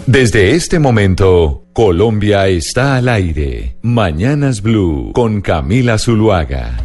Desde este momento, Colombia está al aire. Mañanas Blue con Camila Zuluaga.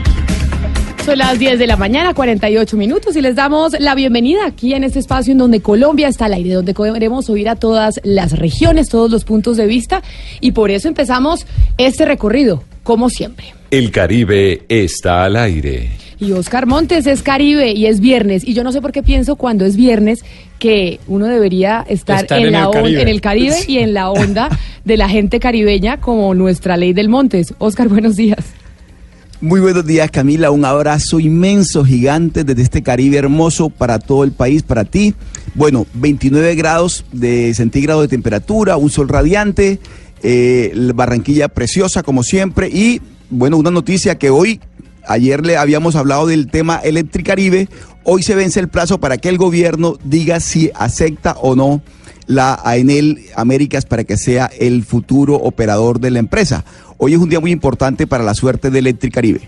Son las 10 de la mañana, 48 minutos, y les damos la bienvenida aquí en este espacio en donde Colombia está al aire, donde queremos oír a todas las regiones, todos los puntos de vista, y por eso empezamos este recorrido, como siempre. El Caribe está al aire. Y Oscar Montes es Caribe y es viernes, y yo no sé por qué pienso cuando es viernes que uno debería estar en el Caribe y en la onda de la gente caribeña como nuestra ley del Montes. Oscar, buenos días. Muy buenos días, Camila, un abrazo inmenso, gigante desde este Caribe hermoso para todo el país, para ti. Bueno, 29 grados de centígrado de temperatura, un sol radiante, Barranquilla preciosa como siempre y, bueno, una noticia que ayer le habíamos hablado del tema Electricaribe, hoy se vence el plazo para que el gobierno diga si acepta o no la Enel Américas para que sea el futuro operador de la empresa. Hoy es un día muy importante para la suerte de Electricaribe.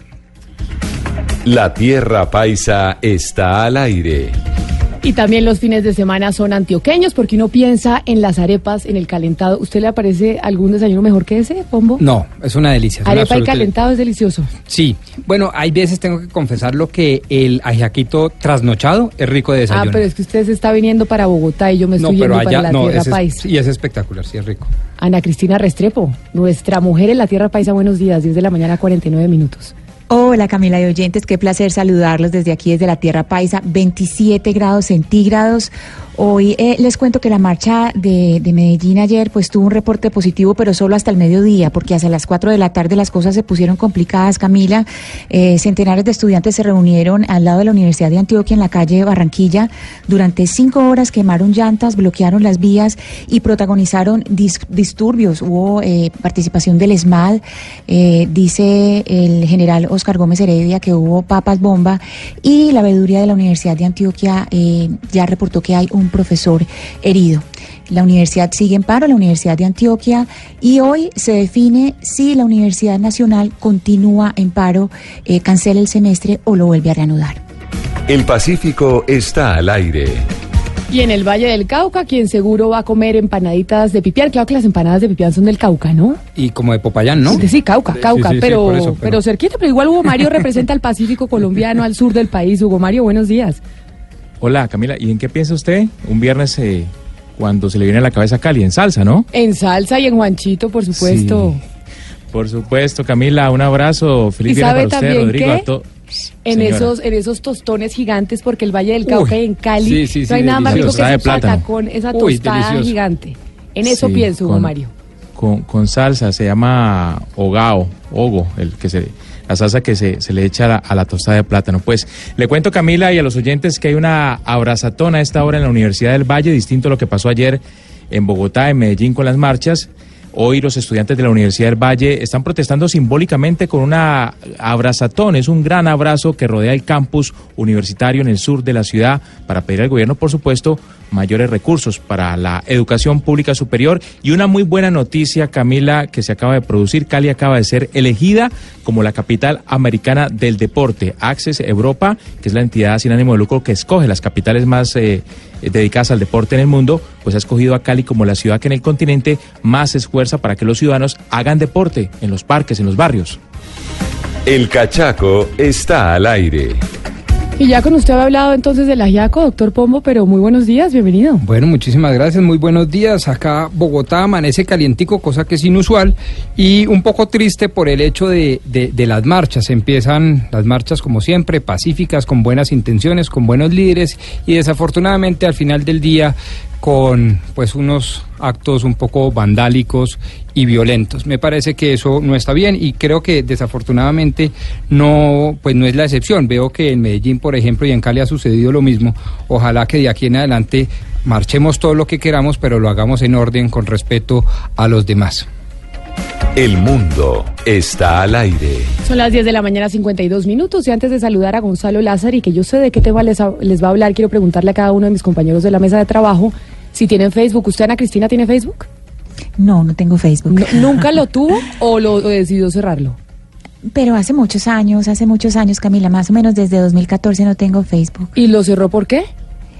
La tierra paisa está al aire. Y también los fines de semana son antioqueños, porque uno piensa en las arepas, en el calentado. ¿Usted le aparece algún desayuno mejor que ese, Pombo? No, es una delicia. Arepa y calentado es delicioso. Sí, bueno, hay veces tengo que confesarlo que el ajiaquito trasnochado es rico de desayuno. Ah, pero es que usted se está viniendo para Bogotá y yo me estoy yendo para la tierra paisa. Y es espectacular, sí es rico. Ana Cristina Restrepo, nuestra mujer en la tierra paisa, buenos días, 10 de la mañana, 49 minutos. Hola Camila y oyentes, qué placer saludarlos desde aquí, desde la Tierra Paisa, 27 grados centígrados. Hoy les cuento que la marcha de Medellín ayer pues tuvo un reporte positivo, pero solo hasta el mediodía, porque hacia las 4 de la tarde las cosas se pusieron complicadas, Camila. Centenares de estudiantes se reunieron al lado de la Universidad de Antioquia en la calle Barranquilla. Durante 5 horas quemaron llantas, bloquearon las vías y protagonizaron disturbios. Hubo participación del ESMAD, dice el general Oscar Gómez Heredia que hubo papas bomba, y la veeduría de la Universidad de Antioquia ya reportó que hay un profesor herido. La universidad sigue en paro, la Universidad de Antioquia, y hoy se define si la Universidad Nacional continúa en paro, cancela el semestre o lo vuelve a reanudar. El Pacífico está al aire. Y en el Valle del Cauca, quien seguro va a comer empanaditas de pipián. Claro que las empanadas de pipián son del Cauca, ¿no? Y como de Popayán, ¿no? Sí, Cauca, sí, pero cerquita. Pero igual Hugo Mario representa al Pacífico colombiano, al sur del país. Hugo Mario, buenos días. Hola Camila, ¿y en qué piensa usted un viernes cuando se le viene a la cabeza a Cali? En salsa, ¿no? En salsa y en Juanchito, por supuesto. Sí, por supuesto, Camila, un abrazo. Feliz viernes para usted, Rodrigo. En esos tostones gigantes, porque el Valle del Cauca y en Cali no hay nada más rico que ese patacón, esa tostada gigante. En eso pienso, Hugo Mario. Con salsa, se llama ogo, la salsa que se le echa a la tostada de plátano. Pues le cuento, Camila, y a los oyentes que hay una abrazatón a esta hora en la Universidad del Valle, distinto a lo que pasó ayer en Bogotá, en Medellín con las marchas. Hoy los estudiantes de la Universidad del Valle están protestando simbólicamente con una abrazatón. Es un gran abrazo que rodea el campus universitario en el sur de la ciudad para pedir al gobierno, por supuesto, mayores recursos para la educación pública superior. Y una muy buena noticia, Camila, que se acaba de producir. Cali acaba de ser elegida como la capital americana del deporte. Access Europa, que es la entidad sin ánimo de lucro que escoge las capitales más dedicadas al deporte en el mundo, pues ha escogido a Cali como la ciudad que en el continente más se esfuerza para que los ciudadanos hagan deporte en los parques, en los barrios. El Cachaco está al aire. Y ya con usted había hablado entonces del ajiaco, doctor Pombo, pero muy buenos días, bienvenido. Bueno, muchísimas gracias, muy buenos días. Acá Bogotá amanece calientico, cosa que es inusual, y un poco triste por el hecho de las marchas. Empiezan las marchas como siempre, pacíficas, con buenas intenciones, con buenos líderes, y desafortunadamente al final del día con pues unos actos un poco vandálicos y violentos. Me parece que eso no está bien y creo que desafortunadamente no es la excepción. Veo que en Medellín, por ejemplo, y en Cali ha sucedido lo mismo. Ojalá que de aquí en adelante marchemos todo lo que queramos, pero lo hagamos en orden, con respeto a los demás. El mundo está al aire. Son las 10 de la mañana, 52 minutos, y antes de saludar a Gonzalo Lázari, que yo sé de qué tema les va a hablar, quiero preguntarle a cada uno de mis compañeros de la mesa de trabajo si tienen Facebook. ¿Usted, Ana Cristina, tiene Facebook? No tengo Facebook. ¿Nunca lo tuvo o lo decidió cerrarlo? Pero hace muchos años, Camila, más o menos desde 2014 no tengo Facebook. ¿Y lo cerró por qué?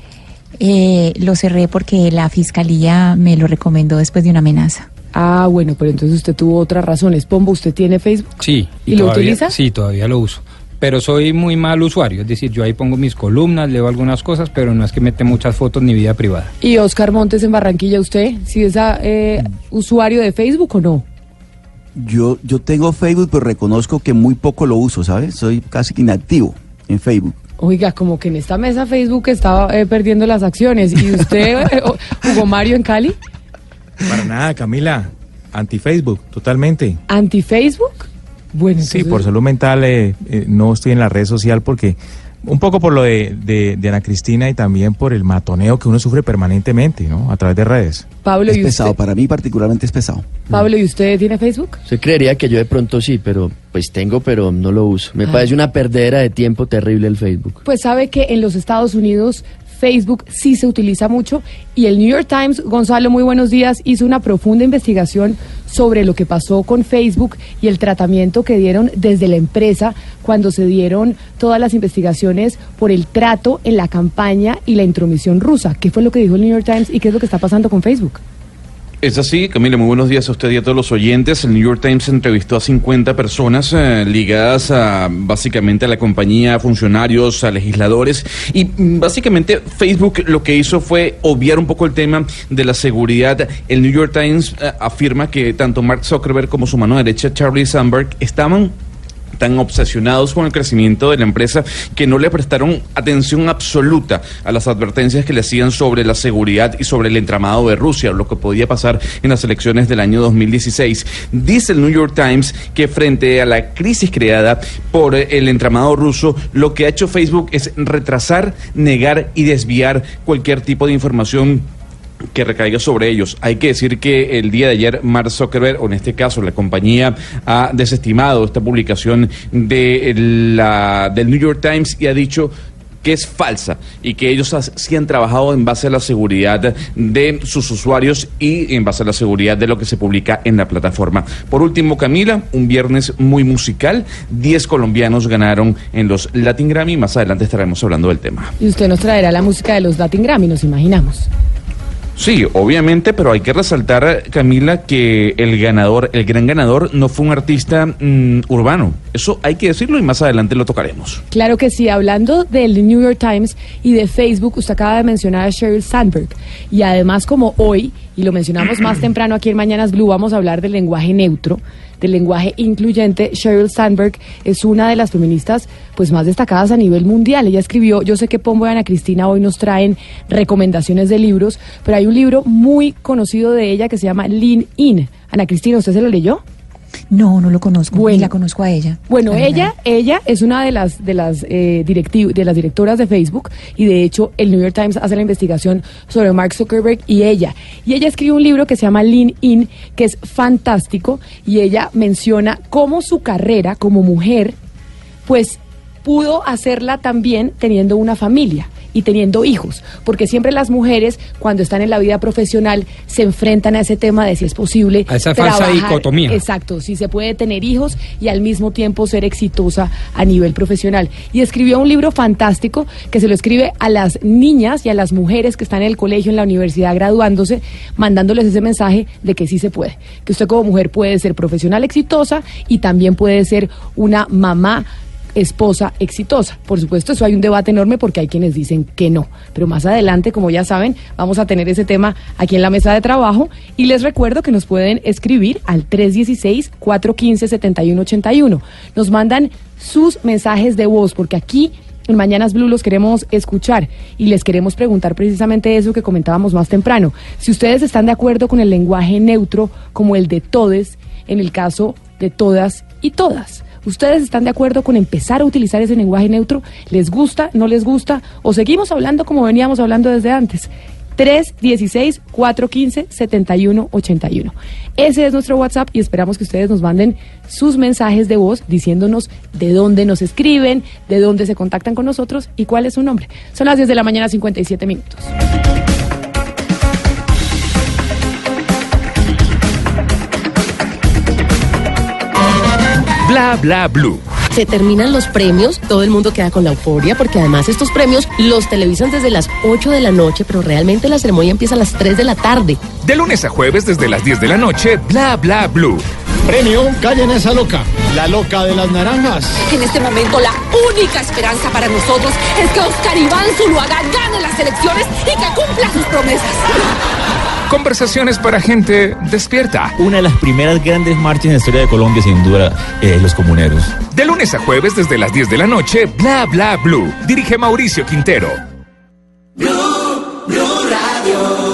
Lo cerré porque la fiscalía me lo recomendó después de una amenaza. Ah, bueno, pero entonces usted tuvo otras razones. Pombo, ¿usted tiene Facebook? Sí. ¿Y lo utiliza? Sí, todavía lo uso. Pero soy muy mal usuario, es decir, yo ahí pongo mis columnas, leo algunas cosas, pero no es que mete muchas fotos ni vida privada. ¿Y Oscar Montes en Barranquilla, usted? ¿Sí es usuario de Facebook o no? Yo tengo Facebook, pero reconozco que muy poco lo uso, ¿sabes? Soy casi inactivo en Facebook. Oiga, como que en esta mesa Facebook estaba perdiendo las acciones. ¿Y usted, Hugo Mario, en Cali? Para nada, Camila. Anti-Facebook, totalmente. ¿Anti-Facebook? Bueno, Sí, entonces... por salud mental no estoy en la red social porque... Un poco por lo de Ana Cristina y también por el matoneo que uno sufre permanentemente, ¿no? A través de redes. Pablo, Es ¿y pesado, usted? para mí particularmente es pesado. Pablo, ¿y usted tiene Facebook? Usted creería que yo de pronto sí, pero pues tengo, pero no lo uso. Me parece una perdedera de tiempo terrible el Facebook. Pues sabe que en los Estados Unidos Facebook sí se utiliza mucho y el New York Times, Gonzalo, muy buenos días, hizo una profunda investigación sobre lo que pasó con Facebook y el tratamiento que dieron desde la empresa cuando se dieron todas las investigaciones por el trato en la campaña y la intromisión rusa. ¿Qué fue lo que dijo el New York Times y qué es lo que está pasando con Facebook? Es así, Camila, muy buenos días a usted y a todos los oyentes. El New York Times entrevistó a 50 personas ligadas básicamente a la compañía, funcionarios, a legisladores, y básicamente Facebook lo que hizo fue obviar un poco el tema de la seguridad. El New York Times afirma que tanto Mark Zuckerberg como su mano derecha, Charlie Sandberg, estaban tan obsesionados con el crecimiento de la empresa que no le prestaron atención absoluta a las advertencias que le hacían sobre la seguridad y sobre el entramado de Rusia, lo que podía pasar en las elecciones del año 2016. Dice el New York Times que frente a la crisis creada por el entramado ruso, lo que ha hecho Facebook es retrasar, negar y desviar cualquier tipo de información que recaiga sobre ellos. Hay que decir que el día de ayer Mark Zuckerberg, o en este caso la compañía, ha desestimado esta publicación del New York Times y ha dicho que es falsa y que ellos sí han trabajado en base a la seguridad de sus usuarios y en base a la seguridad de lo que se publica en la plataforma. Por último, Camila, un viernes muy musical, 10 colombianos ganaron en los Latin Grammy, más adelante estaremos hablando del tema. Y usted nos traerá la música de los Latin Grammy, nos imaginamos. Sí, obviamente, pero hay que resaltar, Camila, que el gran ganador, no fue un artista urbano. Eso hay que decirlo y más adelante lo tocaremos. Claro que sí, hablando del New York Times y de Facebook, usted acaba de mencionar a Sheryl Sandberg. Y además, como hoy, y lo mencionamos más temprano aquí en Mañanas Blue, vamos a hablar del lenguaje neutro, del lenguaje incluyente. Sheryl Sandberg es una de las feministas pues más destacadas a nivel mundial. Ella escribió, yo sé que Pombo y Ana Cristina hoy nos traen recomendaciones de libros, pero hay un libro muy conocido de ella que se llama Lean In. Ana Cristina, ¿usted se lo leyó? No, no lo conozco, Bueno. ni la conozco a ella. Bueno, la verdad. ella es una de las directoras de Facebook y de hecho el New York Times hace la investigación sobre Mark Zuckerberg y ella escribe un libro que se llama Lean In, que es fantástico, y ella menciona cómo su carrera como mujer pues pudo hacerla también teniendo una familia y teniendo hijos, porque siempre las mujeres cuando están en la vida profesional se enfrentan a ese tema de si es posible a esa falsa dicotomía. Exacto, si se puede tener hijos y al mismo tiempo ser exitosa a nivel profesional. Y escribió un libro fantástico que se lo escribe a las niñas y a las mujeres que están en el colegio, en la universidad, graduándose, mandándoles ese mensaje de que sí se puede, que usted como mujer puede ser profesional exitosa y también puede ser una mamá, esposa exitosa. Por supuesto, eso hay un debate enorme porque hay quienes dicen que no, pero más adelante, como ya saben, vamos a tener ese tema aquí en la mesa de trabajo y les recuerdo que nos pueden escribir al 316-415-7181. Nos mandan sus mensajes de voz porque aquí en Mañanas Blue los queremos escuchar y les queremos preguntar precisamente eso que comentábamos más temprano. Si ustedes están de acuerdo con el lenguaje neutro como el de todes, en el caso de todas y todas. ¿Ustedes están de acuerdo con empezar a utilizar ese lenguaje neutro? ¿Les gusta? ¿No les gusta? ¿O seguimos hablando como veníamos hablando desde antes? 316-415-7181. Ese es nuestro WhatsApp y esperamos que ustedes nos manden sus mensajes de voz diciéndonos de dónde nos escriben, de dónde se contactan con nosotros y cuál es su nombre. Son las 10 de la mañana, 57 minutos. Bla bla blue. Se terminan los premios, todo el mundo queda con la euforia, porque además estos premios los televisan desde las 8 de la noche, pero realmente la ceremonia empieza a las 3 de la tarde. De lunes a jueves desde las 10 de la noche, Bla Bla Blue. Premio Callen esa loca, la loca de las naranjas. En este momento la única esperanza para nosotros es que Oscar Iván Zuluaga gane las elecciones y que cumpla sus promesas. Conversaciones para gente despierta. Una de las primeras grandes marchas en la historia de Colombia, sin duda, los comuneros. De lunes a jueves desde las 10 de la noche, Bla Bla Blue. Dirige Mauricio Quintero. Blue Radio.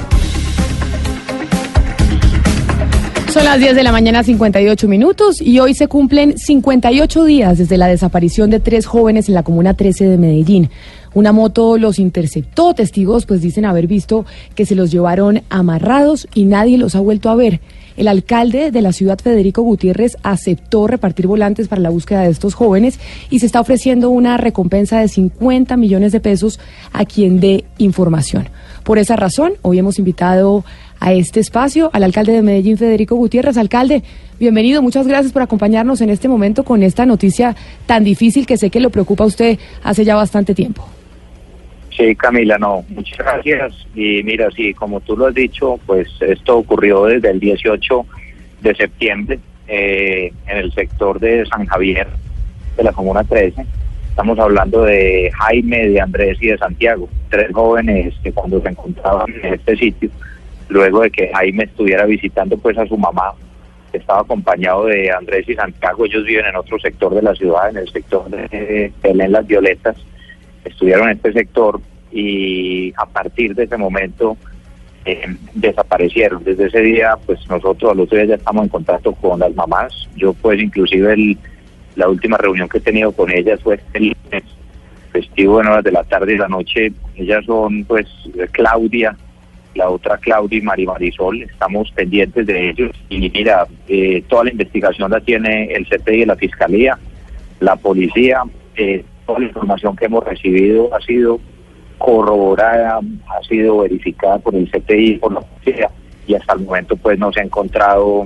Son las 10 de la mañana, 58 minutos, y hoy se cumplen 58 días desde la desaparición de 3 jóvenes en la Comuna 13 de Medellín. Una moto los interceptó, testigos pues dicen haber visto que se los llevaron amarrados y nadie los ha vuelto a ver. El alcalde de la ciudad, Federico Gutiérrez, aceptó repartir volantes para la búsqueda de estos jóvenes y se está ofreciendo una recompensa de 50 millones de pesos a quien dé información. Por esa razón, hoy hemos invitado a este espacio al alcalde de Medellín, Federico Gutiérrez. Alcalde, bienvenido, muchas gracias por acompañarnos en este momento con esta noticia tan difícil que sé que lo preocupa a usted hace ya bastante tiempo. Sí, Camila, no, muchas gracias. Y mira, sí, como tú lo has dicho, pues esto ocurrió desde el 18 de septiembre en el sector de San Javier, de la Comuna 13. Estamos hablando de Jaime, de Andrés y de Santiago, 3 jóvenes que cuando se encontraban en este sitio, luego de que Jaime estuviera visitando pues a su mamá, estaba acompañado de Andrés y Santiago. Ellos viven en otro sector de la ciudad, en el sector de Belén Las Violetas. Estuvieron en este sector y a partir de ese momento desaparecieron. Desde ese día, pues nosotros al otro día ya estamos en contacto con las mamás. Yo pues inclusive la última reunión que he tenido con ellas fue el lunes festivo, en horas de la tarde y la noche. Ellas son pues Claudia, la otra Claudia y Marisol. Estamos pendientes de ellos y mira, toda la investigación la tiene el CPI de la Fiscalía, la Policía. Toda la información que hemos recibido ha sido corroborada, ha sido verificada por el CTI, por la policía, y hasta el momento pues no se ha encontrado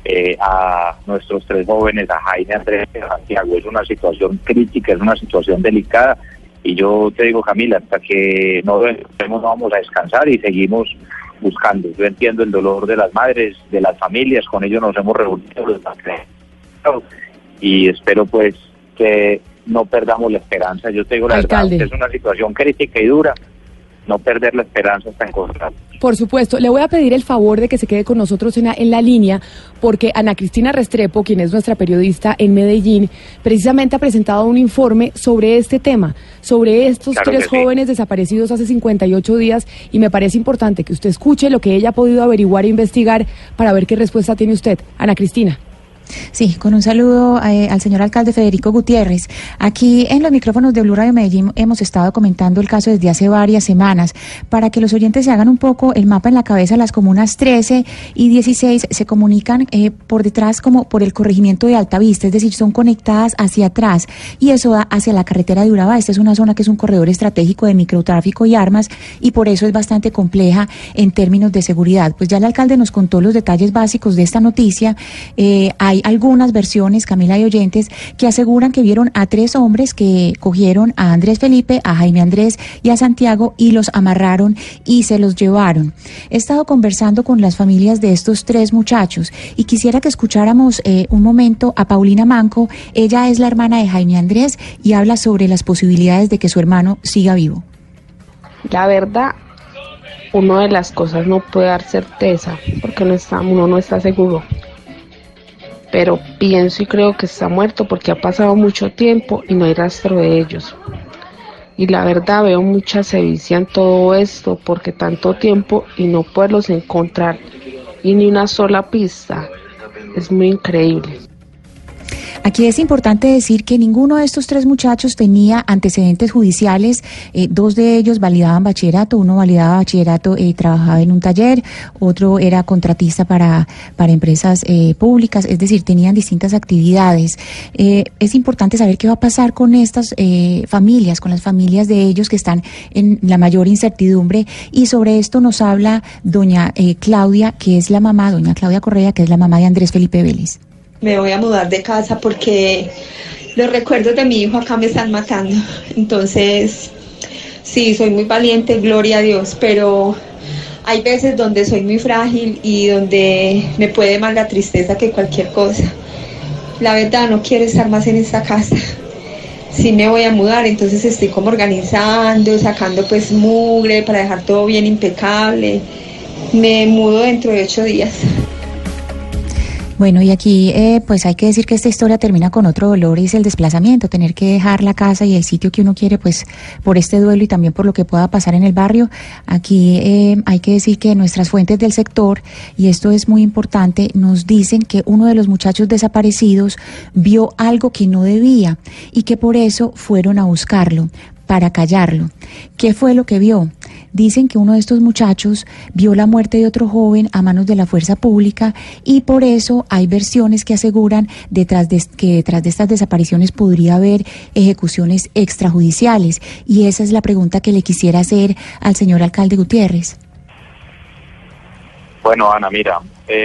a nuestros 3 jóvenes, a Jaime, Andrés y Santiago. Es una situación crítica, es una situación delicada, y yo te digo, Camila, hasta que no vamos a descansar y seguimos buscando. Yo entiendo el dolor de las madres, de las familias, con ellos nos hemos reunido y espero pues que no perdamos la esperanza. Yo te digo la alcalde, verdad, es una situación crítica y dura, no perder la esperanza hasta encontrar. Por supuesto, le voy a pedir el favor de que se quede con nosotros en la línea, porque Ana Cristina Restrepo, quien es nuestra periodista en Medellín, precisamente ha presentado un informe sobre este tema, sobre estos 3 jóvenes desaparecidos hace 58 días, y me parece importante que usted escuche lo que ella ha podido averiguar e investigar para ver qué respuesta tiene usted. Ana Cristina. Sí, con un saludo al señor alcalde Federico Gutiérrez. Aquí en los micrófonos de Blue Radio Medellín hemos estado comentando el caso desde hace varias semanas. Para que los oyentes se hagan un poco el mapa en la cabeza, las comunas 13 y 16 se comunican por detrás como por el corregimiento de Altavista, es decir, son conectadas hacia atrás y eso da hacia la carretera de Urabá. Esta es una zona que es un corredor estratégico de microtráfico y armas y por eso es bastante compleja en términos de seguridad. Pues ya el alcalde nos contó los detalles básicos de esta noticia. Hay algunas versiones, Camila y oyentes, que aseguran que vieron a 3 hombres que cogieron a Andrés Felipe, a Jaime Andrés y a Santiago y los amarraron y se los llevaron. He estado conversando con las familias de estos 3 muchachos y quisiera que escucháramos un momento a Paulina Manco. Ella es la hermana de Jaime Andrés y habla sobre las posibilidades de que su hermano siga vivo. La verdad, una de las cosas no puede dar certeza porque uno no está seguro. Pero pienso y creo que está muerto porque ha pasado mucho tiempo y no hay rastro de ellos. Y la verdad veo mucha sevicia en todo esto porque tanto tiempo y no poderlos encontrar y ni una sola pista es muy increíble. Aquí es importante decir que ninguno de estos 3 muchachos tenía antecedentes judiciales. 2 de ellos validaban bachillerato, uno validaba bachillerato, trabajaba en un taller, otro era contratista para empresas públicas, es decir, tenían distintas actividades. Es importante saber qué va a pasar con estas familias, con las familias de ellos que están en la mayor incertidumbre, y sobre esto nos habla doña Claudia, que es la mamá, doña Claudia Correa, que es la mamá de Andrés Felipe Vélez. Me voy a mudar de casa porque los recuerdos de mi hijo acá me están matando. Entonces, sí, soy muy valiente, gloria a Dios, pero hay veces donde soy muy frágil y donde me puede más la tristeza que cualquier cosa. La verdad, no quiero estar más en esta casa. Sí me voy a mudar, entonces estoy como organizando, sacando pues mugre para dejar todo bien impecable. Me mudo dentro de 8 días. Bueno, y aquí pues hay que decir que esta historia termina con otro dolor, y es el desplazamiento, tener que dejar la casa y el sitio que uno quiere, pues por este duelo y también por lo que pueda pasar en el barrio. Aquí hay que decir que nuestras fuentes del sector, y esto es muy importante, nos dicen que uno de los muchachos desaparecidos vio algo que no debía y que por eso fueron a buscarlo, para callarlo. ¿Qué fue lo que vio? Dicen que uno de estos muchachos vio la muerte de otro joven a manos de la fuerza pública, y por eso hay versiones que aseguran que detrás de estas desapariciones podría haber ejecuciones extrajudiciales. Y esa es la pregunta que le quisiera hacer al señor alcalde Gutiérrez. Bueno, Ana, mira,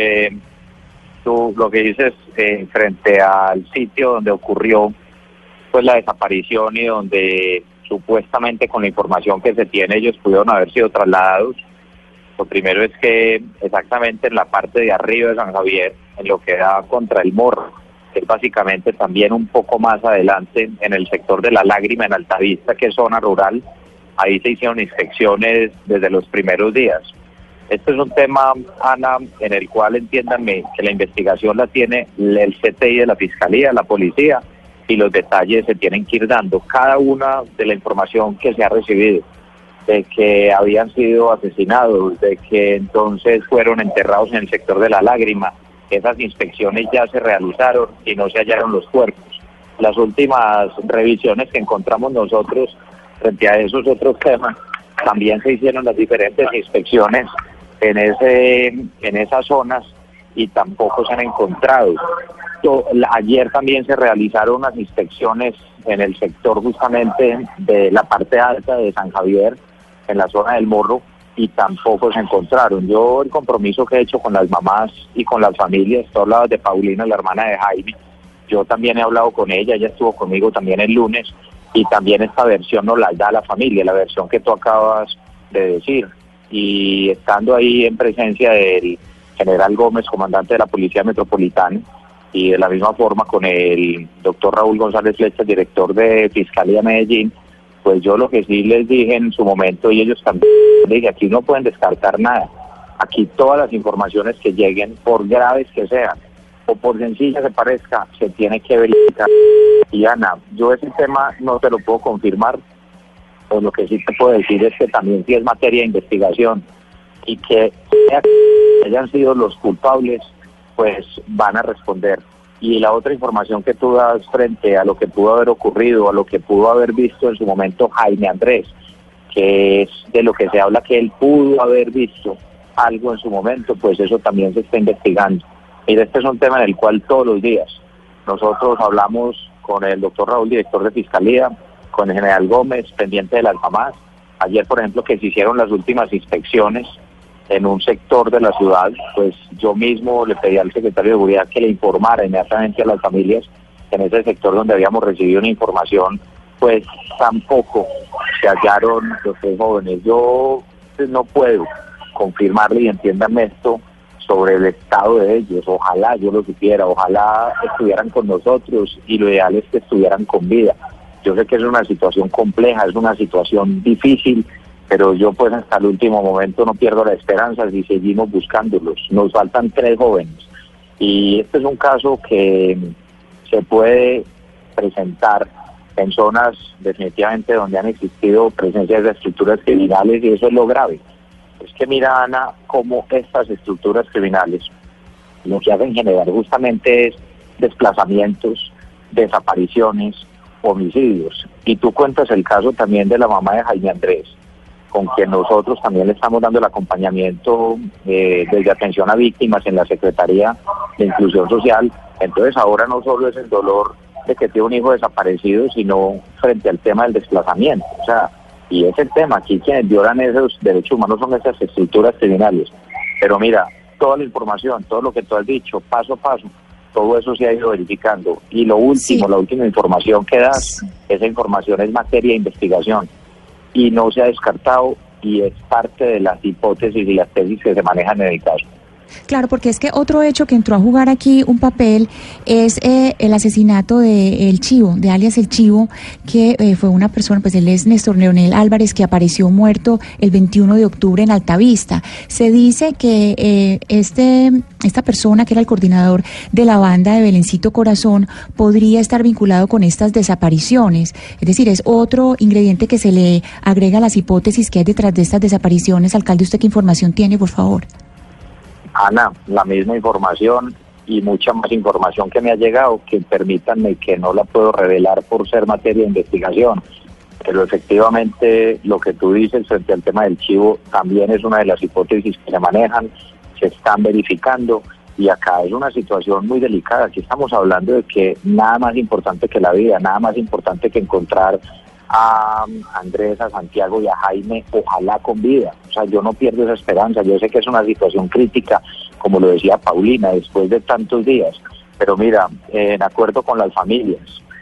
tú lo que dices frente al sitio donde ocurrió pues la desaparición y donde supuestamente con la información que se tiene ellos pudieron haber sido trasladados. Lo primero es que exactamente en la parte de arriba de San Javier, en lo que da contra el Morro, que es básicamente también un poco más adelante en el sector de La Lágrima, en Altavista, que es zona rural, ahí se hicieron inspecciones desde los primeros días. Este es un tema, Ana, en el cual entiéndanme que la investigación la tiene el CTI de la Fiscalía, la Policía, y los detalles se tienen que ir dando. Cada una de la información que se ha recibido, de que habían sido asesinados, de que entonces fueron enterrados en el sector de La Lágrima, esas inspecciones ya se realizaron y no se hallaron los cuerpos. Las últimas revisiones que encontramos nosotros frente a esos otros temas, también se hicieron las diferentes inspecciones en esas zonas y tampoco se han encontrado. Ayer también se realizaron unas inspecciones en el sector justamente de la parte alta de San Javier, en la zona del Morro, y tampoco se encontraron. Yo el compromiso que he hecho con las mamás y con las familias, tú hablabas de Paulina, la hermana de Jaime, yo también he hablado con ella estuvo conmigo también el lunes, y también esta versión nos la da la familia, la versión que tú acabas de decir, y estando ahí en presencia del general Gómez, comandante de la Policía Metropolitana, y de la misma forma con el doctor Raúl González Flecha, director de Fiscalía Medellín, pues yo lo que sí les dije en su momento, y ellos también, dije, aquí no pueden descartar nada. Aquí todas las informaciones que lleguen, por graves que sean, o por sencillas que parezca, se tiene que verificar. Y Ana, yo ese tema no te lo puedo confirmar, o lo que sí te puedo decir es que también sí es materia de investigación, y que hayan sido los culpables, pues van a responder. Y la otra información que tú das frente a lo que pudo haber ocurrido, a lo que pudo haber visto en su momento Jaime Andrés, que es de lo que se habla que él pudo haber visto algo en su momento, pues eso también se está investigando. Mira, este es un tema en el cual todos los días nosotros hablamos con el doctor Raúl, director de Fiscalía, con el general Gómez, pendiente de las mamás. Ayer, por ejemplo, que se hicieron las últimas inspecciones en un sector de la ciudad, pues yo mismo le pedí al secretario de Seguridad que le informara inmediatamente a las familias que en ese sector donde habíamos recibido una información, pues tampoco se hallaron los 3 jóvenes. Yo pues, no puedo confirmarle, y entiéndanme esto, sobre el estado de ellos. Ojalá yo lo supiera, ojalá estuvieran con nosotros, y lo ideal es que estuvieran con vida. Yo sé que es una situación compleja, es una situación difícil, pero yo pues hasta el último momento no pierdo la esperanza si seguimos buscándolos. Nos faltan 3 jóvenes, y este es un caso que se puede presentar en zonas definitivamente donde han existido presencias de estructuras criminales, y eso es lo grave. Es que mira, Ana, cómo estas estructuras criminales lo que hacen generar justamente es desplazamientos, desapariciones, homicidios. Y tú cuentas el caso también de la mamá de Jaime Andrés, con quien nosotros también le estamos dando el acompañamiento desde atención a víctimas en la Secretaría de Inclusión Social. Entonces ahora no solo es el dolor de que tiene un hijo desaparecido, sino frente al tema del desplazamiento. O sea, y es el tema, aquí quienes violan esos derechos humanos son esas estructuras criminales. Pero mira, toda la información, todo lo que tú has dicho, paso a paso, todo eso se ha ido verificando. Y lo último, la última información que das, esa información es materia de investigación y no se ha descartado y es parte de las hipótesis y las tesis que se manejan en el caso. Claro, porque es que otro hecho que entró a jugar aquí un papel es el asesinato de El Chivo, de alias El Chivo, que fue una persona, pues él es Néstor Leonel Álvarez, que apareció muerto el 21 de octubre en Altavista. Se dice que esta persona, que era el coordinador de la banda de Belencito Corazón, podría estar vinculado con estas desapariciones. Es decir, es otro ingrediente que se le agrega a las hipótesis que hay detrás de estas desapariciones. Alcalde, ¿usted qué información tiene, por favor? Ana, la misma información y mucha más información que me ha llegado, que permítanme que no la puedo revelar por ser materia de investigación, pero efectivamente lo que tú dices frente al tema del Chivo también es una de las hipótesis que se manejan, se están verificando y acá es una situación muy delicada. Aquí estamos hablando de que nada más importante que la vida, nada más importante que encontrar a Andrés, a Santiago y a Jaime, ojalá con vida. O sea, yo no pierdo esa esperanza. Yo sé que es una situación crítica, como lo decía Paulina, después de tantos días. Pero mira, en acuerdo con las familias,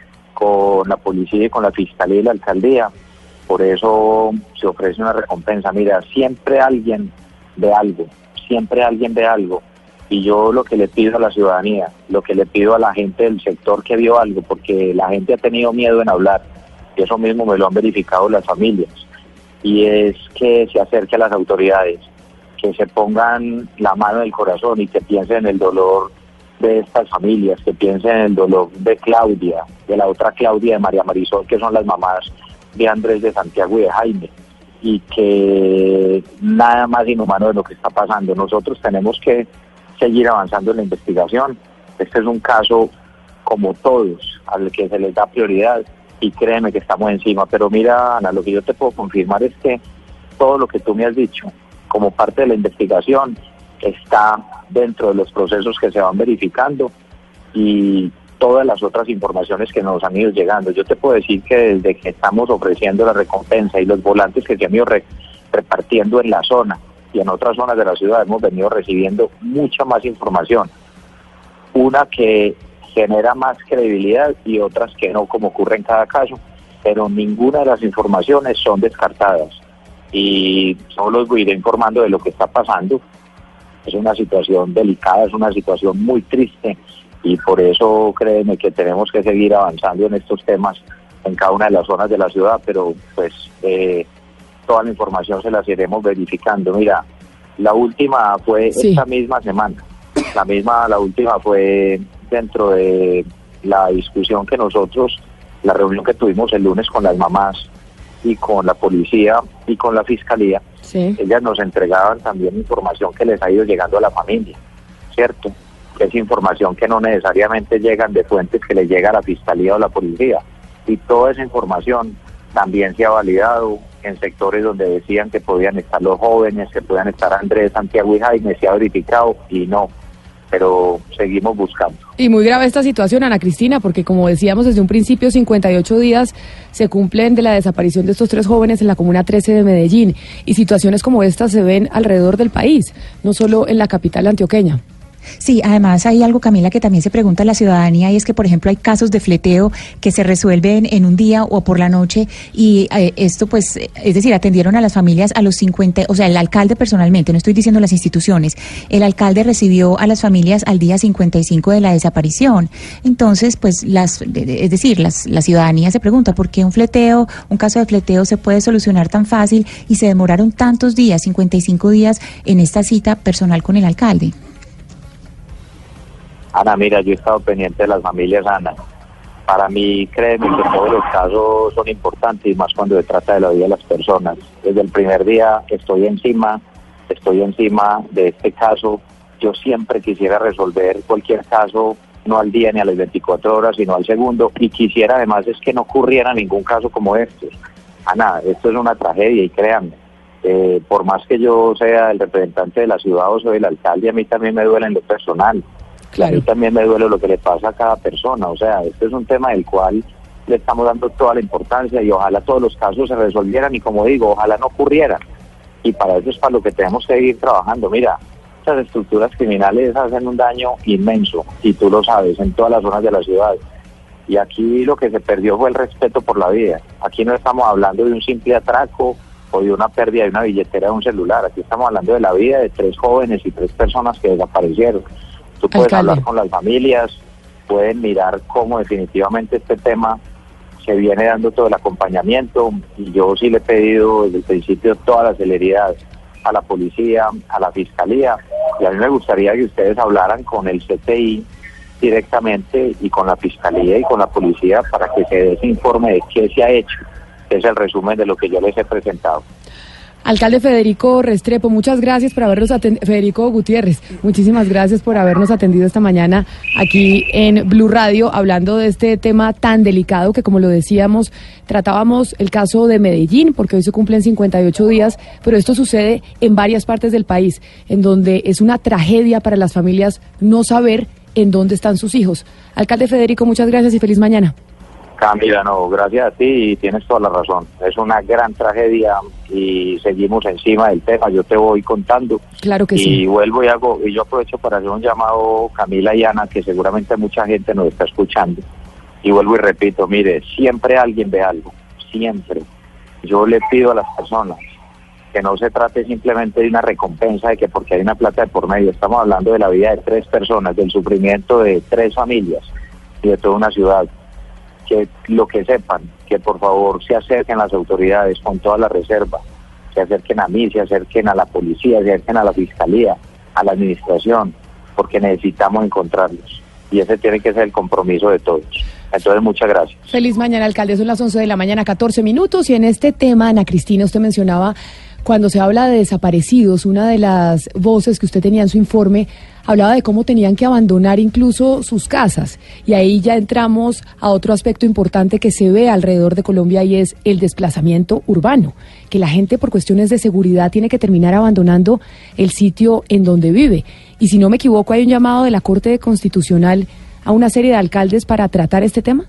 con la policía y con la fiscalía y la alcaldía, por eso se ofrece una recompensa. Mira, siempre alguien ve algo, siempre alguien ve algo. Y yo lo que le pido a la ciudadanía, lo que le pido a la gente del sector que vio algo, porque la gente ha tenido miedo en hablar, y eso mismo me lo han verificado las familias, y es que se acerque a las autoridades, que se pongan la mano en el corazón y que piensen en el dolor de estas familias, que piensen en el dolor de Claudia, de la otra Claudia, de María Marisol, que son las mamás de Andrés, de Santiago y de Jaime, y que nada más inhumano de lo que está pasando. Nosotros tenemos que seguir avanzando en la investigación. Este es un caso, como todos, al que se les da prioridad, y créeme que estamos encima. Pero mira, Ana, lo que yo te puedo confirmar es que todo lo que tú me has dicho como parte de la investigación está dentro de los procesos que se van verificando y todas las otras informaciones que nos han ido llegando. Yo te puedo decir que desde que estamos ofreciendo la recompensa y los volantes que se han ido repartiendo en la zona y en otras zonas de la ciudad, hemos venido recibiendo mucha más información. Una que genera más credibilidad y otras que no, como ocurre en cada caso, pero ninguna de las informaciones son descartadas y solo los iré informando de lo que está pasando. Es una situación delicada, es una situación muy triste y por eso créeme que tenemos que seguir avanzando en estos temas en cada una de las zonas de la ciudad, pero pues toda la información se las iremos verificando. Mira, la última fue esta misma semana, la última fue dentro de la discusión que nosotros, la reunión que tuvimos el lunes con las mamás y con la policía y con la fiscalía, ellas nos entregaban también información que les ha ido llegando a la familia, ¿cierto? Que es información que no necesariamente llegan de fuentes que les llega a la fiscalía o la policía, y toda esa información también se ha validado en sectores donde decían que podían estar los jóvenes, que podían estar Andrés, Santiago y Jaime, se ha verificado y no, pero seguimos buscando. Y muy grave esta situación, Ana Cristina, porque como decíamos desde un principio, 58 días se cumplen de la desaparición de estos 3 jóvenes en la Comuna 13 de Medellín, y situaciones como estas se ven alrededor del país, no solo en la capital antioqueña. Sí, además hay algo, Camila, que también se pregunta a la ciudadanía, y es que, por ejemplo, hay casos de fleteo que se resuelven en un día o por la noche, y esto, pues, es decir, atendieron a las familias a los 50, o sea, el alcalde personalmente, no estoy diciendo las instituciones, el alcalde recibió a las familias al día 55 de la desaparición. Entonces, pues, la ciudadanía se pregunta por qué un caso de fleteo se puede solucionar tan fácil y se demoraron tantos días, 55 días, en esta cita personal con el alcalde. Ana, mira, yo he estado pendiente de las familias, Ana. Para mí, créeme que todos los casos son importantes, y más cuando se trata de la vida de las personas. Desde el primer día estoy encima de este caso. Yo siempre quisiera resolver cualquier caso, no al día ni a las 24 horas, sino al segundo, y quisiera además es que no ocurriera ningún caso como estos. Ana, esto es una tragedia, y créanme, por más que yo sea el representante de la ciudad o soy el alcalde, a mí también me duele en lo personal. Claro. A mí también me duele lo que le pasa a cada persona. O sea, este es un tema del cual le estamos dando toda la importancia, y ojalá todos los casos se resolvieran y, como digo, ojalá no ocurrieran. Y para eso es para lo que tenemos que seguir trabajando. Mira, Estas estructuras criminales hacen un daño inmenso, y tú lo sabes, en todas las zonas de la ciudad. Y aquí lo que se perdió fue el respeto por la vida. Aquí no estamos hablando de un simple atraco o de una pérdida de una billetera de un celular. Aquí estamos hablando de la vida de 3 jóvenes y 3 personas que desaparecieron. Tú puedes hablar con las familias, pueden mirar cómo definitivamente este tema se viene dando todo el acompañamiento, y yo sí le he pedido desde el principio toda la celeridad a la policía, a la fiscalía, y a mí me gustaría que ustedes hablaran con el CTI directamente y con la fiscalía y con la policía para que se dé ese informe de qué se ha hecho, que es el resumen de lo que yo les he presentado. Alcalde Federico Restrepo, muchas gracias por habernos atendido. Federico Gutiérrez, muchísimas gracias por habernos atendido esta mañana aquí en Blue Radio, hablando de este tema tan delicado que, como lo decíamos, tratábamos el caso de Medellín, porque hoy se cumplen 58 días, pero esto sucede en varias partes del país, en donde es una tragedia para las familias no saber en dónde están sus hijos. Alcalde Federico, muchas gracias y feliz mañana. Camila, no, gracias a ti y tienes toda la razón. Es una gran tragedia y seguimos encima del tema. Yo te voy contando. Claro que sí. Y vuelvo y yo aprovecho para hacer un llamado, Camila y Ana, que seguramente mucha gente nos está escuchando. Y vuelvo y repito, mire, siempre alguien ve algo, siempre. Yo le pido a las personas que no se trate simplemente de una recompensa, de que porque hay una plata de por medio. Estamos hablando de la vida de 3 personas, del sufrimiento de 3 familias y de toda una ciudad. Que lo que sepan, que por favor se acerquen las autoridades con toda la reserva, se acerquen a mí, se acerquen a la policía, se acerquen a la fiscalía, a la administración, porque necesitamos encontrarlos. Y ese tiene que ser el compromiso de todos. Entonces, muchas gracias. Feliz mañana, alcalde. Son las 11 de la mañana, 14 minutos. Y en este tema, Ana Cristina, usted mencionaba, cuando se habla de desaparecidos, una de las voces que usted tenía en su informe hablaba de cómo tenían que abandonar incluso sus casas. Y ahí ya entramos a otro aspecto importante que se ve alrededor de Colombia, y es el desplazamiento urbano, que la gente por cuestiones de seguridad tiene que terminar abandonando el sitio en donde vive. Y si no me equivoco, hay un llamado de la Corte Constitucional a una serie de alcaldes para tratar este tema.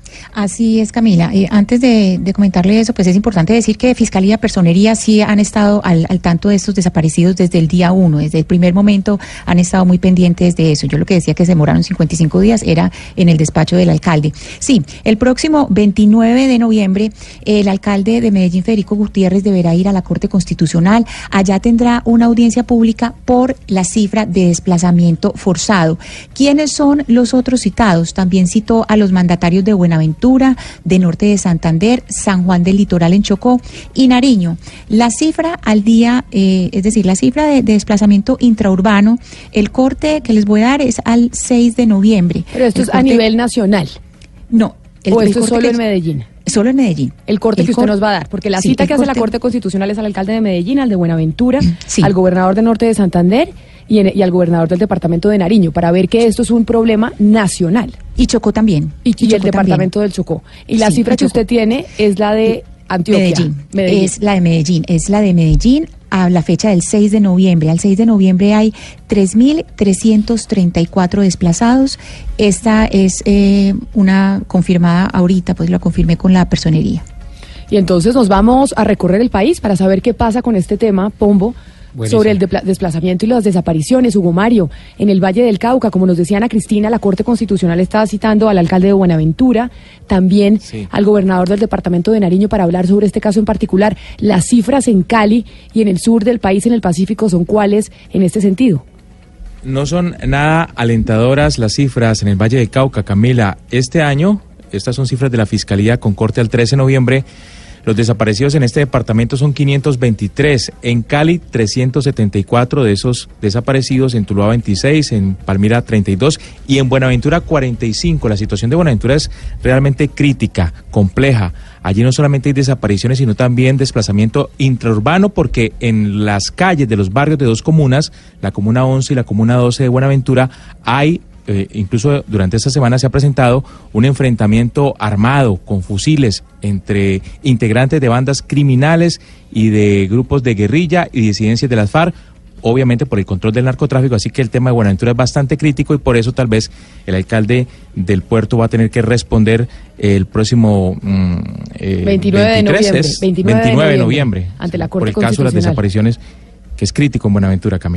Así es, Camila. Antes de comentarle eso, pues es importante decir que Fiscalía, Personería sí han estado al tanto de estos desaparecidos desde el día 1, desde el primer momento han estado muy pendientes de eso. Yo lo que decía que se demoraron 55 días era en el despacho del alcalde. Sí, el próximo 29 de noviembre el alcalde de Medellín, Federico Gutiérrez, deberá ir a la Corte Constitucional. Allá tendrá una audiencia pública por la cifra de desplazamiento forzado. ¿Quiénes son los otros citados? También citó a los mandatarios de Buenaventura, de Norte de Santander, San Juan del Litoral en Chocó y Nariño. La cifra al día, es decir, la cifra de desplazamiento intraurbano, el corte que les voy a dar es al 6 de noviembre. Pero esto es a nivel nacional. No. ¿O esto es solo en Medellín? Solo en Medellín. El corte que usted nos va a dar, porque la cita que hace la Corte Constitucional es al alcalde de Medellín, al de Buenaventura, al gobernador de Norte de Santander y al gobernador del departamento de Nariño, para ver que esto es un problema nacional. Y Chocó también. Y el departamento del Chocó. Y la cifra que usted tiene es la de Antioquia. Medellín. Es la de Medellín. A la fecha del 6 de noviembre. Al 6 de noviembre hay 3.334 desplazados. Esta es una confirmada ahorita, pues la confirmé con la Personería. Y entonces nos vamos a recorrer el país para saber qué pasa con este tema, Pombo. Buenísimo. Sobre el desplazamiento y las desapariciones. Hugo Mario, en el Valle del Cauca, como nos decía Ana Cristina, la Corte Constitucional está citando al alcalde de Buenaventura, también al gobernador del departamento de Nariño, para hablar sobre este caso en particular. Las cifras en Cali y en el sur del país, en el Pacífico, ¿son cuáles en este sentido? No son nada alentadoras las cifras en el Valle del Cauca, Camila. Este año, estas son cifras de la Fiscalía con corte al 13 de noviembre, los desaparecidos en este departamento son 523, en Cali 374 de esos desaparecidos, en Tuluá 26, en Palmira 32 y en Buenaventura 45. La situación de Buenaventura es realmente crítica, compleja. Allí no solamente hay desapariciones, sino también desplazamiento intraurbano, porque en las calles de los barrios de 2 comunas, la comuna 11 y la comuna 12 de Buenaventura, hay incluso durante esta semana se ha presentado un enfrentamiento armado con fusiles entre integrantes de bandas criminales y de grupos de guerrilla y disidencias de las FARC, obviamente por el control del narcotráfico. Así que el tema de Buenaventura es bastante crítico y por eso tal vez el alcalde del puerto va a tener que responder el próximo 29 de noviembre ante la Corte Constitucional, por el caso de las desapariciones, que es crítico en Buenaventura, Camila.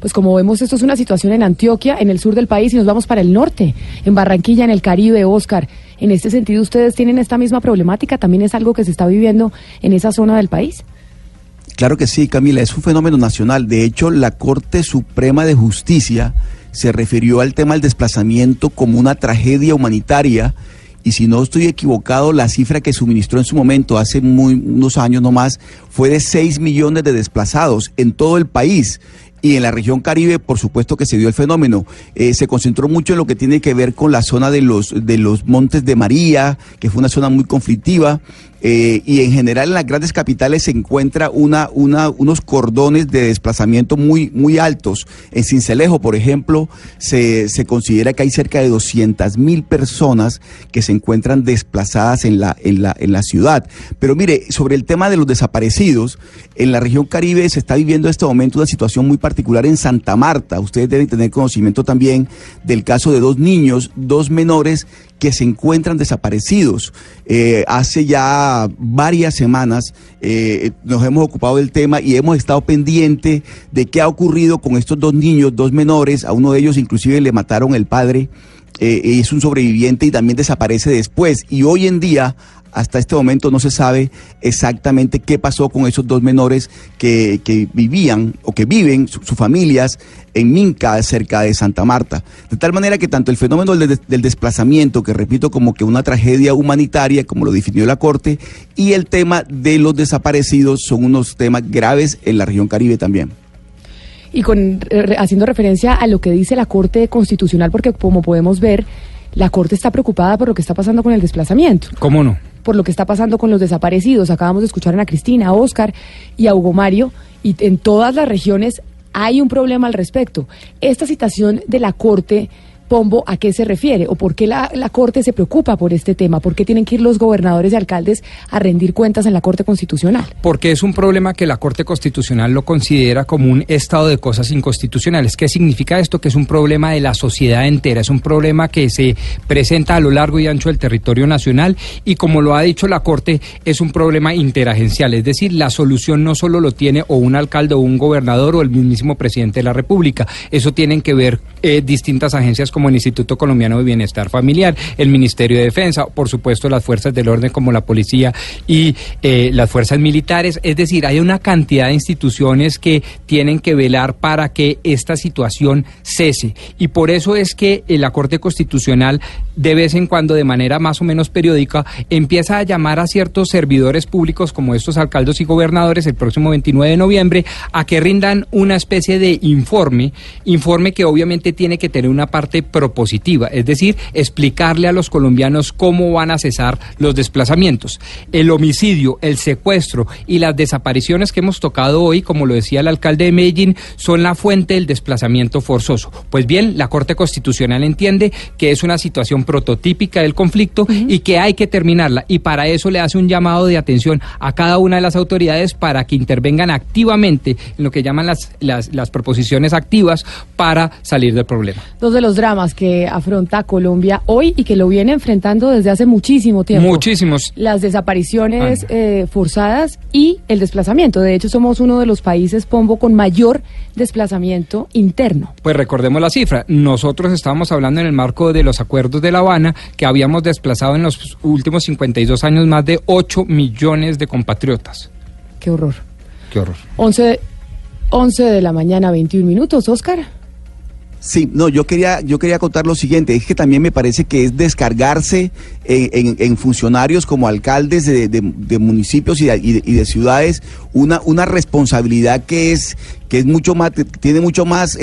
pues como vemos, esto es una situación en Antioquia, en el sur del país, y nos vamos para el norte, en Barranquilla, en el Caribe. Oscar, en este sentido, ¿ustedes tienen esta misma problemática? ¿También es algo que se está viviendo en esa zona del país? Claro que sí, Camila, es un fenómeno nacional. De hecho, la Corte Suprema de Justicia se refirió al tema del desplazamiento como una tragedia humanitaria, y si no estoy equivocado, la cifra que suministró en su momento, hace unos años nomás, fue de 6 millones de desplazados en todo el país. Y en la región Caribe, por supuesto que se dio el fenómeno. Se concentró mucho en lo que tiene que ver con la zona de los Montes de María, que fue una zona muy conflictiva. Y en general en las grandes capitales se encuentra unos cordones de desplazamiento muy altos. En Sincelejo, por ejemplo, se considera que hay cerca de 200.000 personas que se encuentran desplazadas en la ciudad. Pero mire, sobre el tema de los desaparecidos, en la región Caribe se está viviendo en este momento una situación muy particular en Santa Marta. Ustedes deben tener conocimiento también del caso de 2 niños, 2 menores, que se encuentran desaparecidos. Hace ya varias semanas nos hemos ocupado del tema y hemos estado pendiente de qué ha ocurrido con estos 2 niños, 2 menores. A uno de ellos inclusive le mataron el padre, es un sobreviviente y también desaparece después. Y hoy en día, hasta este momento, no se sabe exactamente qué pasó con esos 2 menores que vivían o que viven sus familias en Minca, cerca de Santa Marta. De tal manera que tanto el fenómeno del desplazamiento, que repito como que una tragedia humanitaria, como lo definió la Corte, y el tema de los desaparecidos son unos temas graves en la región Caribe también. Y haciendo referencia a lo que dice la Corte Constitucional, porque como podemos ver, la Corte está preocupada por lo que está pasando con el desplazamiento. ¿Cómo no? Por lo que está pasando con los desaparecidos. Acabamos de escuchar a Cristina, a Oscar y a Hugo Mario, y en todas las regiones hay un problema al respecto. Esta citación de la Corte, Pombo, ¿a qué se refiere? ¿O por qué la Corte se preocupa por este tema? ¿Por qué tienen que ir los gobernadores y alcaldes a rendir cuentas en la Corte Constitucional? Porque es un problema que la Corte Constitucional lo considera como un estado de cosas inconstitucionales. ¿Qué significa esto? Que es un problema de la sociedad entera, es un problema que se presenta a lo largo y ancho del territorio nacional y, como lo ha dicho la Corte, es un problema interagencial. Es decir, la solución no solo lo tiene o un alcalde o un gobernador o el mismísimo presidente de la República. Eso tienen que ver distintas agencias como el Instituto Colombiano de Bienestar Familiar, el Ministerio de Defensa, por supuesto las fuerzas del orden como la policía y las fuerzas militares. Es decir, hay una cantidad de instituciones que tienen que velar para que esta situación cese, y por eso es que la Corte Constitucional de vez en cuando, de manera más o menos periódica, empieza a llamar a ciertos servidores públicos como estos alcaldes y gobernadores el próximo 29 de noviembre a que rindan una especie de informe que obviamente tiene que tener una parte propositiva, es decir, explicarle a los colombianos cómo van a cesar los desplazamientos. El homicidio, el secuestro y las desapariciones que hemos tocado hoy, como lo decía el alcalde de Medellín, son la fuente del desplazamiento forzoso. Pues bien, la Corte Constitucional entiende que es una situación prototípica del conflicto y que hay que terminarla, y para eso le hace un llamado de atención a cada una de las autoridades para que intervengan activamente en lo que llaman las proposiciones activas para salir del problema. 2 de los dramas que afronta Colombia hoy y que lo viene enfrentando desde hace muchísimo tiempo. Muchísimos. Las desapariciones forzadas y el desplazamiento. De hecho, somos uno de los países, Pombo, con mayor desplazamiento interno. Pues recordemos la cifra. Nosotros estábamos hablando en el marco de los acuerdos de La Habana que habíamos desplazado en los últimos 52 años más de 8 millones de compatriotas. Qué horror. Qué horror. 11 de la mañana, 21 minutos, Oscar. Sí, no, yo quería contar lo siguiente, es que también me parece que es descargarse en funcionarios como alcaldes de municipios y de ciudades una responsabilidad que es mucho más, tiene mucho más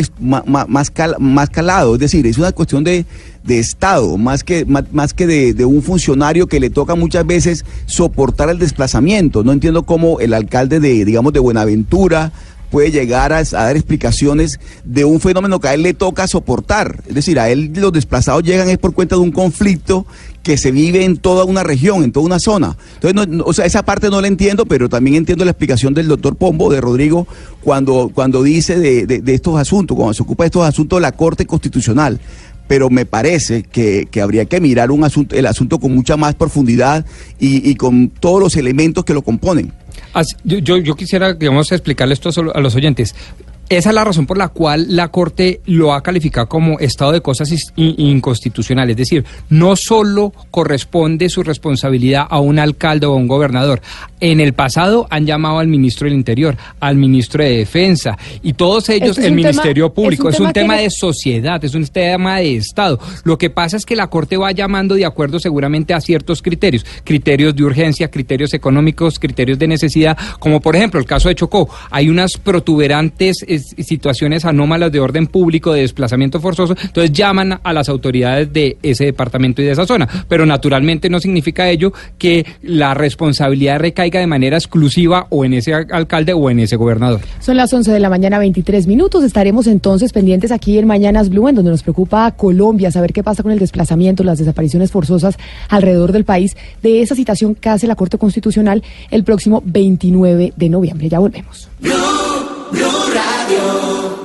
calado, es decir, es una cuestión de Estado, más que de un funcionario que le toca muchas veces soportar el desplazamiento. No entiendo cómo el alcalde de Buenaventura puede llegar a dar explicaciones de un fenómeno que a él le toca soportar. Es decir, a él los desplazados llegan es por cuenta de un conflicto que se vive en toda una región, en toda una zona. Entonces, o sea, esa parte no la entiendo, pero también entiendo la explicación del doctor Pombo, de Rodrigo, cuando dice de estos asuntos, cuando se ocupa de estos asuntos de la Corte Constitucional. Pero me parece que habría que mirar el asunto con mucha más profundidad y con todos los elementos que lo componen. Yo quisiera, digamos, explicarle esto a los oyentes. Esa es la razón por la cual la Corte lo ha calificado como estado de cosas inconstitucional. Es decir, no solo corresponde su responsabilidad a un alcalde o a un gobernador. En el pasado han llamado al ministro del Interior, al ministro de Defensa, y todos ellos, el Ministerio Público. Es un tema de sociedad, es un tema de Estado. Lo que pasa es que la Corte va llamando de acuerdo seguramente a ciertos criterios de urgencia, criterios económicos, criterios de necesidad, como por ejemplo el caso de Chocó. Hay unas protuberantes situaciones anómalas de orden público, de desplazamiento forzoso, entonces llaman a las autoridades de ese departamento y de esa zona, pero naturalmente no significa ello que la responsabilidad recaiga de manera exclusiva o en ese alcalde o en ese gobernador. Son las 11 de la mañana, 23 minutos, estaremos entonces pendientes aquí en Mañanas Blue, en donde nos preocupa a Colombia, saber qué pasa con el desplazamiento, las desapariciones forzosas alrededor del país, de esa citación que hace la Corte Constitucional el próximo 29 de noviembre. Ya volvemos. Blue Radio.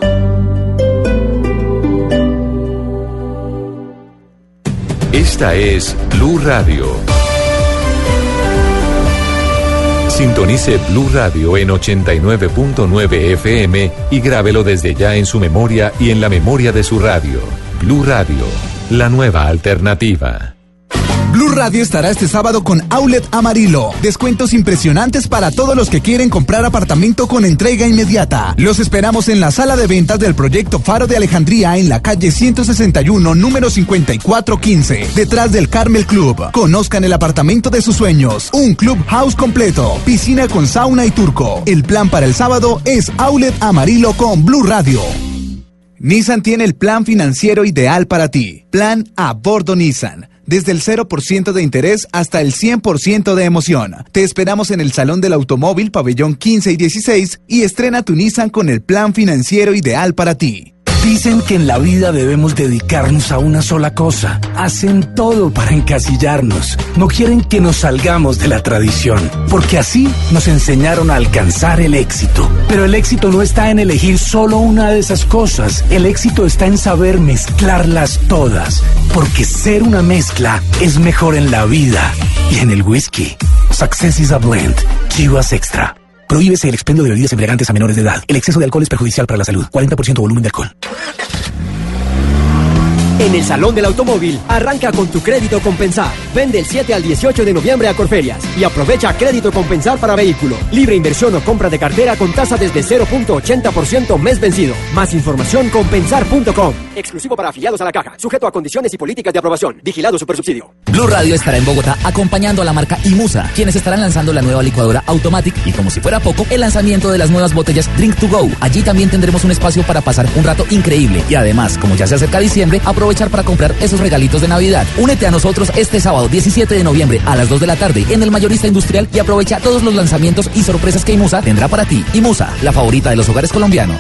Esta es Blue Radio. Sintonice Blue Radio en 89.9 FM y grábelo desde ya en su memoria y en la memoria de su radio. Blue Radio, la nueva alternativa. Blue Radio estará este sábado con Outlet Amarillo. Descuentos impresionantes para todos los que quieren comprar apartamento con entrega inmediata. Los esperamos en la sala de ventas del Proyecto Faro de Alejandría en la calle 161, número 5415, detrás del Carmel Club. Conozcan el apartamento de sus sueños. Un clubhouse completo, piscina con sauna y turco. El plan para el sábado es Outlet Amarillo con Blue Radio. Nissan tiene el plan financiero ideal para ti. Plan a bordo Nissan. Desde el 0% de interés hasta el 100% de emoción. Te esperamos en el Salón del Automóvil, Pabellón 15 y 16 y estrena tu Nissan con el plan financiero ideal para ti. Dicen que en la vida debemos dedicarnos a una sola cosa. Hacen todo para encasillarnos. No quieren que nos salgamos de la tradición, porque así nos enseñaron a alcanzar el éxito. Pero el éxito no está en elegir solo una de esas cosas. El éxito está en saber mezclarlas todas, porque ser una mezcla es mejor en la vida y en el whisky. Success is a blend. Chivas Extra. Prohíbese el expendio de bebidas embriagantes a menores de edad. El exceso de alcohol es perjudicial para la salud. 40% volumen de alcohol. En el Salón del Automóvil, arranca con tu crédito Compensar. Vende el 7 al 18 de noviembre a Corferias y aprovecha crédito Compensar para vehículo. Libre inversión o compra de cartera con tasa desde 0.80% mes vencido. Más información compensar.com. Exclusivo para afiliados a la caja. Sujeto a condiciones y políticas de aprobación. Vigilado Supersubsidio. Blue Radio estará en Bogotá acompañando a la marca Imusa, quienes estarán lanzando la nueva licuadora Automatic y, como si fuera poco, el lanzamiento de las nuevas botellas Drink to Go. Allí también tendremos un espacio para pasar un rato increíble y además, como ya se acerca diciembre, aprovechar para comprar esos regalitos de Navidad. Únete a nosotros este sábado 17 de noviembre a las 2 de la tarde en el Mayorista Industrial y aprovecha todos los lanzamientos y sorpresas que Imusa tendrá para ti. Imusa, la favorita de los hogares colombianos.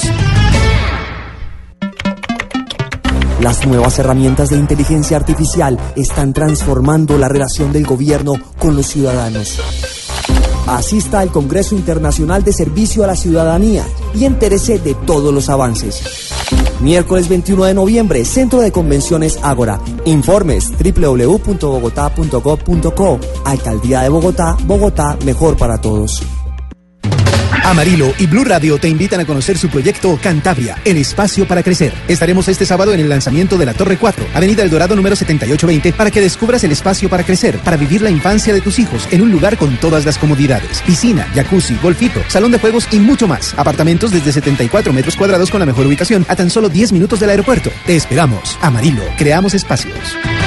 Las nuevas herramientas de inteligencia artificial están transformando la relación del gobierno con los ciudadanos. Asista al Congreso Internacional de Servicio a la Ciudadanía y entérese de todos los avances. Miércoles 21 de noviembre, Centro de Convenciones Ágora. Informes www.bogotá.gov.co. Alcaldía de Bogotá, Bogotá mejor para todos. Amarillo y Blue Radio te invitan a conocer su proyecto Cantabria, el espacio para crecer. Estaremos este sábado en el lanzamiento de la Torre 4, Avenida El Dorado número 7820, para que descubras el espacio para crecer, para vivir la infancia de tus hijos en un lugar con todas las comodidades. Piscina, jacuzzi, golfito, salón de juegos y mucho más. Apartamentos desde 74 metros cuadrados con la mejor ubicación a tan solo 10 minutos del aeropuerto. Te esperamos. Amarillo, creamos espacios.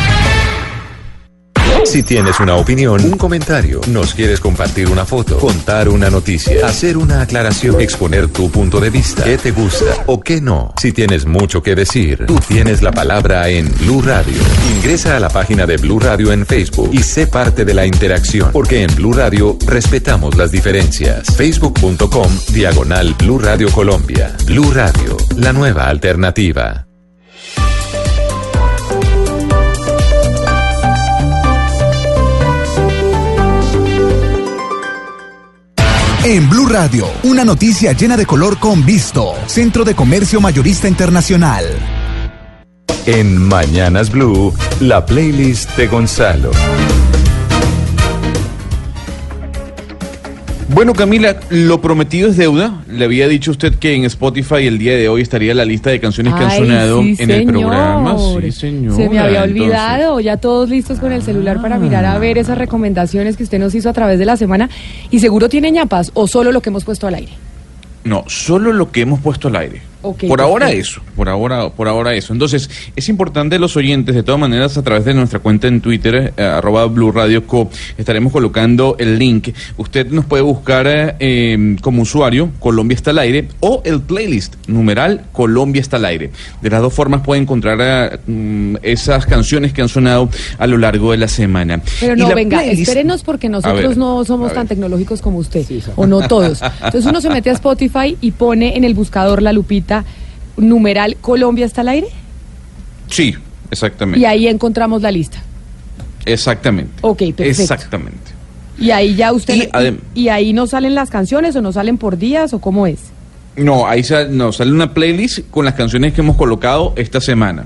Si tienes una opinión, un comentario, nos quieres compartir una foto, contar una noticia, hacer una aclaración, exponer tu punto de vista, qué te gusta o qué no. Si tienes mucho que decir, tú tienes la palabra en Blue Radio. Ingresa a la página de Blue Radio en Facebook y sé parte de la interacción, porque en Blue Radio respetamos las diferencias. Facebook.com/Blue Radio Colombia. Blue Radio, la nueva alternativa. En Blue Radio, una noticia llena de color con Visto, Centro de Comercio Mayorista Internacional. En Mañanas Blue, la playlist de Gonzalo. Bueno, Camila, lo prometido es deuda. Le había dicho usted que en Spotify el día de hoy estaría la lista de canciones que han sonado en el programa. Sí, señor. Se me había olvidado. Ya todos listos con el celular para mirar a ver esas recomendaciones que usted nos hizo a través de la semana. Y seguro tiene ñapas o solo lo que hemos puesto al aire. No, solo lo que hemos puesto al aire. Okay, por ahora eso, por ahora eso. Entonces, es importante los oyentes, de todas maneras, a través de nuestra cuenta en Twitter, @BluRadioCo, estaremos colocando el link. Usted nos puede buscar como usuario, Colombia está al aire, o el playlist, numeral, Colombia está al aire. De las dos formas puede encontrar esas canciones que han sonado a lo largo de la semana. Pero no, venga, espérenos porque nosotros no somos tan tecnológicos como usted, o no todos. Entonces uno se mete a Spotify y pone en el buscador la lupita numeral Colombia está al aire. Sí, exactamente. Y ahí encontramos la lista. Exactamente. Ok, perfecto. Exactamente. Y ahí ya usted... ¿Y ahí no salen las canciones o no salen por días o cómo es? No, ahí sale una playlist con las canciones que hemos colocado esta semana.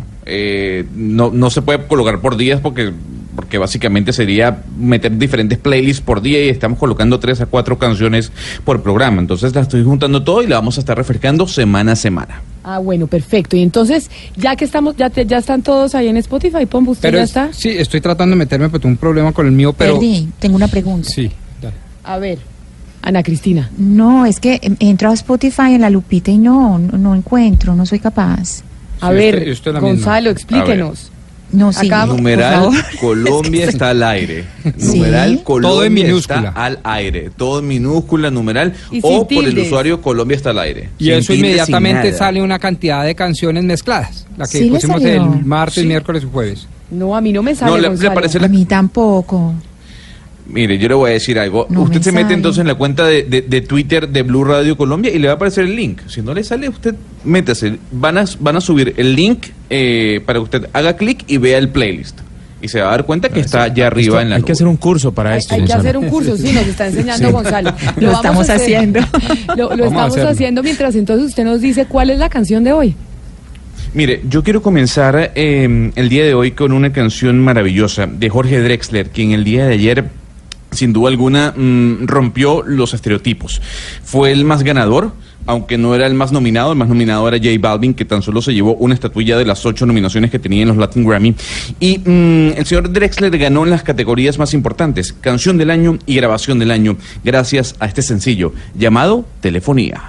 No se puede colocar por días porque básicamente sería meter diferentes playlists por día y estamos colocando 3 a 4 canciones por programa. Entonces las estoy juntando todo y la vamos a estar refrescando semana a semana. Ah, bueno, perfecto. Y entonces, ya que estamos, ya están todos ahí en Spotify, Pombo, ¿usted ya está? Sí, estoy tratando de meterme, pero tengo un problema con el mío, pero... Perdí, tengo una pregunta. Sí, dale. A ver, Ana Cristina. No, es que entro a Spotify en la lupita y no encuentro, no soy capaz. A ver, Gonzalo, explíquenos. No, sí. Numeral Colombia está al aire. ¿Sí? Numeral Colombia todo en minúscula. Está al aire. Todo en minúscula, numeral, y o por tildes. el usuario Colombia está al aire. Y sin eso inmediatamente sale una cantidad de canciones mezcladas. La que pusimos el martes, miércoles y jueves. No, a mí no me sale, A mí tampoco. Mire, yo le voy a decir algo. Usted se mete entonces en la cuenta de Twitter de Blue Radio Colombia y le va a aparecer el link. Si no le sale, usted métase. Van a subir el link para que usted haga clic y vea el playlist. Y se va a dar cuenta que está allá arriba en la nube. Hay que hacer un curso para esto. Hay que hacer un curso, sí, nos está enseñando Gonzalo. Lo estamos haciendo. Lo estamos haciendo mientras entonces usted nos dice cuál es la canción de hoy. Mire, yo quiero comenzar el día de hoy con una canción maravillosa de Jorge Drexler, quien el día de ayer, sin duda alguna, rompió los estereotipos. Fue el más ganador, aunque no era el más nominado. El más nominado era J Balvin, que tan solo se llevó una estatuilla de las 8 nominaciones que tenía en los Latin Grammy. Y el señor Drexler ganó en las categorías más importantes, Canción del Año y Grabación del Año, gracias a este sencillo llamado Telefonía.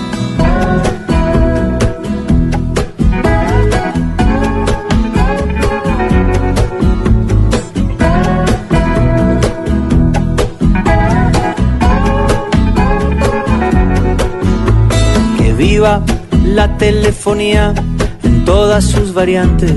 Viva la telefonía en todas sus variantes.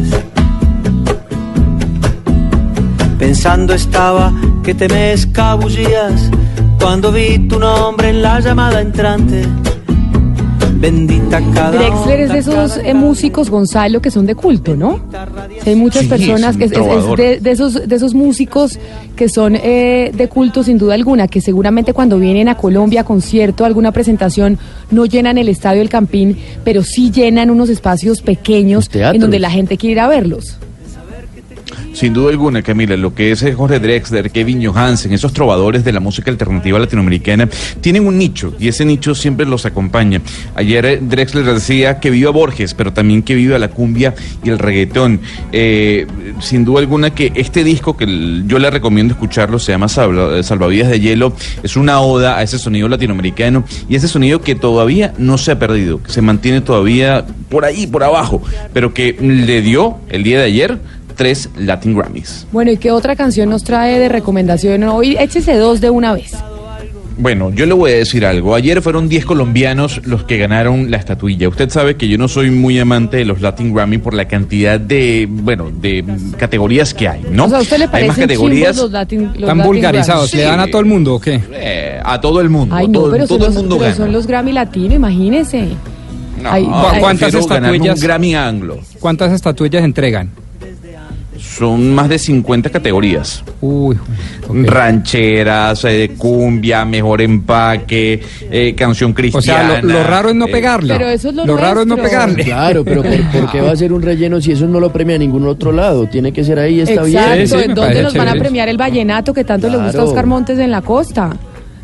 Pensando estaba que te me escabullías cuando vi tu nombre en la llamada entrante. Bendita cada Drexler es de esos músicos, Gonzalo, que son de culto, ¿no? Hay muchas personas que es de esos músicos que son de culto sin duda alguna, que seguramente cuando vienen a Colombia a concierto, alguna presentación, no llenan el estadio El Campín, pero sí llenan unos espacios pequeños en donde la gente quiere ir a verlos. Sin duda alguna, Camila, lo que es Jorge Drexler, Kevin Johansen, esos trovadores de la música alternativa latinoamericana, tienen un nicho, y ese nicho siempre los acompaña. Ayer Drexler decía que viva Borges, pero también que viva la cumbia y el reggaetón. Sin duda alguna que este disco, que yo le recomiendo escucharlo, se llama Salvavidas de Hielo, es una oda a ese sonido latinoamericano, y ese sonido que todavía no se ha perdido, que se mantiene todavía por ahí, por abajo, pero que le dio el día de ayer 3 Latin Grammys. Bueno, ¿y qué otra canción nos trae de recomendación hoy? Échese 2 de una vez. Bueno, yo le voy a decir algo. Ayer fueron 10 colombianos los que ganaron la estatuilla. Usted sabe que yo no soy muy amante de los Latin Grammy por la cantidad de categorías que hay, ¿no? O sea, ¿a usted le parecen categorías los Latin tan vulgarizados? ¿Le dan a todo el mundo o qué? A todo el mundo. Ay, no, pero son los Grammy Latino, imagínese. No, ¿cuántas estatuillas? Un Grammy anglo. ¿Cuántas estatuillas entregan? Son más de 50 categorías. Uy, okay. Rancheras, cumbia, mejor empaque, canción cristiana. O sea, lo raro es no pegarle. Pero eso es lo raro es no pegarle. Claro, pero ¿por qué va a ser un relleno si eso no lo premia a ningún otro lado? Tiene que ser ahí, está bien. Exacto, ¿en dónde nos van a premiar el vallenato que tanto le gusta a Oscar Montes en la costa?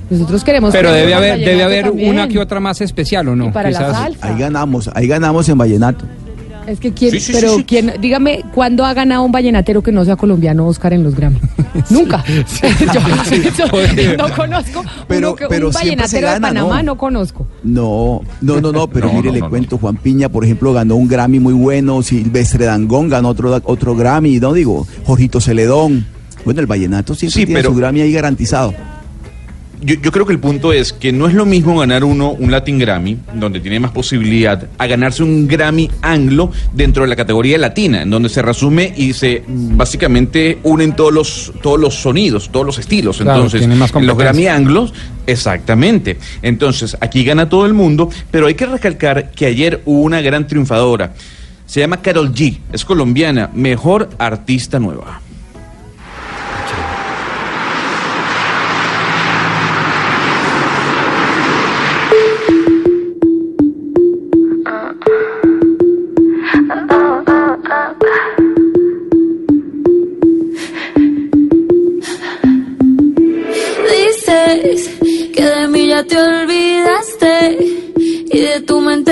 Nosotros queremos... Pero que debe el haber vallenato también. una que otra más especial, ¿o no? Y para la salsa. Ahí ganamos en vallenato. Es que quién, quién, dígame, ¿cuándo ha ganado un vallenatero que no sea colombiano Oscar en los Grammy? Nunca. Yo no conozco un vallenatero de Panamá, no conozco. No, pero mire, le cuento, Juan Piña, por ejemplo, ganó un Grammy muy bueno, Silvestre Dangond ganó otro Grammy, no digo, Jorgito Celedón. Bueno, el vallenato siempre tiene su Grammy ahí garantizado. Yo creo que el punto es que no es lo mismo ganar un Latin Grammy, donde tiene más posibilidad, a ganarse un Grammy anglo dentro de la categoría latina, en donde se resume y se básicamente unen todos los sonidos, todos los estilos. Claro, entonces, en los Grammy anglos, exactamente. Entonces, aquí gana todo el mundo, pero hay que recalcar que ayer hubo una gran triunfadora. Se llama Karol G, es colombiana, mejor artista nueva. Que de mí ya te olvidaste y de tu mente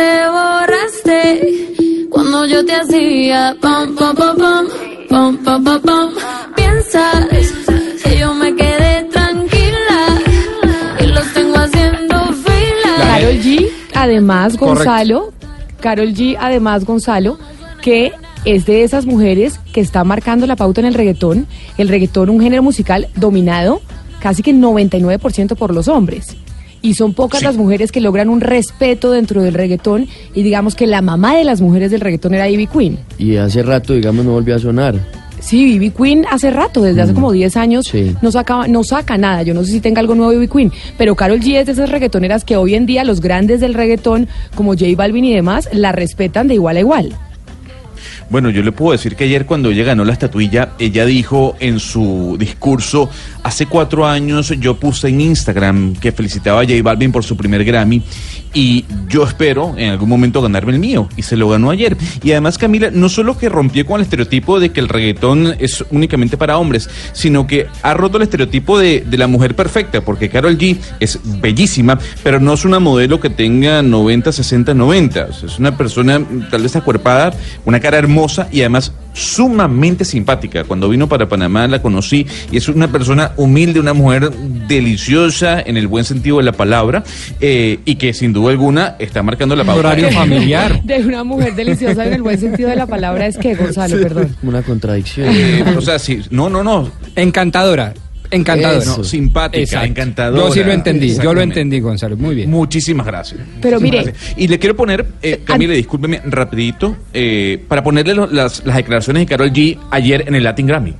borraste cuando yo te hacía pam pam pam pam pam pam pam pam. Piensas que yo me quedé tranquila y los tengo haciendo fila. Karol G, además Gonzalo, Karol G, además Gonzalo, que es de esas mujeres que está marcando la pauta en el reggaetón, un género musical dominado casi que 99% por los hombres. Y son pocas las mujeres que logran un respeto dentro del reggaetón, y digamos que la mamá de las mujeres del reggaetón era Ivy Queen. Y hace rato, digamos, no volvió a sonar. Sí, Ivy Queen hace rato, desde hace como 10 años, no saca nada. Yo no sé si tenga algo nuevo Ivy Queen, pero Karol G es de esas reggaetoneras que hoy en día los grandes del reggaetón, como J Balvin y demás, la respetan de igual a igual. Bueno, yo le puedo decir que ayer cuando ella ganó la estatuilla, ella dijo en su discurso, hace 4 años yo puse en Instagram que felicitaba a J Balvin por su primer Grammy y yo espero en algún momento ganarme el mío, y se lo ganó ayer. Y además, Camila, no solo que rompió con el estereotipo de que el reggaetón es únicamente para hombres, sino que ha roto el estereotipo de la mujer perfecta, porque Karol G es bellísima, pero no es una modelo que tenga 90, 60, 90. O sea, es una persona tal vez acuerpada, una cara hermosa y además sumamente simpática. Cuando vino para Panamá la conocí y es una persona humilde, una mujer deliciosa en el buen sentido de la palabra, y que sin duda alguna está marcando la pauta. Horario familiar. De una mujer deliciosa en el buen sentido de la palabra es que, Gonzalo, perdón. Una contradicción. O sea, sí, no. Encantadora. No, simpática, exacto. Encantadora. Yo sí lo entendí, Gonzalo, muy bien. Muchísimas gracias. Pero mire, y le quiero poner, Camila, discúlpeme rapidito, para ponerle las declaraciones de Karol G ayer en el Latin Grammy.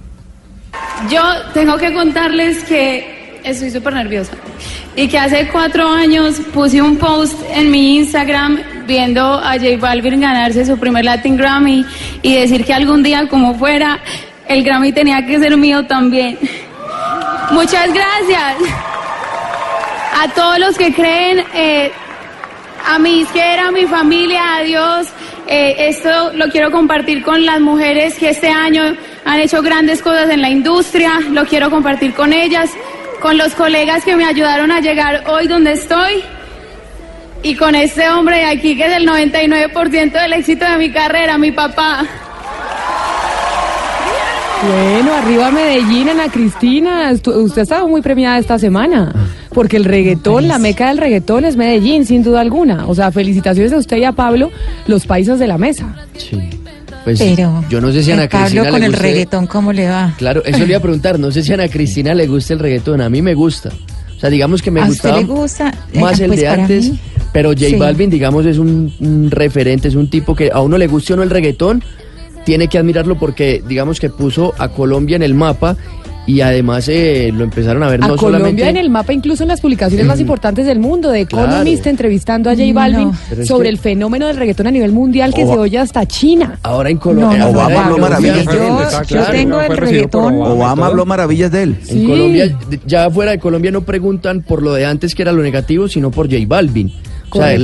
Yo tengo que contarles que estoy súper nerviosa y que hace 4 años puse un post en mi Instagram viendo a J Balvin ganarse su primer Latin Grammy y decir que algún día, como fuera, el Grammy tenía que ser mío también. Muchas gracias a todos los que creen, a mi izquierda, a mi familia, a Dios. Esto lo quiero compartir con las mujeres que este año han hecho grandes cosas en la industria. Lo quiero compartir con ellas, con los colegas que me ayudaron a llegar hoy donde estoy, y con este hombre de aquí que es el 99% del éxito de mi carrera, mi papá. Bueno, arriba Medellín, Ana Cristina. Usted ha estado muy premiada esta semana, porque el reggaetón, la meca del reggaetón es Medellín, sin duda alguna. O sea, felicitaciones a usted y a Pablo, los paisas de la mesa. Sí. Pues pero yo no sé si a Ana Cristina Pablo con le el guste... reggaetón, ¿cómo le va? Claro, eso le iba a preguntar, no sé si a Ana Cristina le gusta el reggaetón, a mí me gusta. O sea, digamos que me gustaba le gusta? más el Pues de antes, mí, pero J Balvin, digamos, es un referente, es un tipo que a uno le guste o no el reggaetón, tiene que admirarlo porque, digamos, que puso a Colombia en el mapa y además lo empezaron a ver no Colombia solamente... en el mapa, incluso en las publicaciones más importantes del mundo, de Economist, entrevistando a J Balvin sobre el fenómeno del reggaetón a nivel mundial que se oye hasta China. Ahora en Colombia... Obama habló maravillas de él. Yo tengo el reggaetón. Obama habló maravillas de él. En Colombia, ya fuera de Colombia no preguntan por lo de antes que era lo negativo, sino por J Balvin. Correcto. O sea,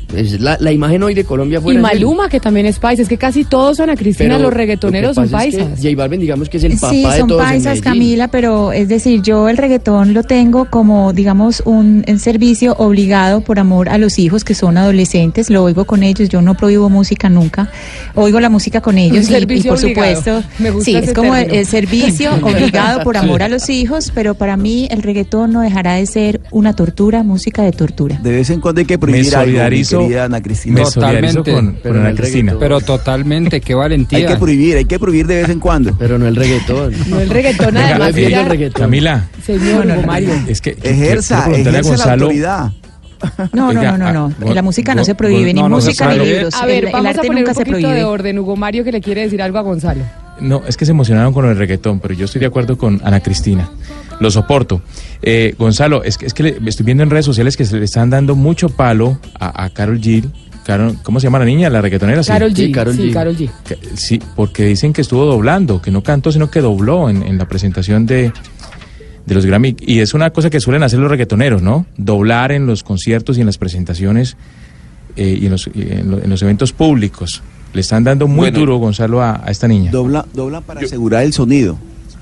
Es la imagen hoy de Colombia fuera. Y Maluma, que también es paisa. Es que casi todos, Ana Cristina, Pero los reggaetoneros son paisas. J Balvin, digamos que es el papá Sí, de son todos en paisas, Medellín. Camila, pero es decir, yo el reggaetón lo tengo como, digamos, un servicio obligado por amor a los hijos que son adolescentes. Lo oigo con ellos, yo no prohíbo música nunca. Oigo la música con ellos y servicio por obligado. supuesto, Me gusta sí, ese es como término. el servicio obligado por amor a los hijos, pero para mí el reggaetón no dejará de ser una tortura, música de tortura. De vez en cuando hay que prohibir algo, mi querida Ana Cristina. Me solidarizo con Ana Cristina. Pero totalmente, qué valentía. Hay que prohibir de vez en cuando. Pero no el reggaetón. No el reggaetón, además. Camila. Señor Hugo Mario. Es que ejerza la autoridad. No, Oiga, no. La música no se prohíbe, ni música ni libros. A ver, el vamos a arte poner un nunca se poquito prohíbe. de orden. Hugo Mario, que le quiere decir algo a Gonzalo. No, es que se emocionaron con el reggaetón, pero yo estoy de acuerdo con Ana Cristina. Lo soporto. Gonzalo, es que estoy viendo en redes sociales que se le están dando mucho palo a Karol G. ¿Cómo se llama la niña? La reggaetonera. Karol G. Sí, Karol G. Karol G. Sí, porque dicen que estuvo doblando, que no cantó, sino que dobló en la presentación de los Grammy. Y es una cosa que suelen hacer los reggaetoneros, ¿no? Doblar en los conciertos y en las presentaciones y en los eventos públicos. Le están dando muy duro, Gonzalo, a esta niña. Dobla para asegurar el sonido.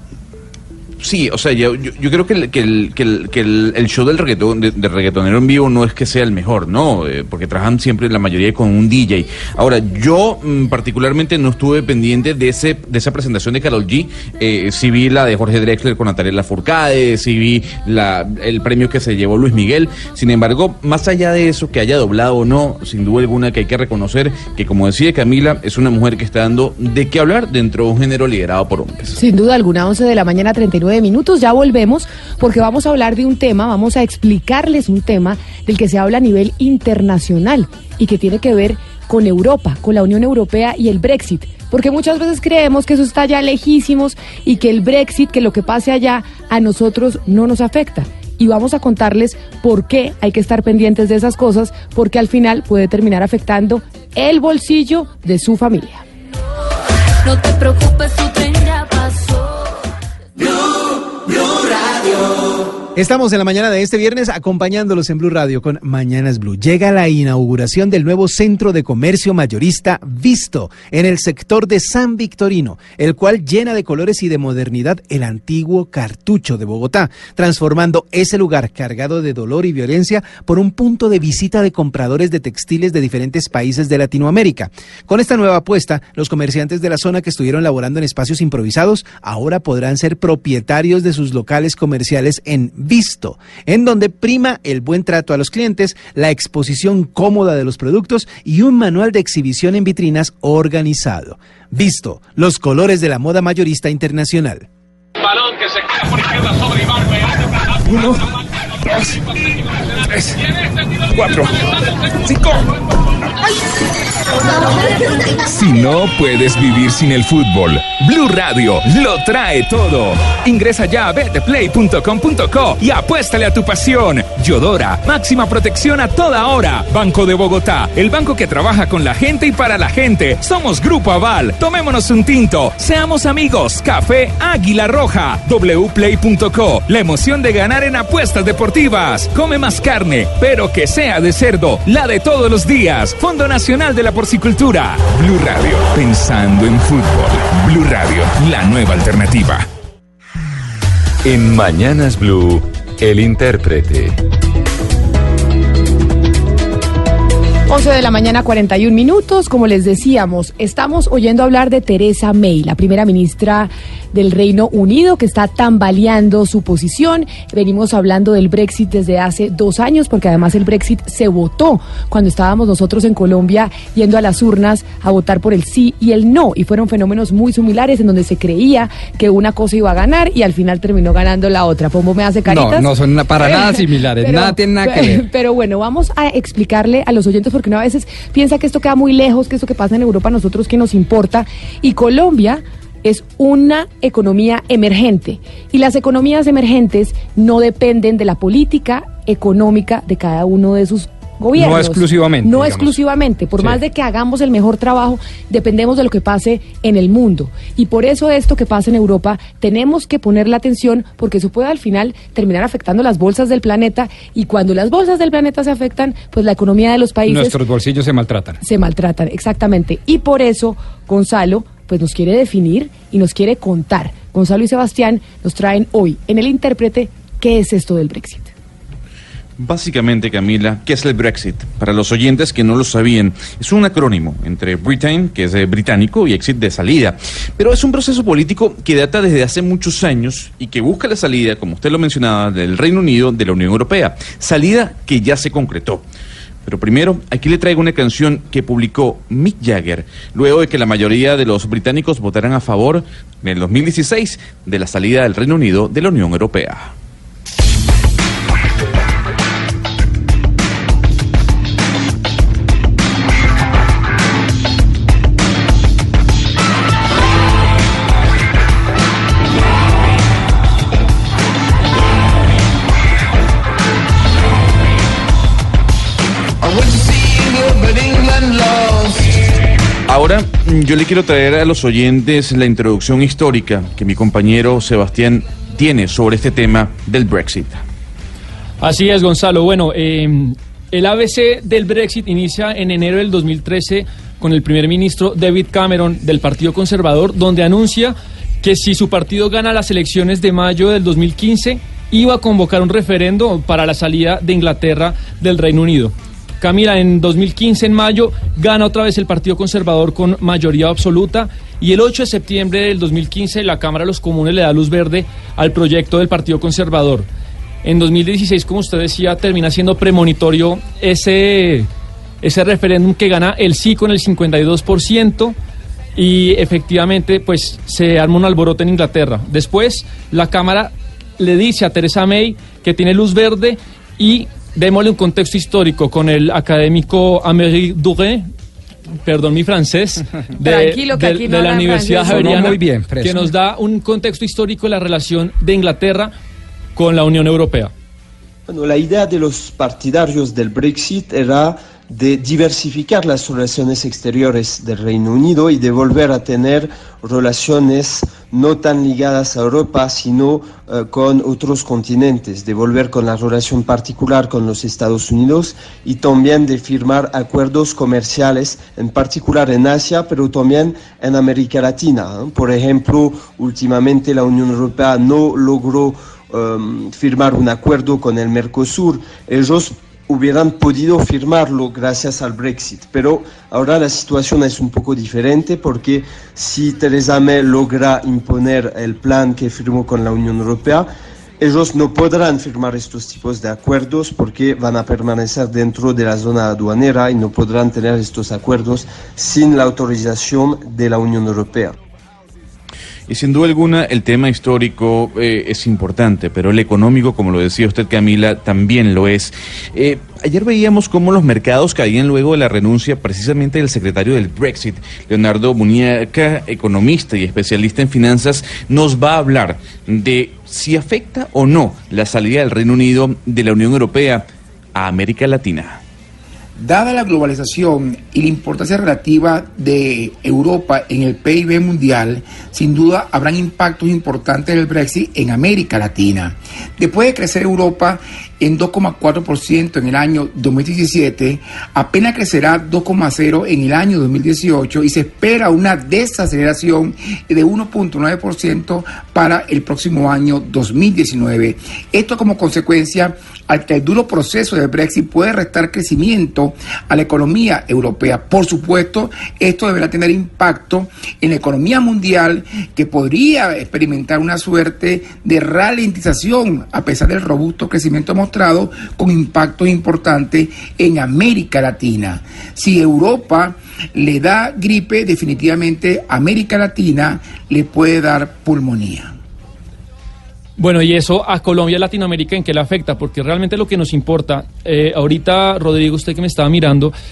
Sí, o sea, yo creo que el show del reggaetón, de reggaetonero en vivo no es que sea el mejor, ¿no? Porque trabajan siempre la mayoría con un DJ. Ahora, yo particularmente no estuve pendiente de esa presentación de Karol G. Sí vi la de Jorge Drexler con Natalia Lafourcade, sí vi el premio que se llevó Luis Miguel. Sin embargo, más allá de eso, que haya doblado o no, sin duda alguna que hay que reconocer que, como decía Camila, es una mujer que está dando de qué hablar dentro de un género liderado por hombres. Sin duda alguna, 11 de la mañana, 39 minutos, ya volvemos porque vamos a hablar de un tema, vamos a explicarles un tema del que se habla a nivel internacional y que tiene que ver con Europa, con la Unión Europea y el Brexit, porque muchas veces creemos que eso está ya lejísimos y que el Brexit, que lo que pase allá a nosotros no nos afecta. Y vamos a contarles por qué hay que estar pendientes de esas cosas, porque al final puede terminar afectando el bolsillo de su familia. No te preocupes, tu tren ya pasó. Blue Radio. Estamos en la mañana de este viernes acompañándolos en Blue Radio con Mañanas Blue. Llega la inauguración del nuevo centro de comercio mayorista Visto en el sector de San Victorino, el cual llena de colores y de modernidad el antiguo Cartucho de Bogotá, transformando ese lugar cargado de dolor y violencia por un punto de visita de compradores de textiles de diferentes países de Latinoamérica. Con esta nueva apuesta, los comerciantes de la zona que estuvieron laborando en espacios improvisados ahora podrán ser propietarios de sus locales comerciales en Visto, en donde prima el buen trato a los clientes, la exposición cómoda de los productos y un manual de exhibición en vitrinas organizado. Visto, los colores de la moda mayorista internacional. Balón que se queda por izquierda sobre Ibarbe. 1, 2, 3, 4, 5. Si no puedes vivir sin el fútbol, Blue Radio lo trae todo. Ingresa ya a betplay.com.co y apuéstale a tu pasión. Yodora, máxima protección a toda hora. Banco de Bogotá, el banco que trabaja con la gente y para la gente. Somos Grupo Aval, tomémonos un tinto, seamos amigos. Café Águila Roja, wplay.co, la emoción de ganar en apuestas deportivas. Come más carne, pero que sea de cerdo, la de todos los días. Fondo Nacional de la Porcicultura. Blue Radio, pensando en fútbol. Blue Radio, la nueva alternativa. En Mañanas Blue, el intérprete. 11 de la mañana, 41 minutos. Como les decíamos, estamos oyendo hablar de Theresa May, la primera ministra del Reino Unido, que está tambaleando su posición. Venimos hablando del Brexit desde hace 2 años, porque además el Brexit se votó cuando estábamos nosotros en Colombia yendo a las urnas a votar por el sí y el no. Y fueron fenómenos muy similares en donde se creía que una cosa iba a ganar y al final terminó ganando la otra. Pombo me hace caritas. No son para nada similares, nada tiene nada que ver. Pero bueno, vamos a explicarle a los oyentes, porque uno a veces piensa que esto queda muy lejos, que esto que pasa en Europa a nosotros qué nos importa. Y Colombia es una economía emergente y las economías emergentes no dependen de la política económica de cada uno de sus gobiernos. No exclusivamente. No digamos. exclusivamente. Por Sí. más de que hagamos el mejor trabajo, dependemos de lo que pase en el mundo. Y por eso esto que pasa en Europa, tenemos que ponerle atención, porque eso puede al final terminar afectando las bolsas del planeta. Y cuando las bolsas del planeta se afectan, pues la economía de los países Nuestros bolsillos se maltratan. se maltratan, exactamente. Y por eso, Gonzalo, pues nos quiere definir y nos quiere contar. Gonzalo y Sebastián nos traen hoy en El Intérprete qué es esto del Brexit. Básicamente, Camila, ¿qué es el Brexit? Para los oyentes que no lo sabían, es un acrónimo entre Britain, que es británico, y exit de salida. Pero es un proceso político que data desde hace muchos años y que busca la salida, como usted lo mencionaba, del Reino Unido de la Unión Europea. Salida que ya se concretó. Pero primero, aquí le traigo una canción que publicó Mick Jagger, luego de que la mayoría de los británicos votaran a favor, en el 2016, de la salida del Reino Unido de la Unión Europea. Ahora yo le quiero traer a los oyentes la introducción histórica que mi compañero Sebastián tiene sobre este tema del Brexit. Así es, Gonzalo. Bueno, el ABC del Brexit inicia en enero del 2013 con el primer ministro David Cameron del Partido Conservador, donde anuncia que si su partido gana las elecciones de mayo del 2015, iba a convocar un referendo para la salida de Inglaterra del Reino Unido. Camila, en 2015, en mayo, gana otra vez el Partido Conservador con mayoría absoluta y el 8 de septiembre del 2015 la Cámara de los Comunes le da luz verde al proyecto del Partido Conservador. En 2016, como usted decía, termina siendo premonitorio ese referéndum que gana el sí con el 52% y efectivamente pues se arma un alboroto en Inglaterra. Después la Cámara le dice a Theresa May que tiene luz verde y démosle un contexto histórico con el académico Aymeric Duguay, perdón mi francés, Tranquilo, que aquí no de la hablan Universidad francés. Javeriana, Muy bien, que nos da un contexto histórico de la relación de Inglaterra con la Unión Europea. Bueno, la idea de los partidarios del Brexit era de diversificar las relaciones exteriores del Reino Unido y de volver a tener relaciones no tan ligadas a Europa, sino con otros continentes, de volver con la relación particular con los Estados Unidos y también de firmar acuerdos comerciales, en particular en Asia, pero también en América Latina. Por ejemplo, últimamente la Unión Europea no logró firmar un acuerdo con el Mercosur. Ellos hubieran podido firmarlo gracias al Brexit, pero ahora la situación es un poco diferente porque si Theresa May logra imponer el plan que firmó con la Unión Europea, ellos no podrán firmar estos tipos de acuerdos porque van a permanecer dentro de la zona aduanera y no podrán tener estos acuerdos sin la autorización de la Unión Europea. Y sin duda alguna el tema histórico es importante, pero el económico, como lo decía usted, Camila, también lo es. Ayer veíamos cómo los mercados caían luego de la renuncia precisamente del secretario del Brexit. Leonardo Muñeca, economista y especialista en finanzas, nos va a hablar de si afecta o no la salida del Reino Unido de la Unión Europea a América Latina. Dada la globalización y la importancia relativa de Europa en el PIB mundial, sin duda habrán impactos importantes del Brexit en América Latina. Después de crecer Europa en 2,4% en el año 2017, apenas crecerá 2,0% en el año 2018 y se espera una desaceleración de 1,9% para el próximo año 2019. Esto como consecuencia al que el duro proceso del Brexit puede restar crecimiento a la economía europea. Por supuesto, esto deberá tener impacto en la economía mundial, que podría experimentar una suerte de ralentización a pesar del robusto crecimiento mostrado, con impactos importantes en América Latina. Si Europa le da gripe, definitivamente América Latina le puede dar pulmonía. Bueno, y eso a Colombia y Latinoamérica, ¿en qué le afecta? Porque realmente lo que nos importa, ahorita, Rodrigo, usted que me estaba mirando,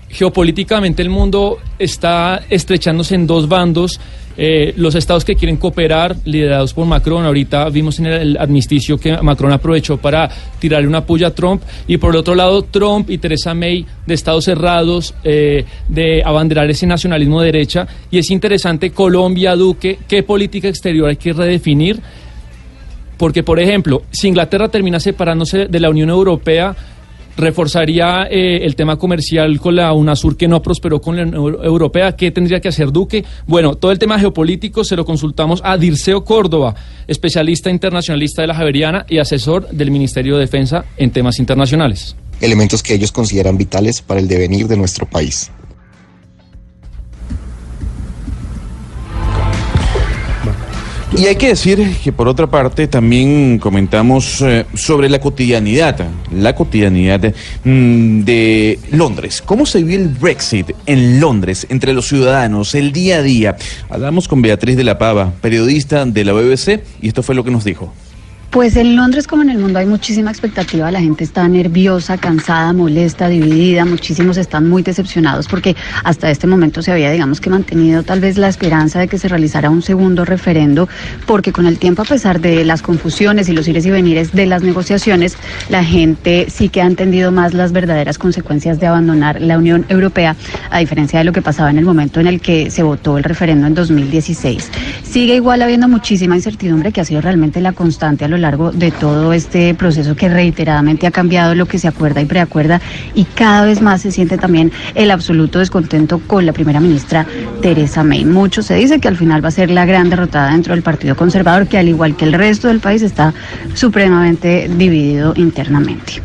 geopolíticamente el mundo está estrechándose en dos bandos. Los estados que quieren cooperar, liderados por Macron, ahorita vimos en el armisticio que Macron aprovechó para tirarle una puya a Trump, y por el otro lado Trump y Theresa May, de estados cerrados, de abanderar ese nacionalismo de derecha. Y es interesante, Colombia, Duque, ¿qué política exterior hay que redefinir? Porque, por ejemplo, si Inglaterra termina separándose de la Unión Europea, reforzaría el tema comercial con la UNASUR, que no prosperó con la Unión Europea. ¿Qué tendría que hacer Duque? Bueno, todo el tema geopolítico se lo consultamos a Dirceo Córdoba, especialista internacionalista de la Javeriana y asesor del Ministerio de Defensa en temas internacionales. Elementos que ellos consideran vitales para el devenir de nuestro país. Y hay que decir que, por otra parte, también comentamos sobre la cotidianidad de Londres. ¿Cómo se vive el Brexit en Londres, entre los ciudadanos, el día a día? Hablamos con Beatriz de la Pava, periodista de la BBC, y esto fue lo que nos dijo. Pues en Londres, como en el mundo, hay muchísima expectativa. La gente está nerviosa, cansada, molesta, dividida. Muchísimos están muy decepcionados porque hasta este momento se había, digamos, que mantenido tal vez la esperanza de que se realizara un segundo referendo, porque con el tiempo, a pesar de las confusiones y los ires y venires de las negociaciones, la gente sí que ha entendido más las verdaderas consecuencias de abandonar la Unión Europea, a diferencia de lo que pasaba en el momento en el que se votó el referendo en 2016. Sigue igual habiendo muchísima incertidumbre, que ha sido realmente la constante a lo largo de todo este proceso, que reiteradamente ha cambiado lo que se acuerda y preacuerda, y cada vez más se siente también el absoluto descontento con la primera ministra Theresa May. Mucho se dice que al final va a ser la gran derrotada dentro del Partido Conservador, que al igual que el resto del país está supremamente dividido internamente.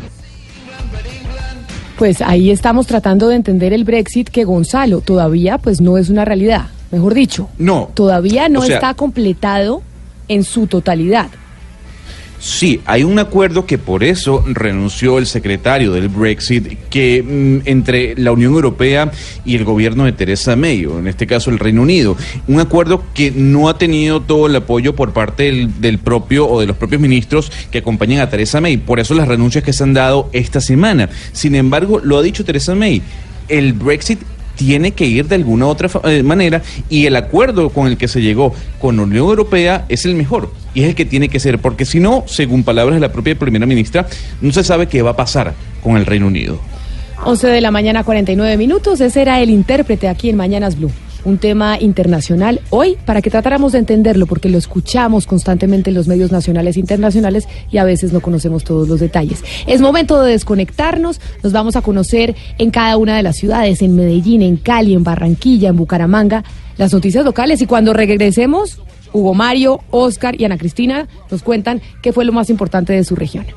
Pues ahí estamos tratando de entender el Brexit, que, Gonzalo, todavía pues no es una realidad, mejor dicho. No. Todavía no, o sea, está completado en su totalidad. Sí, hay un acuerdo que por eso renunció el secretario del Brexit, que entre la Unión Europea y el gobierno de Theresa May, o en este caso el Reino Unido. Un acuerdo que no ha tenido todo el apoyo por parte del propio o de los propios ministros que acompañan a Theresa May. Por eso las renuncias que se han dado esta semana. Sin embargo, lo ha dicho Theresa May, el Brexit tiene que ir de alguna otra manera, y el acuerdo con el que se llegó con la Unión Europea es el mejor y es el que tiene que ser, porque si no, según palabras de la propia primera ministra, no se sabe qué va a pasar con el Reino Unido. 11 de la mañana, 49 minutos. Ese era el intérprete aquí en Mañanas Blue. Un tema internacional hoy para que tratáramos de entenderlo, porque lo escuchamos constantemente en los medios nacionales e internacionales y a veces no conocemos todos los detalles. Es momento de desconectarnos. Nos vamos a conocer en cada una de las ciudades, en Medellín, en Cali, en Barranquilla, en Bucaramanga, las noticias locales, y cuando regresemos, Hugo Mario, Oscar y Ana Cristina nos cuentan qué fue lo más importante de su región.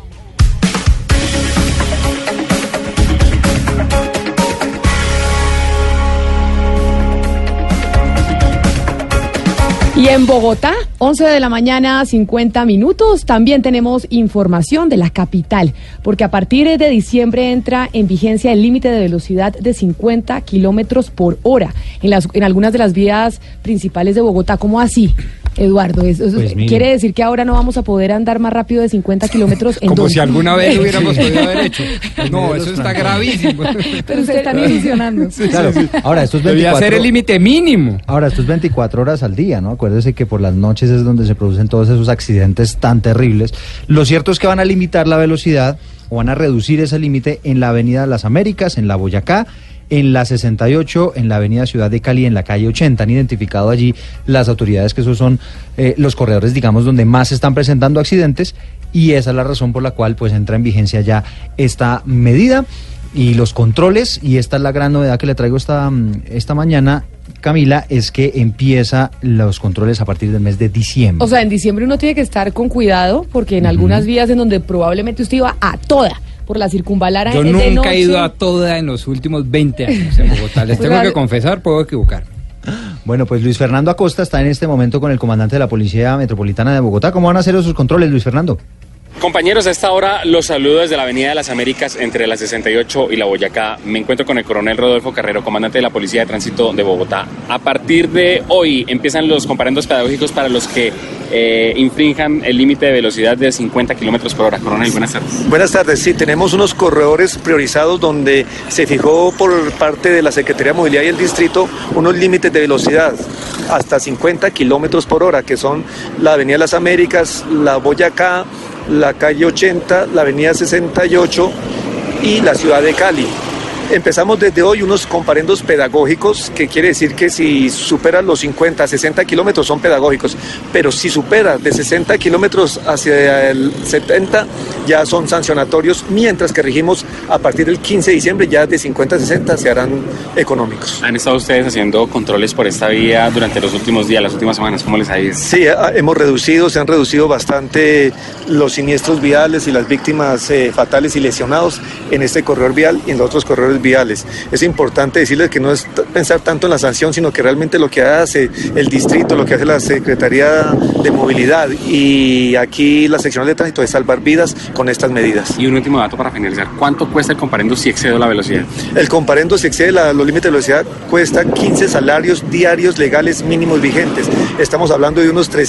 Y en Bogotá, 11 de la mañana, 50 minutos, también tenemos información de la capital, porque a partir de diciembre entra en vigencia el límite de velocidad de 50 kilómetros por hora en algunas de las vías principales de Bogotá. ¿Cómo así, Eduardo? Pues ¿quiere decir que ahora no vamos a poder andar más rápido de 50 kilómetros? Como si alguna vez lo hubiéramos podido haber hecho. No, eso está gravísimo. Pero ustedes están ilusionando. Sí, claro. Ahora, esto es 24... Debía ser el límite mínimo. Ahora, esto es 24 horas al día, ¿no? Acuérdese que por las noches es donde se producen todos esos accidentes tan terribles. Lo cierto es que van a limitar la velocidad, o van a reducir ese límite en la Avenida Las Américas, en la Boyacá, en la 68, en la Avenida Ciudad de Cali, en la calle 80. Han identificado allí las autoridades que esos son los corredores, digamos, donde más se están presentando accidentes, y esa es la razón por la cual pues entra en vigencia ya esta medida y los controles. Y esta es la gran novedad que le traigo esta mañana, Camila, es que empieza los controles a partir del mes de diciembre. O sea, en diciembre uno tiene que estar con cuidado, porque en algunas vías en donde probablemente usted iba a toda, por la circunvalar. Yo nunca he ido a toda en los últimos 20 años en Bogotá. Les tengo que confesar, puedo equivocarme. Bueno, pues Luis Fernando Acosta está en este momento con el comandante de la Policía Metropolitana de Bogotá. ¿Cómo van a hacer esos controles, Luis Fernando? Compañeros, a esta hora los saludo desde la Avenida de las Américas entre la 68 y la Boyacá. Me encuentro con el coronel Rodolfo Carrero, comandante de la Policía de Tránsito de Bogotá. A partir de hoy empiezan los comparendos pedagógicos para los que infrinjan el límite de velocidad de 50 kilómetros por hora. Coronel, buenas tardes. Buenas tardes. Sí, tenemos unos corredores priorizados donde se fijó por parte de la Secretaría de Movilidad y el Distrito unos límites de velocidad hasta 50 kilómetros por hora, que son la Avenida de las Américas, la Boyacá, la calle 80, la avenida 68 y la ciudad de Cali. Empezamos desde hoy unos comparendos pedagógicos, que quiere decir que si superas los 50, 60 kilómetros son pedagógicos, pero si superas de 60 kilómetros hacia el 70 ya son sancionatorios, mientras que regimos a partir del 15 de diciembre ya de 50 a 60 se harán económicos. ¿Han estado ustedes haciendo controles por esta vía durante los últimos días, las últimas semanas? ¿Cómo les ha ido? Sí, se han reducido bastante los siniestros viales y las víctimas fatales y lesionados en este corredor vial y en los otros corredores viales. Es importante decirles que no es pensar tanto en la sanción, sino que realmente lo que hace el distrito, lo que hace la Secretaría de Movilidad y aquí la sección de tránsito es salvar vidas con estas medidas. Y un último dato para finalizar, ¿cuánto cuesta el comparendo si excedo la velocidad? El comparendo si excede los límites de velocidad cuesta 15 salarios diarios legales mínimos vigentes. Estamos hablando de unos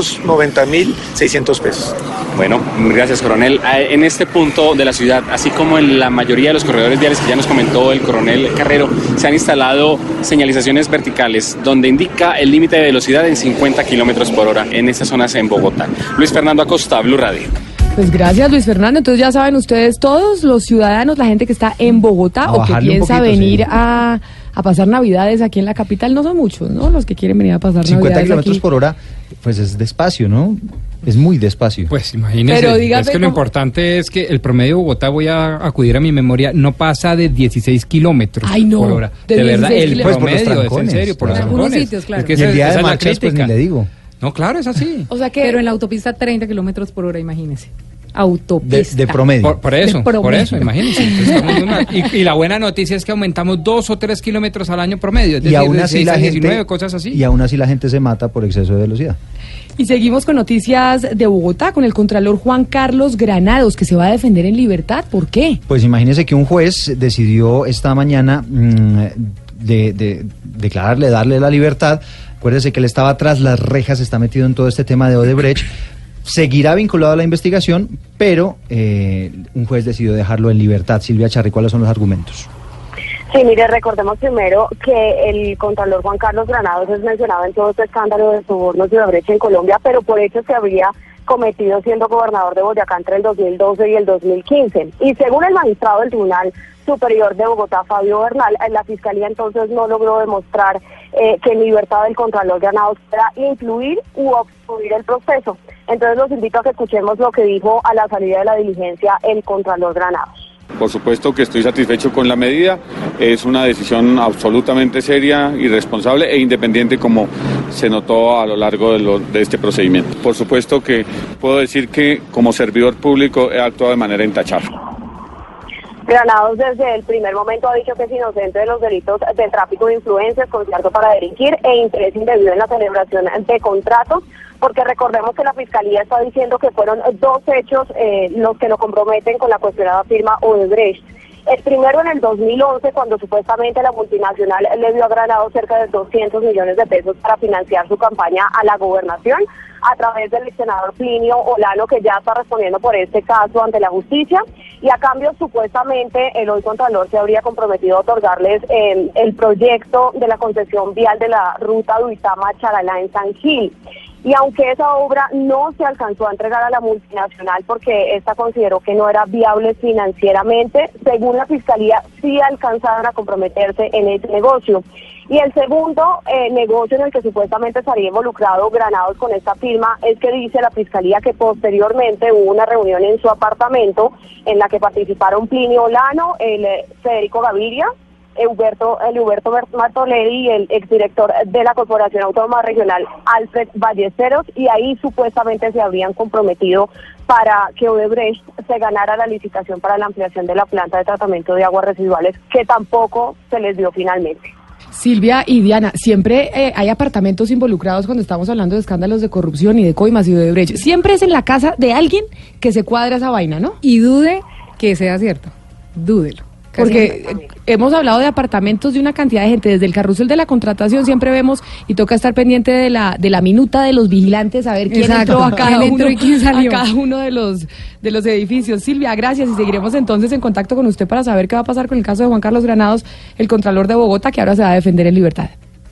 390.600 pesos. Bueno, gracias, coronel. En este punto de la ciudad, así como en la mayoría de los corredores viales que ya nos comentó el coronel Carrero, se han instalado señalizaciones verticales donde indica el límite de velocidad en 50 kilómetros por hora en estas zonas en Bogotá. Luis Fernando Acosta, Blue Radio. Pues gracias, Luis Fernando. Entonces ya saben ustedes todos, los ciudadanos, la gente que está en Bogotá o que piensa venir a pasar Navidades aquí en la capital, no son muchos, ¿no? Los que quieren venir a pasar 50 Navidades kilómetros aquí. por hora, pues es despacio, ¿no? Es muy despacio. Pues imagínese, Pero dígame es que lo cómo- importante es que el promedio de Bogotá, voy a acudir a mi memoria, no pasa de 16 kilómetros Ay, no, por hora. de De verdad, 16 el kilómetros. promedio, Pues por los es en trancones, serio, por los claro. En algunos trancones. sitios, claro. Es que Y el esa día de es la marchas, pues crítica. ni le digo. No, claro, es así. O sea que Pero en la autopista 30 kilómetros por hora, imagínese. Autopista. De promedio. Por eso, De promedio. imagínense. Entonces, estamos en una- y la buena noticia es que aumentamos 2 o 3 kilómetros al año promedio. Es Y decir, aún de así 6 la a gente 19, cosas así. Y aún así la gente se mata por exceso de velocidad. Y seguimos con noticias de Bogotá, con el contralor Juan Carlos Granados, que se va a defender en libertad. ¿Por qué? Pues imagínese que un juez decidió esta mañana de declararle, darle la libertad. Acuérdese que él estaba tras las rejas, está metido en todo este tema de Odebrecht. Seguirá vinculado a la investigación, pero un juez decidió dejarlo en libertad. Silvia Charri, ¿cuáles son los argumentos? Sí, mire, recordemos primero que el contralor Juan Carlos Granados es mencionado en todo este escándalo de sobornos y Odebrecht en Colombia, pero por hechos que habría cometido siendo gobernador de Boyacá entre el 2012 y el 2015. Y según el magistrado del Tribunal Superior de Bogotá, Fabio Bernal, la Fiscalía entonces no logró demostrar que en libertad del contralor Granados pueda influir u obstruir el proceso. Entonces los invito a que escuchemos lo que dijo a la salida de la diligencia el contralor Granados. Por supuesto que estoy satisfecho con la medida, es una decisión absolutamente seria y responsable e independiente como se notó a lo largo de este procedimiento. Por supuesto que puedo decir que como servidor público he actuado de manera intachable. Granados desde el primer momento ha dicho que es inocente de los delitos de tráfico de influencias, concierto para delinquir e interés indebido en la celebración de contratos, porque recordemos que la Fiscalía está diciendo que fueron dos hechos los que lo comprometen con la cuestionada firma Odebrecht. El primero en el 2011, cuando supuestamente la multinacional le dio a Granados cerca de 200 millones de pesos para financiar su campaña a la gobernación, a través del senador Plinio Olano, que ya está respondiendo por este caso ante la justicia, y a cambio supuestamente el hoy contralor se habría comprometido a otorgarles el proyecto de la concesión vial de la ruta Duitama-Charalá en San Gil. Y aunque esa obra no se alcanzó a entregar a la multinacional porque esta consideró que no era viable financieramente, según la Fiscalía sí alcanzaron a comprometerse en ese negocio. Y el segundo negocio en el que supuestamente estaría involucrado Granados con esta firma es que dice la Fiscalía que posteriormente hubo una reunión en su apartamento en la que participaron Plinio Olano, el Federico Gaviria, Huberto Martorelli y el exdirector de la Corporación Autónoma Regional, Alfred Ballesteros, y ahí supuestamente se habrían comprometido para que Odebrecht se ganara la licitación para la ampliación de la planta de tratamiento de aguas residuales, que tampoco se les dio finalmente. Silvia y Diana, siempre hay apartamentos involucrados cuando estamos hablando de escándalos de corrupción y de coimas y de Odebrecht. Siempre es en la casa de alguien que se cuadra esa vaina, ¿no? Y dude que sea cierto, dúdelo. Porque hemos hablado de apartamentos de una cantidad de gente, desde el carrusel de la contratación siempre vemos y toca estar pendiente de la minuta de los vigilantes, a ver quién entró a cada uno, y quién salió. a cada uno de los edificios. Silvia, gracias y seguiremos entonces en contacto con usted para saber qué va a pasar con el caso de Juan Carlos Granados, el Contralor de Bogotá, que ahora se va a defender en libertad.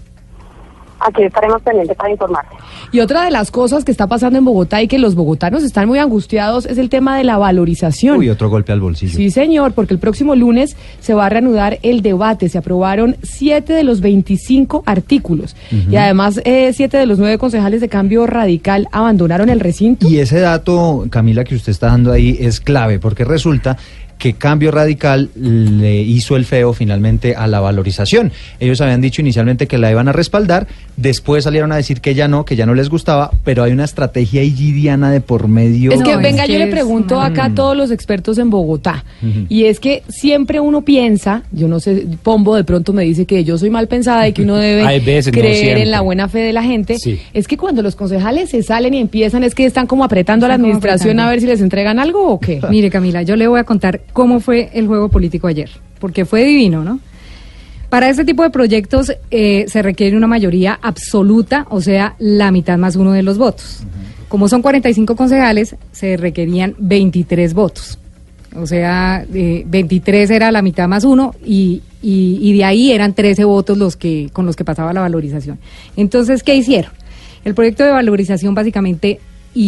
Aquí estaremos pendientes para informarse. Y otra de las cosas que está pasando en Bogotá y que los bogotanos están muy angustiados es el tema de la valorización. Uy, otro golpe al bolsillo. Sí, señor, porque el próximo lunes se va a reanudar el debate. Se aprobaron 7 de los 25 artículos. Y además 7 de los 9 concejales de Cambio Radical abandonaron el recinto. Y ese dato, Camila, que usted está dando ahí es clave, porque resulta que Cambio Radical le hizo el feo finalmente a la valorización. Ellos habían dicho inicialmente que la iban a respaldar, después salieron a decir que ya no les gustaba, pero hay una estrategia Diana de por medio. Es que, venga, yo le pregunto acá a todos los expertos en Bogotá, y es que siempre uno piensa, yo no sé, Pombo de pronto me dice que yo soy mal pensada y que uno debe creer en la buena fe de la gente, es que cuando los concejales se salen y empiezan, es que están como apretando a la administración a ver si les entregan algo o qué. Mire, Camila, yo le voy a contar cómo fue el juego político ayer, porque fue divino, ¿no? Para este tipo de proyectos se requiere una mayoría absoluta, o sea, la mitad más uno de los votos. Como son 45 concejales, se requerían 23 votos. O sea, 23 era la mitad más uno y de ahí eran 13 votos con los que pasaba la valorización. Entonces, ¿qué hicieron? El proyecto de valorización básicamente,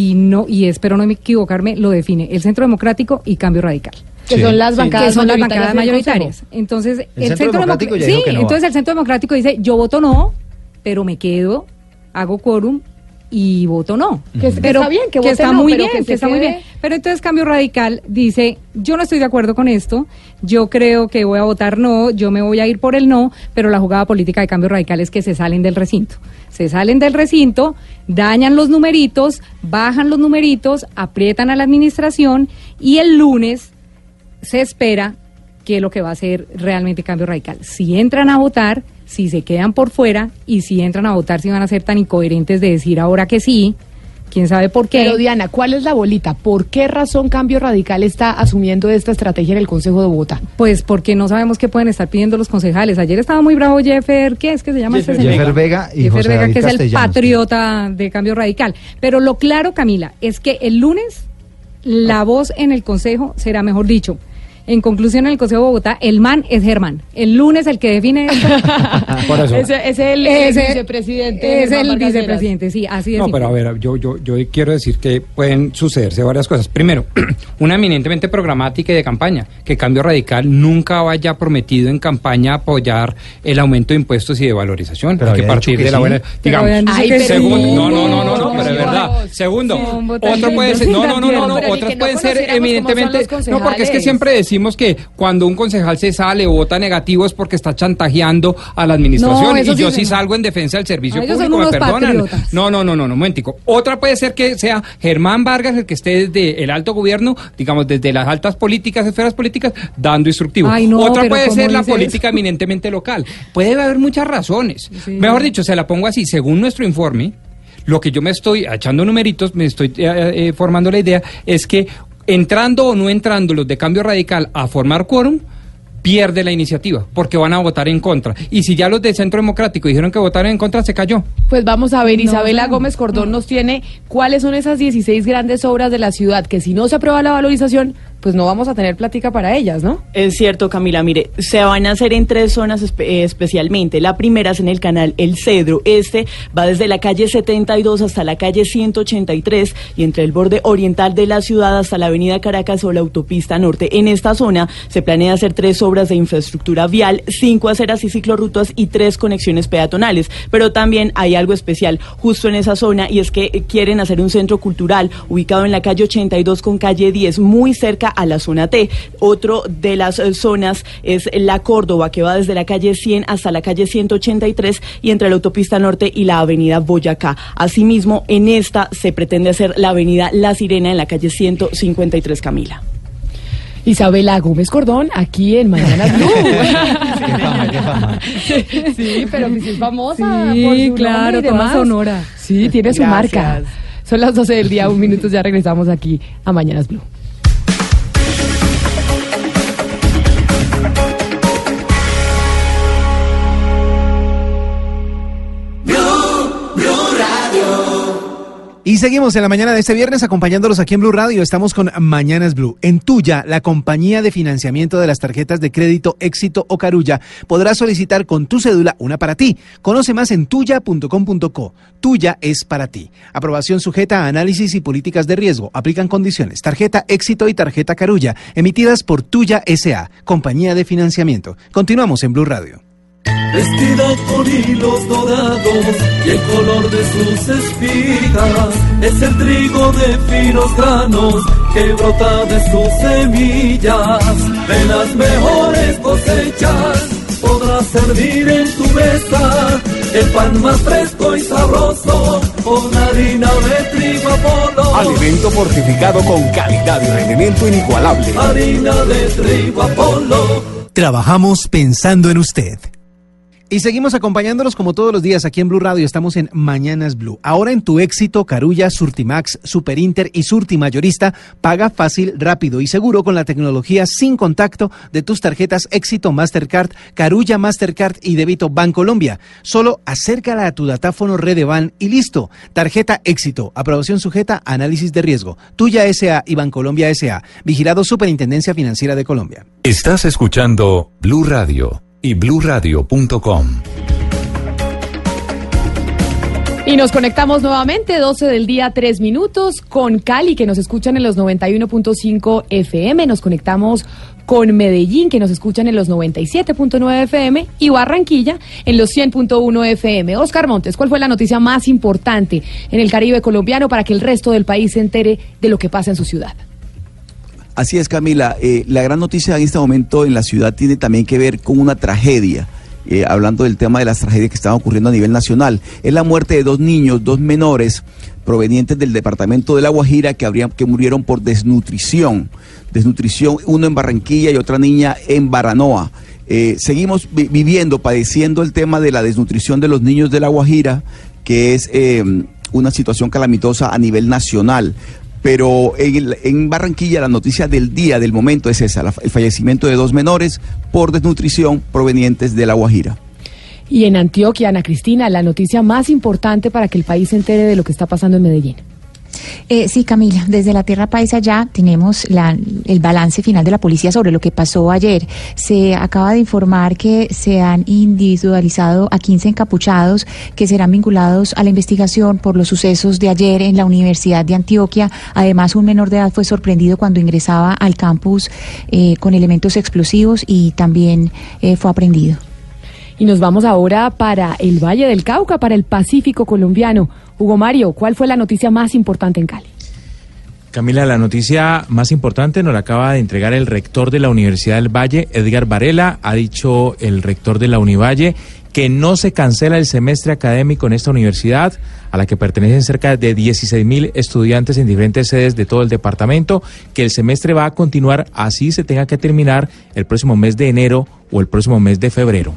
y espero no equivocarme, lo define el Centro Democrático y Cambio Radical. Que son las bancadas mayoritarias. Entonces, el Centro Democrático el Centro Democrático dice, yo voto no, pero me quedo, hago quórum y voto no. Que está bien, que está muy bien, que está muy bien. Pero entonces Cambio Radical dice, yo no estoy de acuerdo con esto, yo creo que voy a votar no, yo me voy a ir por el no, pero la jugada política de Cambio Radical es que se salen del recinto. Se salen del recinto, dañan los numeritos, bajan los numeritos, aprietan a la administración y el lunes se espera que lo que va a hacer realmente Cambio Radical. Si entran a votar, si se quedan por fuera y si entran a votar, si van a ser tan incoherentes de decir ahora que sí, quién sabe por qué. Pero Diana, ¿cuál es la bolita? ¿Por qué razón Cambio Radical está asumiendo esta estrategia en el Consejo de Bogotá? Pues porque no sabemos qué pueden estar pidiendo los concejales. Ayer estaba muy bravo Jeffer, ¿qué es que se llama? Jeffer Vega y José David que es el Castellanos, patriota de Cambio Radical. Pero lo claro, Camila, es que el lunes la voz en el Consejo será, mejor dicho, en conclusión, en el Consejo de Bogotá, el man es Germán. El lunes el que define esto. Por eso. Es el vicepresidente. Es el vicepresidente, sí, así es. No, pero a ver, yo quiero decir que pueden sucederse varias cosas. Primero, una eminentemente programática y de campaña. Que Cambio Radical nunca vaya prometido en campaña apoyar el aumento de impuestos y de valorización. Pero hay que partir de la buena. Digamos, segundo. No, pero es verdad. Segundo, otro puede ser. No, otros pueden ser eminentemente. No, porque es que siempre decimos que cuando un concejal se sale o vota negativo es porque está chantajeando a la administración, y yo sí salgo en defensa del servicio público, me perdonan. No, momentico. Otra puede ser que sea Germán Vargas el que esté desde el alto gobierno, digamos desde las altas políticas, esferas políticas, dando instructivos. Otra puede ser la política eminentemente local. Puede haber muchas razones. Sí. Mejor dicho, se la pongo así, según nuestro informe, lo que yo me estoy echando numeritos, me estoy formando la idea, es que entrando o no entrando los de Cambio Radical a formar quórum, pierde la iniciativa, porque van a votar en contra. Y si ya los del Centro Democrático dijeron que votaron en contra, se cayó. Pues vamos a ver, Isabela Gómez Cordón nos tiene cuáles son esas 16 grandes obras de la ciudad, que si no se aprueba la valorización, pues no vamos a tener plática para ellas, ¿no? Es cierto, Camila, mire, se van a hacer en 3 zonas especialmente. La primera es en el canal El Cedro. Va desde la calle 72 hasta la calle 183 y entre el borde oriental de la ciudad hasta la avenida Caracas o la autopista norte. En esta zona se planea hacer 3 obras de infraestructura vial, 5 aceras y ciclorrutas y 3 conexiones peatonales. Pero también hay algo especial justo en esa zona y es que quieren hacer un centro cultural ubicado en la calle 82 con calle 10, muy cerca a la zona T. Otro de las zonas es la Córdoba, que va desde la calle 100 hasta la calle 183 y entre la autopista norte y la avenida Boyacá. Asimismo, en esta se pretende hacer la avenida La Sirena en la calle 153, Camila. Isabela Gómez Cordón, aquí en Mañanas Blue. Sí, pero que sí es famosa. Sí, por su claro, nombre y toda demás. Sonora. Sí, tiene su Gracias. marca. Son las 12 del día, 1 minuto, ya regresamos aquí a Mañanas Blue. Y seguimos en la mañana de este viernes acompañándolos aquí en Blue Radio. Estamos con Mañanas Blue. En Tuya, la compañía de financiamiento de las tarjetas de crédito Éxito o Carulla, podrás solicitar con tu cédula una para ti. Conoce más en tuya.com.co. Tuya es para ti. Aprobación sujeta a análisis y políticas de riesgo. Aplican condiciones. Tarjeta Éxito y tarjeta Carulla, emitidas por Tuya S.A., compañía de financiamiento. Continuamos en Blue Radio. Vestida con hilos dorados y el color de sus espigas es el trigo de finos granos que brota de sus semillas. De las mejores cosechas podrás servir en tu mesa el pan más fresco y sabroso con harina de trigo Apolo. Alimento fortificado con calidad y rendimiento inigualable. Harina de trigo Apolo. Trabajamos pensando en usted. Y seguimos acompañándolos como todos los días aquí en Blue Radio. Estamos en Mañanas Blue. Ahora en tu Éxito, Carulla, Surtimax, Superinter y Surtimayorista, paga fácil, rápido y seguro con la tecnología sin contacto de tus tarjetas Éxito Mastercard, Carulla Mastercard y Débito Bancolombia. Solo acércala a tu datáfono Redevan y listo. Tarjeta Éxito, aprobación sujeta a análisis de riesgo. Tuya S.A. y Bancolombia S.A. Vigilado Superintendencia Financiera de Colombia. Estás escuchando Blue Radio y bluradio.com. Y nos conectamos nuevamente, 12 del día, 3 minutos, con Cali, que nos escuchan en los 91.5 FM. Nos conectamos con Medellín, que nos escuchan en los 97.9 FM, y Barranquilla en los 100.1 FM. Oscar Montes, ¿cuál fue la noticia más importante en el Caribe colombiano para que el resto del país se entere de lo que pasa en su ciudad? Así es, Camila. La gran noticia en este momento en la ciudad tiene también que ver con una tragedia. Hablando del tema de las tragedias que están ocurriendo a nivel nacional. Es la muerte de 2 niños, 2 menores, provenientes del departamento de La Guajira, que murieron por desnutrición. Desnutrición, uno en Barranquilla y otra niña en Baranoa. Seguimos padeciendo el tema de la desnutrición de los niños de La Guajira, que es una situación calamitosa a nivel nacional. Pero en Barranquilla la noticia del día, del momento, es esa, el fallecimiento de 2 menores por desnutrición provenientes de La Guajira. Y en Antioquia, Ana Cristina, la noticia más importante para que el país se entere de lo que está pasando en Medellín. Sí, Camila, desde la Tierra Paisa ya tenemos el balance final de la policía sobre lo que pasó ayer. Se acaba de informar que se han individualizado a 15 encapuchados que serán vinculados a la investigación por los sucesos de ayer en la Universidad de Antioquia. Además, un menor de edad fue sorprendido cuando ingresaba al campus con elementos explosivos y también fue aprehendido. Y nos vamos ahora para el Valle del Cauca, para el Pacífico colombiano. Hugo Mario, ¿cuál fue la noticia más importante en Cali? Camila, la noticia más importante nos la acaba de entregar el rector de la Universidad del Valle, Edgar Varela. Ha dicho el rector de la Univalle que no se cancela el semestre académico en esta universidad, a la que pertenecen cerca de 16.000 estudiantes en diferentes sedes de todo el departamento, que el semestre va a continuar así se tenga que terminar el próximo mes de enero o el próximo mes de febrero.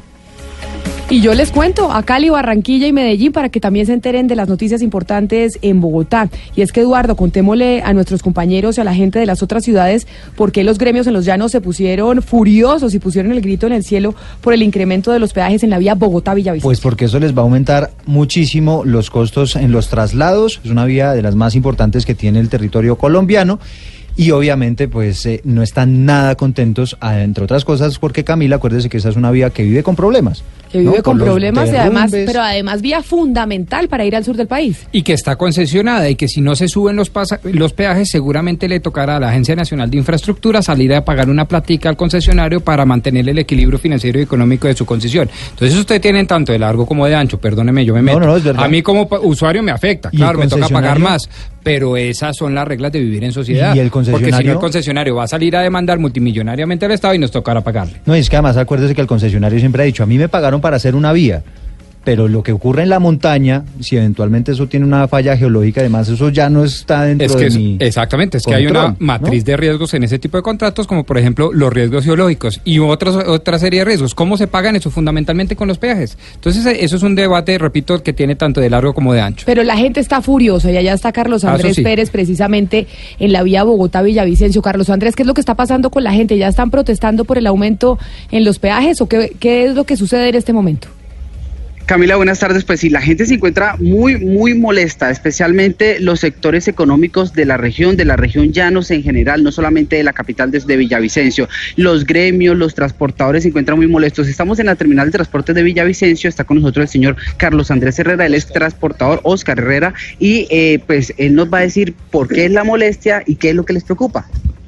Y yo les cuento a Cali, Barranquilla y Medellín para que también se enteren de las noticias importantes en Bogotá. Y es que, Eduardo, contémosle a nuestros compañeros y a la gente de las otras ciudades por qué los gremios en los llanos se pusieron furiosos y pusieron el grito en el cielo por el incremento de los peajes en la vía Bogotá-Villavicencio. Pues porque eso les va a aumentar muchísimo los costos en los traslados. Es una vía de las más importantes que tiene el territorio colombiano. Y obviamente pues no están nada contentos, entre otras cosas porque, Camila, acuérdese que esa es una vía que vive con problemas. Que vive con problemas y además, pero además vía fundamental para ir al sur del país. Y que está concesionada y que si no se suben los peajes seguramente le tocará a la Agencia Nacional de Infraestructura salir a pagar una platica al concesionario para mantener el equilibrio financiero y económico de su concesión. Entonces ustedes tienen tanto de largo como de ancho, perdóneme, yo me meto. No, es verdad. A mí como usuario me afecta, claro, me toca pagar más, pero esas son las reglas de vivir en sociedad. ¿Y el concesionario? Porque si no, el concesionario va a salir a demandar multimillonariamente al Estado y nos tocará pagarle. No, es que además acuérdese que el concesionario siempre ha dicho, a mí me pagaron para hacer una vía, pero lo que ocurre en la montaña, si eventualmente eso tiene una falla geológica, además eso ya no está dentro de mi exactamente, es control, que hay una matriz de riesgos en ese tipo de contratos, como por ejemplo los riesgos geológicos y otra serie de riesgos. ¿Cómo se pagan eso? Fundamentalmente con los peajes. Entonces eso es un debate, repito, que tiene tanto de largo como de ancho. Pero la gente está furiosa y allá está Carlos Andrés Pérez precisamente en la vía Bogotá-Villavicencio. Carlos Andrés, ¿qué es lo que está pasando con la gente? ¿Ya están protestando por el aumento en los peajes o qué es lo que sucede en este momento? Camila, buenas tardes. Pues sí, la gente se encuentra muy molesta, especialmente los sectores económicos de la región llanos en general, no solamente de la capital desde Villavicencio. Los gremios, los transportadores se encuentran muy molestos. Estamos en la terminal de transportes de Villavicencio, está con nosotros el señor Carlos Andrés Herrera, él es transportador, Oscar Herrera, y pues él nos va a decir por qué es la molestia y qué es lo que les preocupa.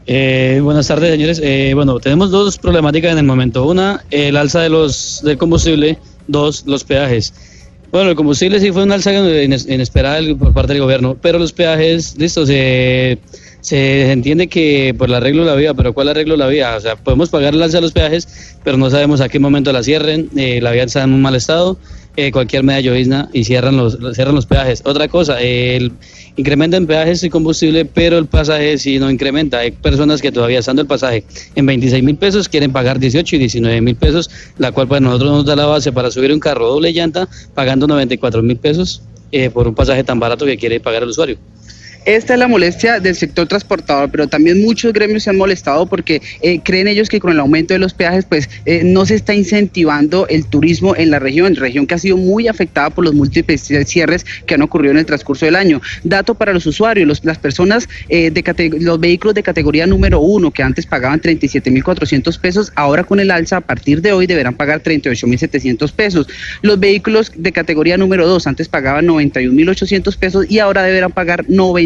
Buenas tardes, señores. Bueno, tenemos dos problemáticas en el momento. Una, el alza del combustible. Dos, los peajes. Bueno, el combustible sí fue un alza inesperada por parte del gobierno, pero los peajes, listo, se entiende que por el arreglo de la vía, pero ¿cuál arreglo de la vía? O sea, podemos pagar el alza de los peajes, pero no sabemos a qué momento la cierren, la vía está en un mal estado, cualquier media llovizna y cierran los peajes. Otra cosa, incrementan peajes y combustible, pero el pasaje sí no incrementa. Hay personas que todavía estando el pasaje en 26.000 pesos quieren pagar 18 y 19.000 pesos, la cual pues nosotros nos da la base para subir un carro doble llanta pagando 94.000 pesos por un pasaje tan barato que quiere pagar el usuario. Esta es la molestia del sector transportador, pero también muchos gremios se han molestado porque creen ellos que con el aumento de los peajes pues no se está incentivando el turismo en la región que ha sido muy afectada por los múltiples cierres que han ocurrido en el transcurso del año. Dato para los usuarios, las personas, los vehículos de categoría número 1 que antes pagaban 37.400 pesos, ahora con el alza a partir de hoy deberán pagar 38.700 pesos. Los vehículos de categoría número 2 antes pagaban 91.800 pesos y ahora deberán pagar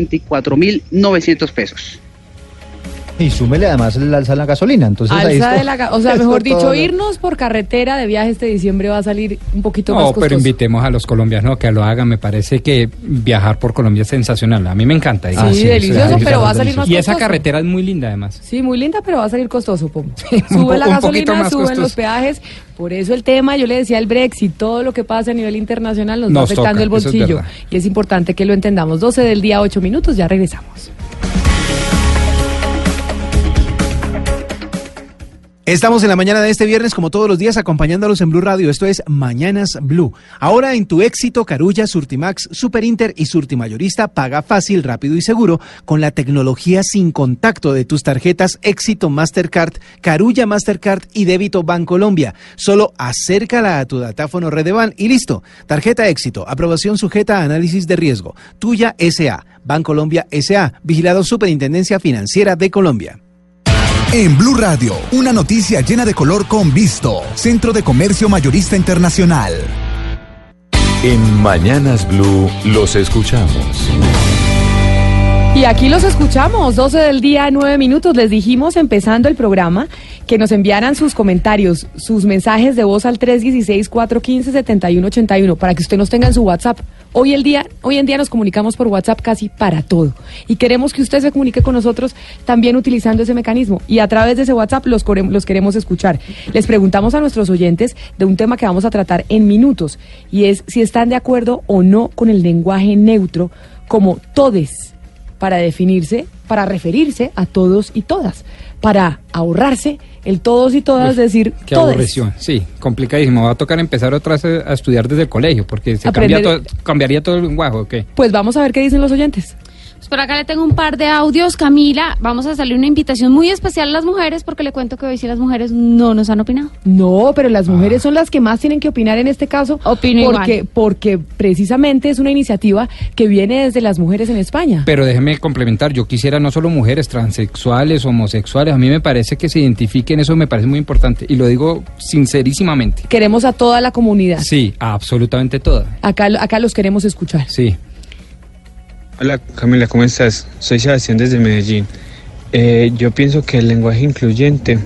24.900 pesos. Y súmele además el alza de la gasolina, entonces alza ahí está, de la, o sea, mejor dicho, irnos por carretera de viaje este diciembre va a salir un poquito más costoso. Pero invitemos a los colombianos que lo hagan, me parece que viajar por Colombia es sensacional, a mí me encanta. Sí, delicioso, pero va a salir más costoso. Y esa carretera es muy linda además. Sí, muy linda, pero va a salir costoso, Sube la gasolina, suben los peajes, por eso el tema, yo le decía, el Brexit, todo lo que pasa a nivel internacional nos va afectando el bolsillo, y es importante que lo entendamos. 12 del día, 8 minutos, ya regresamos. Estamos en la mañana de este viernes, como todos los días, acompañándolos en Blue Radio. Esto es Mañanas Blue. Ahora en tu éxito, Carulla, Surtimax, Superinter y Surtimayorista, paga fácil, rápido y seguro con la tecnología sin contacto de tus tarjetas Éxito Mastercard, Carulla Mastercard y Débito Bancolombia. Solo acércala a tu datáfono Redeban y listo. Tarjeta Éxito, aprobación sujeta a análisis de riesgo. Tuya S.A., Bancolombia S.A., vigilado Superintendencia Financiera de Colombia. En Blue Radio, una noticia llena de color con Visto, Centro de Comercio Mayorista Internacional. En Mañanas Blue los escuchamos. Y aquí los escuchamos, 12 del día, 9 minutos. Les dijimos, empezando el programa, que nos enviaran sus comentarios, sus mensajes de voz al 316-415-7181, para que usted nos tenga en su WhatsApp. Hoy en día nos comunicamos por WhatsApp casi para todo. Y queremos que usted se comunique con nosotros también utilizando ese mecanismo. Y a través de ese WhatsApp los queremos escuchar. Les preguntamos a nuestros oyentes de un tema que vamos a tratar en minutos. Y es si están de acuerdo o no con el lenguaje neutro como todes, para definirse, para referirse a todos y todas, para ahorrarse el todos y todas, decir qué todes. Aburrición, sí, complicadísimo. Va a tocar empezar otra vez a estudiar desde el colegio, porque cambiaría todo el lenguaje, ¿ok? Pues vamos a ver qué dicen los oyentes. Pues por acá le tengo un par de audios, Camila. Vamos a hacerle una invitación muy especial a las mujeres, porque le cuento que hoy sí las mujeres no nos han opinado. No, pero las mujeres son las que más tienen que opinar en este caso. Porque precisamente es una iniciativa que viene desde las mujeres en España. Pero déjeme complementar, yo quisiera no solo mujeres, transexuales, homosexuales, a mí me parece que se identifiquen, eso me parece muy importante, y lo digo sincerísimamente. Queremos a toda la comunidad. Sí, absolutamente toda. Acá los queremos escuchar. Sí. Hola Camila, ¿cómo estás? Soy Sebastián desde Medellín. Yo pienso que el lenguaje incluyente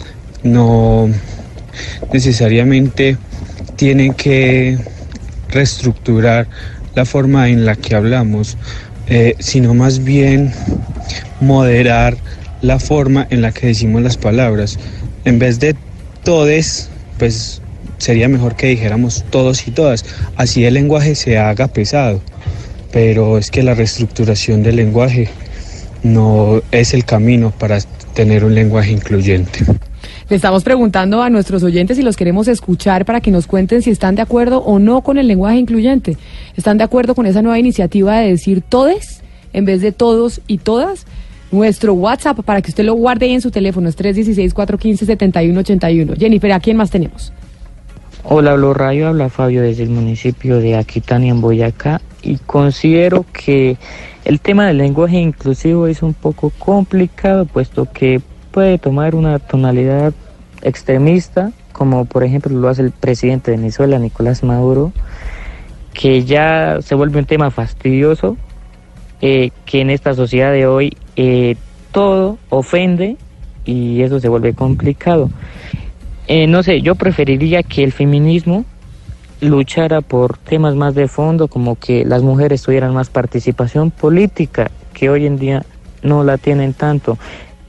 no necesariamente tiene que reestructurar la forma en la que hablamos, sino más bien moderar la forma en la que decimos las palabras. En vez de todes, pues sería mejor que dijéramos todos y todas, así el lenguaje se haga pesado, pero es que la reestructuración del lenguaje no es el camino para tener un lenguaje incluyente. Le estamos preguntando a nuestros oyentes y los queremos escuchar para que nos cuenten si están de acuerdo o no con el lenguaje incluyente. ¿Están de acuerdo con esa nueva iniciativa de decir todes en vez de todos y todas? Nuestro WhatsApp, para que usted lo guarde ahí en su teléfono, es 316-415-7181. Jennifer, ¿a quién más tenemos? Hola, Blue Radio, habla Fabio desde el municipio de Aquitania, en Boyacá, y considero que el tema del lenguaje inclusivo es un poco complicado, puesto que puede tomar una tonalidad extremista, como por ejemplo lo hace el presidente de Venezuela, Nicolás Maduro, que ya se vuelve un tema fastidioso, que en esta sociedad de hoy todo ofende y eso se vuelve complicado. No sé, yo preferiría que el feminismo luchara por temas más de fondo, como que las mujeres tuvieran más participación política, que hoy en día no la tienen tanto.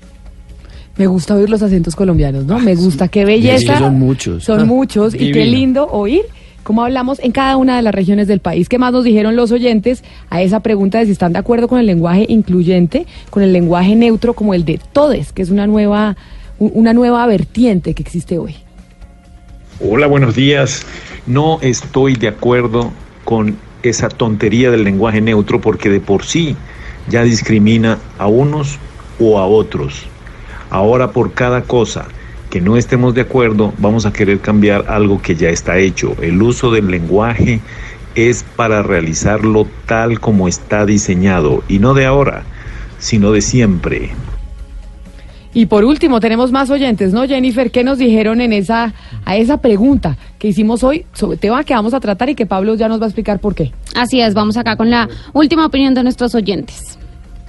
Me gusta oír los acentos colombianos, ¿no? Me gusta, qué belleza. Es que son muchos. Son muchos y qué Divino. lindo oír cómo hablamos en cada una de las regiones del país. ¿Qué más nos dijeron los oyentes a esa pregunta de si están de acuerdo con el lenguaje incluyente, con el lenguaje neutro como el de todes, que es una nueva vertiente que existe hoy? Hola, buenos días. No estoy de acuerdo con esa tontería del lenguaje neutro porque de por sí ya discrimina a unos o a otros. Ahora por cada cosa que no estemos de acuerdo vamos a querer cambiar algo que ya está hecho. El uso del lenguaje es para realizarlo tal como está diseñado y no de ahora, sino de siempre. Y por último, tenemos más oyentes, ¿no, Jennifer? ¿Qué nos dijeron a esa pregunta que hicimos hoy sobre el tema que vamos a tratar y que Pablo ya nos va a explicar por qué? Así es, vamos acá con la última opinión de nuestros oyentes.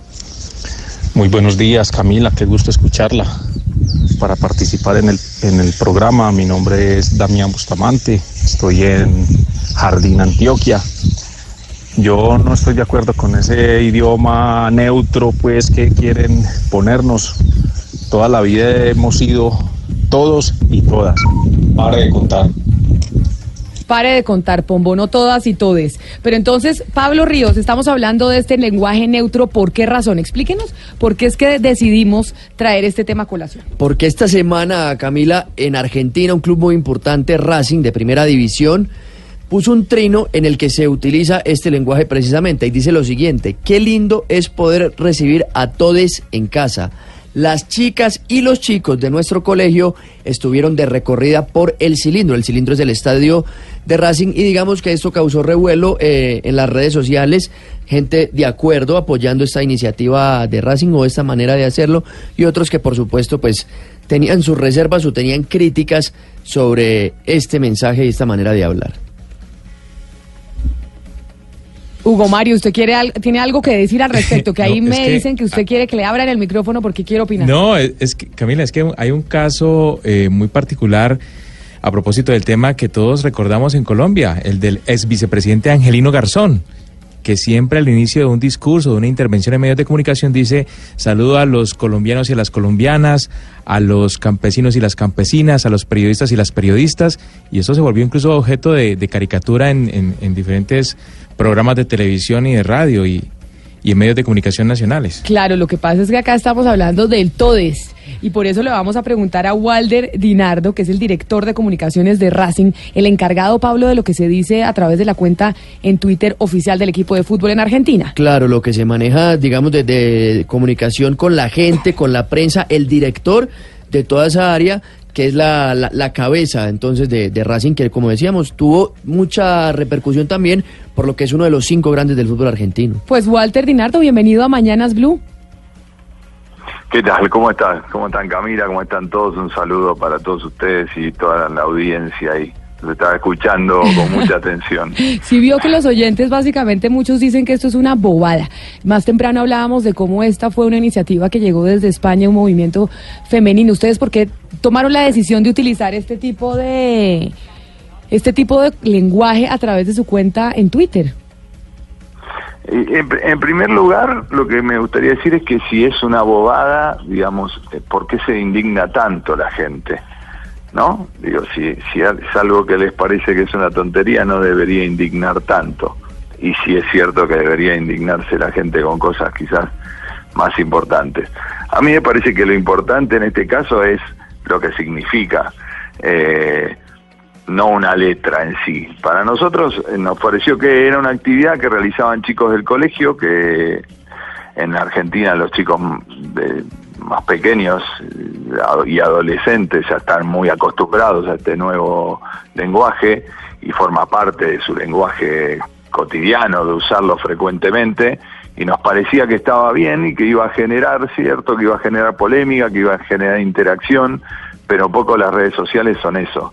Muy buenos días, Camila, qué gusto escucharla. Para participar en el programa, mi nombre es Damián Bustamante, estoy en Jardín, Antioquia. Yo no estoy de acuerdo con ese idioma neutro, pues, que quieren ponernos. Toda la vida hemos sido todos y todas. Pare de contar. Pare de contar, Pombo, no todas y todes. Pero entonces, Pablo Ríos, estamos hablando de este lenguaje neutro, ¿por qué razón? Explíquenos por qué es que decidimos traer este tema a colación. Porque esta semana, Camila, en Argentina, un club muy importante, Racing, de primera división, puso un trino en el que se utiliza este lenguaje precisamente, y dice lo siguiente: qué lindo es poder recibir a todes en casa. Las chicas y los chicos de nuestro colegio estuvieron de recorrida por El Cilindro. El Cilindro es el estadio de Racing y digamos que esto causó revuelo en las redes sociales. Gente de acuerdo apoyando esta iniciativa de Racing o esta manera de hacerlo, y otros que por supuesto pues tenían sus reservas o tenían críticas sobre este mensaje y esta manera de hablar. Hugo Mario, ¿usted tiene algo que decir al respecto? Que ahí dicen que usted quiere que le abran el micrófono porque quiere opinar. No, es que, Camila, es que hay un caso muy particular a propósito del tema que todos recordamos en Colombia, el del ex vicepresidente Angelino Garzón, que siempre al inicio de un discurso, de una intervención en medios de comunicación dice: saludo a los colombianos y a las colombianas, a los campesinos y las campesinas, a los periodistas y las periodistas, y eso se volvió incluso objeto de caricatura en diferentes programas de televisión y de radio y en medios de comunicación nacionales. Claro, lo que pasa es que acá estamos hablando del todes, y por eso le vamos a preguntar a Walder Dinardo, que es el director de comunicaciones de Racing, el encargado, Pablo, de lo que se dice a través de la cuenta en Twitter oficial del equipo de fútbol en Argentina. Claro, lo que se maneja, digamos, de comunicación con la gente, con la prensa, el director de toda esa área, que es la cabeza entonces de Racing, que como decíamos tuvo mucha repercusión también por lo que es uno de los 5 grandes del fútbol argentino. Pues Walter Dinardo, bienvenido a Mañanas Blue. ¿Qué tal? ¿Cómo estás? ¿Cómo están, Camila? ¿Cómo están todos? Un saludo para todos ustedes y toda la audiencia ahí. Los estaba escuchando con mucha atención. Sí vio que los oyentes, básicamente muchos dicen que esto es una bobada. Más temprano hablábamos de cómo esta fue una iniciativa que llegó desde España, un movimiento femenino. ¿Ustedes por qué tomaron la decisión de utilizar este tipo de lenguaje a través de su cuenta en Twitter? En primer lugar, lo que me gustaría decir es que si es una bobada, digamos, ¿por qué se indigna tanto la gente? ¿no? Digo, si es algo que les parece que es una tontería, no debería indignar tanto. Y sí es cierto que debería indignarse la gente con cosas quizás más importantes. A mí me parece que lo importante en este caso es lo que significa, no una letra en sí. Para nosotros nos pareció que era una actividad que realizaban chicos del colegio, que en Argentina los chicos más pequeños y adolescentes ya están muy acostumbrados a este nuevo lenguaje y forma parte de su lenguaje cotidiano, de usarlo frecuentemente, y nos parecía que estaba bien y que iba a generar, cierto, que iba a generar polémica, que iba a generar interacción, pero un poco las redes sociales son eso.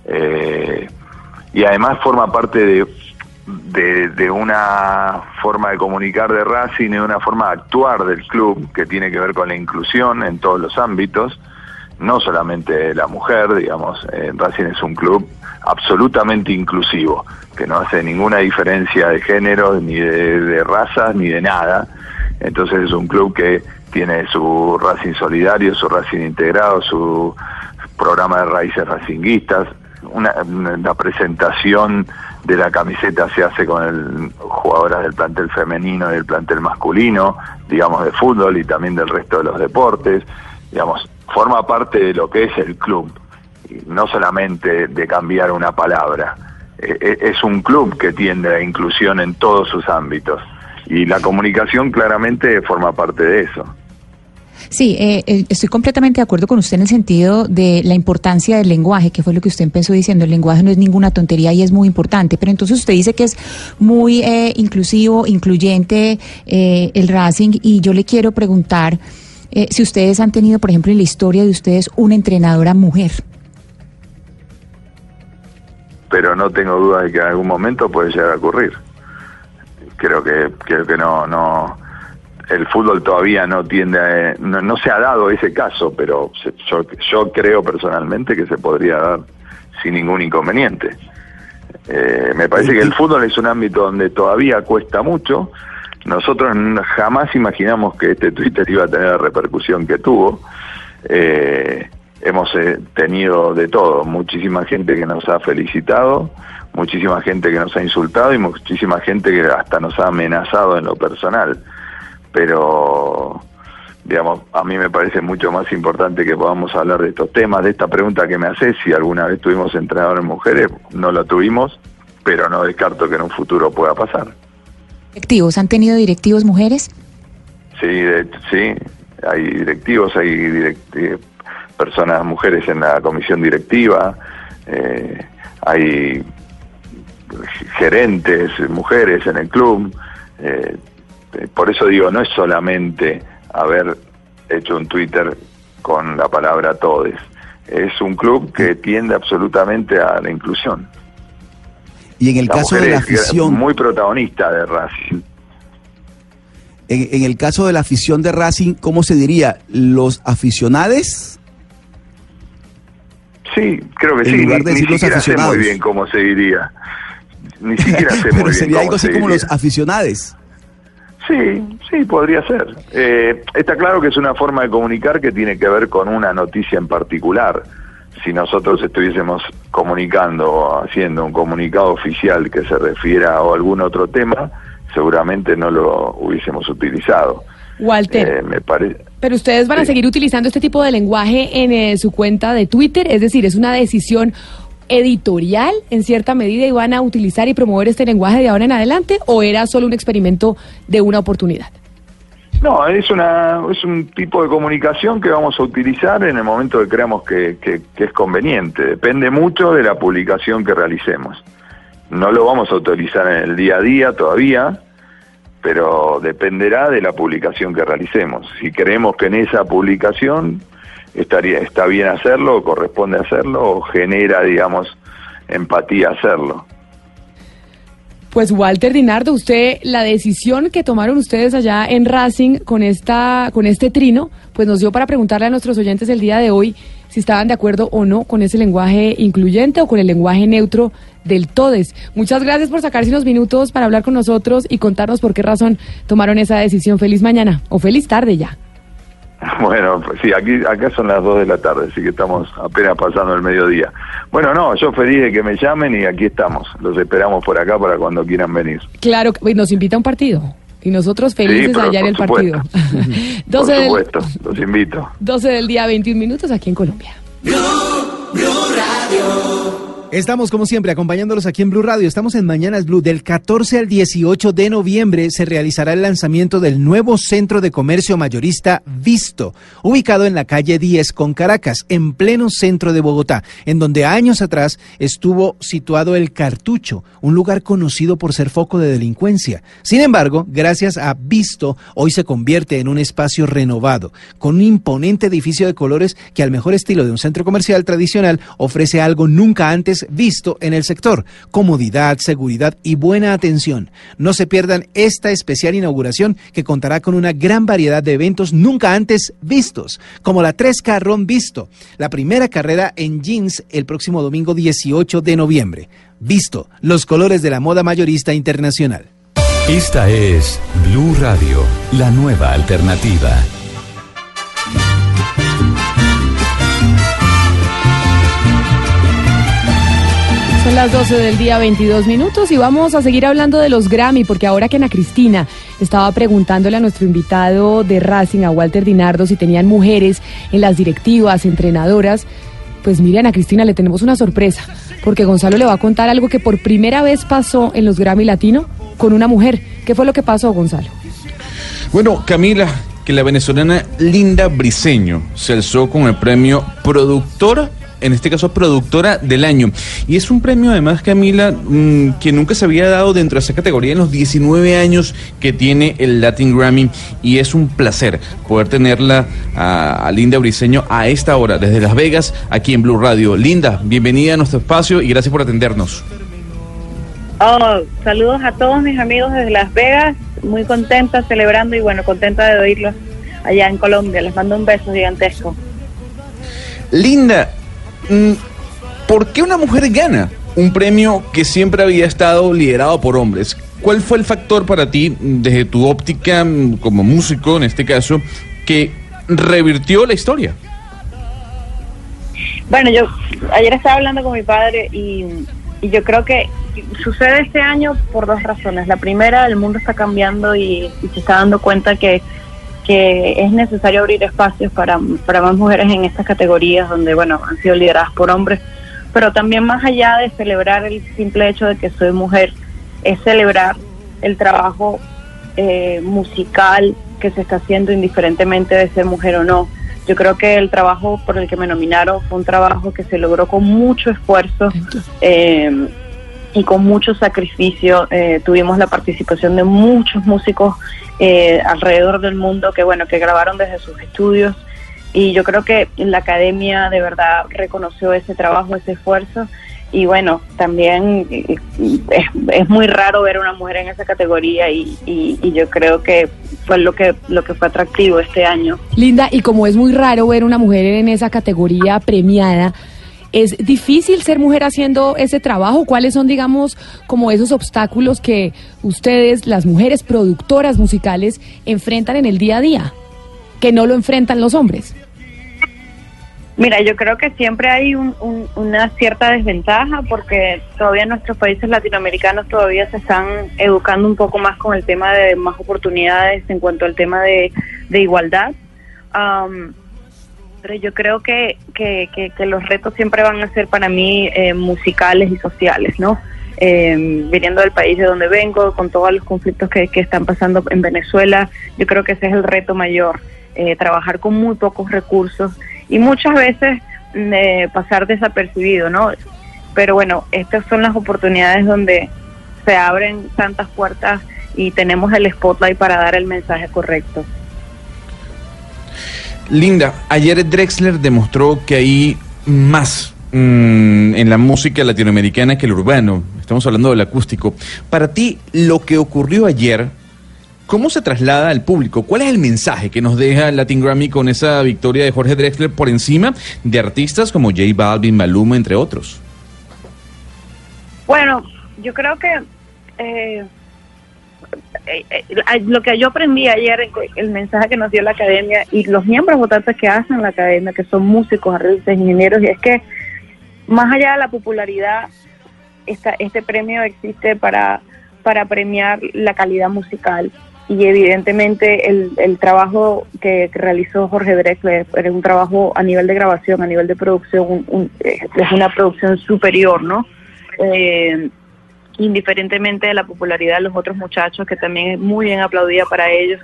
Y además forma parte de una forma de comunicar de Racing, de una forma de actuar del club que tiene que ver con la inclusión en todos los ámbitos, no solamente la mujer, digamos. Racing es un club absolutamente inclusivo, que no hace ninguna diferencia de género, ni de razas, ni de nada. Entonces es un club que tiene su Racing Solidario, su Racing Integrado, su programa de raíces racinguistas. La presentación de la camiseta se hace con jugadoras del plantel femenino y del plantel masculino, digamos, de fútbol y también del resto de los deportes. Digamos, forma parte de lo que es el club, no solamente de cambiar una palabra. Es un club que tiende a la inclusión en todos sus ámbitos, y la comunicación claramente forma parte de eso. Sí, estoy completamente de acuerdo con usted en el sentido de la importancia del lenguaje, que fue lo que usted empezó diciendo. El lenguaje no es ninguna tontería y es muy importante, pero entonces usted dice que es muy inclusivo, incluyente el Racing, y yo le quiero preguntar si ustedes han tenido, por ejemplo, en la historia de ustedes, una entrenadora mujer. Pero no tengo duda de que en algún momento puede llegar a ocurrir. Creo que no el fútbol todavía no tiende no se ha dado ese caso, pero yo creo personalmente que se podría dar sin ningún inconveniente. Me parece que el fútbol es un ámbito donde todavía cuesta mucho. Nosotros jamás imaginamos que este Twitter iba a tener la repercusión que tuvo. Hemos tenido de todo, muchísima gente que nos ha felicitado, muchísima gente que nos ha insultado y muchísima gente que hasta nos ha amenazado en lo personal. Pero, digamos, a mí me parece mucho más importante que podamos hablar de estos temas. De esta pregunta que me haces, si alguna vez tuvimos entrenadores mujeres, no lo tuvimos, pero no descarto que en un futuro pueda pasar. ¿Directivos? ¿Han tenido directivos mujeres? Sí, sí, hay directivos, personas, mujeres en la comisión directiva, hay gerentes, mujeres en el club. Por eso digo, no es solamente haber hecho un Twitter con la palabra todes. Es un club que tiende absolutamente a la inclusión. Y en el caso de la afición, muy protagonista de Racing. En el caso de la afición de Racing, ¿cómo se diría? ¿Los aficionados? Sí, creo que en sí. Lugar de decir ni siquiera sé muy bien cómo se diría. Ni siquiera sé muy bien. Pero sería algo así como los aficionados. Sí, podría ser. Está claro que es una forma de comunicar que tiene que ver con una noticia en particular. Si nosotros estuviésemos comunicando o haciendo un comunicado oficial que se refiera a algún otro tema, seguramente no lo hubiésemos utilizado. Walter, me parece. pero ustedes van a seguir utilizando este tipo de lenguaje en su cuenta de Twitter, es decir, es una decisión editorial en cierta medida y van a utilizar y promover este lenguaje de ahora en adelante, ¿o era solo un experimento de una oportunidad? No, es un tipo de comunicación que vamos a utilizar en el momento que creamos que es conveniente. Depende mucho de la publicación que realicemos. No lo vamos a utilizar en el día a día todavía, pero dependerá de la publicación que realicemos. Si creemos que en esa publicación está bien hacerlo, o corresponde hacerlo, o genera, digamos, empatía hacerlo. Pues Walter Dinardo, usted, la decisión que tomaron ustedes allá en Racing con este trino, pues nos dio para preguntarle a nuestros oyentes el día de hoy si estaban de acuerdo o no con ese lenguaje incluyente o con el lenguaje neutro del todes. Muchas gracias por sacarse unos minutos para hablar con nosotros y contarnos por qué razón tomaron esa decisión. Feliz mañana o feliz tarde ya. Bueno, pues sí, acá son las 2 de la tarde, así que estamos apenas pasando el mediodía. Bueno, no, yo feliz de que me llamen y aquí estamos. Los esperamos por acá para cuando quieran venir. Claro, nos invita a un partido. Y nosotros felices allá en el partido. 12 por supuesto, los invito. 12 del día, 21 minutos aquí en Colombia. Blue Radio. Estamos como siempre acompañándolos aquí en Blue Radio. Estamos en Mañanas Blue. Del 14 al 18 de noviembre se realizará el lanzamiento del nuevo centro de comercio mayorista Visto, ubicado en la calle 10 con Caracas, en pleno centro de Bogotá, en donde años atrás estuvo situado el Cartucho, un lugar conocido por ser foco de delincuencia. Sin embargo, gracias a Visto, hoy se convierte en un espacio renovado, con un imponente edificio de colores que al mejor estilo de un centro comercial tradicional ofrece algo nunca antes visto en el sector: comodidad, seguridad y buena atención. No se pierdan esta especial inauguración que contará con una gran variedad de eventos nunca antes vistos, como la 3K Run Visto, la primera carrera en jeans el próximo domingo 18 de noviembre. Visto, los colores de la moda mayorista internacional. Esta es Blue Radio, la nueva alternativa. Son las 12 del día, 22 minutos, y vamos a seguir hablando de los Grammy, porque ahora que Ana Cristina estaba preguntándole a nuestro invitado de Racing, a Walter Dinardo, si tenían mujeres en las directivas, entrenadoras, pues mire, Ana Cristina, le tenemos una sorpresa, porque Gonzalo le va a contar algo que por primera vez pasó en los Grammy Latino con una mujer. ¿Qué fue lo que pasó, Gonzalo? Bueno, Camila, que la venezolana Linda Briceño se alzó con el premio Productora, en este caso Productora del Año. Y es un premio además, Camila, que nunca se había dado dentro de esa categoría en los 19 años que tiene el Latin Grammy, y es un placer poder tenerla a Linda Briceño a esta hora, desde Las Vegas, aquí en Blue Radio. Linda, bienvenida a nuestro espacio y gracias por atendernos. Saludos a todos mis amigos desde Las Vegas, muy contenta, celebrando y bueno, contenta de oírlos allá en Colombia. Les mando un beso gigantesco. Linda, ¿por qué una mujer gana un premio que siempre había estado liderado por hombres? ¿Cuál fue el factor para ti, desde tu óptica como músico en este caso, que revirtió la historia? Bueno, yo ayer estaba hablando con mi padre y yo creo que sucede este año por dos razones. La primera, el mundo está cambiando y se está dando cuenta que es necesario abrir espacios para más mujeres en estas categorías donde, bueno, han sido lideradas por hombres, pero también más allá de celebrar el simple hecho de que soy mujer, es celebrar el trabajo musical que se está haciendo indiferentemente de ser mujer o no. Yo creo que el trabajo por el que me nominaron fue un trabajo que se logró con mucho esfuerzo y con mucho sacrificio. Tuvimos la participación de muchos músicos alrededor del mundo que grabaron desde sus estudios, y yo creo que la academia de verdad reconoció ese trabajo, ese esfuerzo, y bueno, también es muy raro ver a una mujer en esa categoría y yo creo que fue lo que fue atractivo este año. Linda, y como es muy raro ver una mujer en esa categoría premiada, ¿es difícil ser mujer haciendo ese trabajo? ¿Cuáles son, digamos, como esos obstáculos que ustedes, las mujeres productoras musicales, enfrentan en el día a día, que no lo enfrentan los hombres? Mira, yo creo que siempre hay una cierta desventaja porque todavía en nuestros países latinoamericanos todavía se están educando un poco más con el tema de más oportunidades en cuanto al tema de igualdad. Pero yo creo que los retos siempre van a ser para mí musicales y sociales, ¿no? Viniendo del país de donde vengo, con todos los conflictos que están pasando en Venezuela, yo creo que ese es el reto mayor, trabajar con muy pocos recursos y muchas veces pasar desapercibido, ¿no? Pero bueno, estas son las oportunidades donde se abren tantas puertas y tenemos el spotlight para dar el mensaje correcto. Linda, ayer Drexler demostró que hay más en la música latinoamericana que el urbano. Estamos hablando del acústico. Para ti, lo que ocurrió ayer, ¿cómo se traslada al público? ¿Cuál es el mensaje que nos deja el Latin Grammy con esa victoria de Jorge Drexler por encima de artistas como J Balvin, Maluma, entre otros? Bueno, yo creo que lo que yo aprendí ayer, el mensaje que nos dio la academia y los miembros votantes que hacen la academia, que son músicos, artistas, ingenieros, y es que más allá de la popularidad, este premio existe para premiar la calidad musical. Y evidentemente el trabajo que realizó Jorge Drexler es un trabajo a nivel de grabación, a nivel de producción, es una producción superior, ¿no? Indiferentemente de la popularidad de los otros muchachos, que también es muy bien aplaudida para ellos.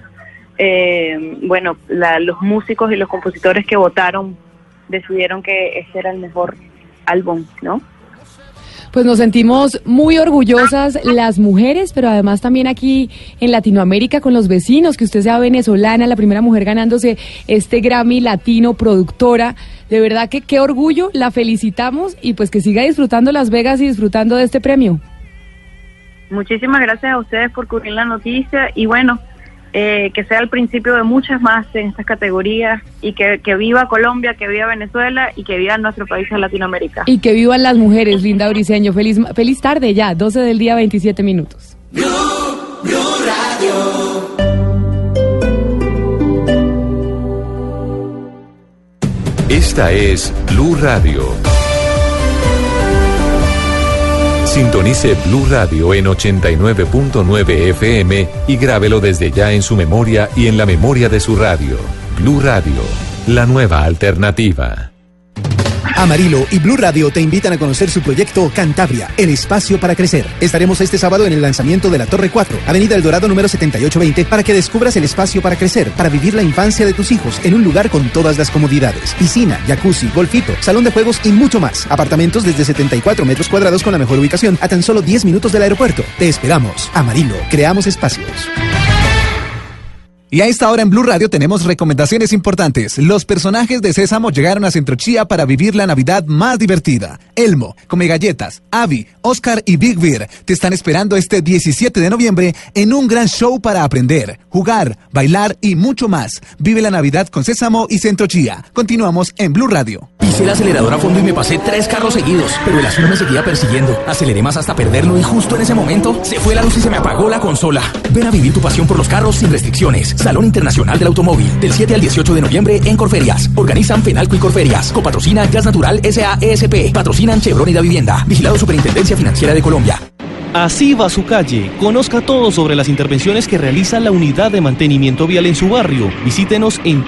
Los músicos y los compositores que votaron decidieron que este era el mejor álbum, ¿no? Pues nos sentimos muy orgullosas las mujeres, pero además también aquí en Latinoamérica con los vecinos, que usted sea venezolana, la primera mujer ganándose este Grammy Latino, productora. De verdad que qué orgullo, la felicitamos y pues que siga disfrutando Las Vegas y disfrutando de este premio. Muchísimas gracias a ustedes por cubrir la noticia y bueno, que sea el principio de muchas más en estas categorías y que viva Colombia, que viva Venezuela y que viva nuestro país en Latinoamérica. Y que vivan las mujeres, Linda Briceño. Feliz tarde ya, 12 del día, 27 minutos. Blue Radio. Esta es Blue Radio. Sintonice Blue Radio en 89.9 FM y grábelo desde ya en su memoria y en la memoria de su radio. Blue Radio, la nueva alternativa. Amarillo y Blue Radio te invitan a conocer su proyecto Cantabria, el espacio para crecer. Estaremos este sábado en el lanzamiento de la Torre 4, Avenida El Dorado número 7820, para que descubras el espacio para crecer, para vivir la infancia de tus hijos en un lugar con todas las comodidades. Piscina, jacuzzi, golfito, salón de juegos y mucho más. Apartamentos desde 74 metros cuadrados con la mejor ubicación a tan solo 10 minutos del aeropuerto. Te esperamos. Amarillo, creamos espacios. Y a esta hora en Blue Radio tenemos recomendaciones importantes. Los personajes de Sésamo llegaron a Centrochía para vivir la Navidad más divertida. Elmo, Come Galletas, Abby, Oscar y Big Bear te están esperando este 17 de noviembre en un gran show para aprender, jugar, bailar y mucho más. Vive la Navidad con Sésamo y Centrochía. Continuamos en Blue Radio. Pisé el acelerador a fondo y me pasé 3 carros seguidos, pero el azul me seguía persiguiendo. Aceleré más hasta perderlo y justo en ese momento se fue la luz y se me apagó la consola. Ven a vivir tu pasión por los carros sin restricciones. Salón Internacional del Automóvil, del 7 al 18 de noviembre en Corferias. Organizan Fenalco y Corferias. Copatrocina Gas Natural S.A.E.S.P. Patrocinan Chevron y Da Vivienda. Vigilado Superintendencia Financiera de Colombia. Así va su calle. Conozca todo sobre las intervenciones que realiza la Unidad de Mantenimiento Vial en su barrio. Visítenos en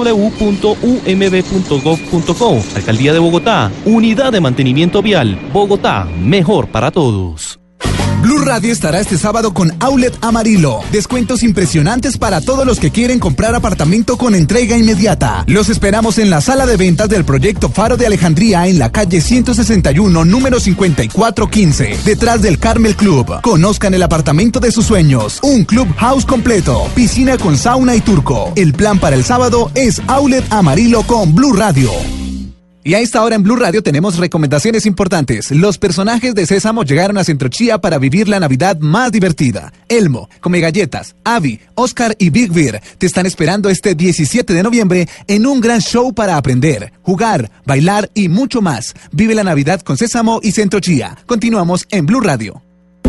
www.umb.gov.co. Alcaldía de Bogotá. Unidad de Mantenimiento Vial. Bogotá. Mejor para todos. Blue Radio estará este sábado con Outlet Amarillo. Descuentos impresionantes para todos los que quieren comprar apartamento con entrega inmediata. Los esperamos en la sala de ventas del Proyecto Faro de Alejandría en la calle 161, número 5415, detrás del Carmel Club. Conozcan el apartamento de sus sueños. Un clubhouse completo, piscina con sauna y turco. El plan para el sábado es Outlet Amarillo con Blue Radio. Y a esta hora en Blue Radio tenemos recomendaciones importantes. Los personajes de Sésamo llegaron a Centrochía para vivir la Navidad más divertida. Elmo, Come Galletas, Abby, Oscar y Big Bear te están esperando este 17 de noviembre en un gran show para aprender, jugar, bailar y mucho más. Vive la Navidad con Sésamo y Centrochía. Continuamos en Blue Radio.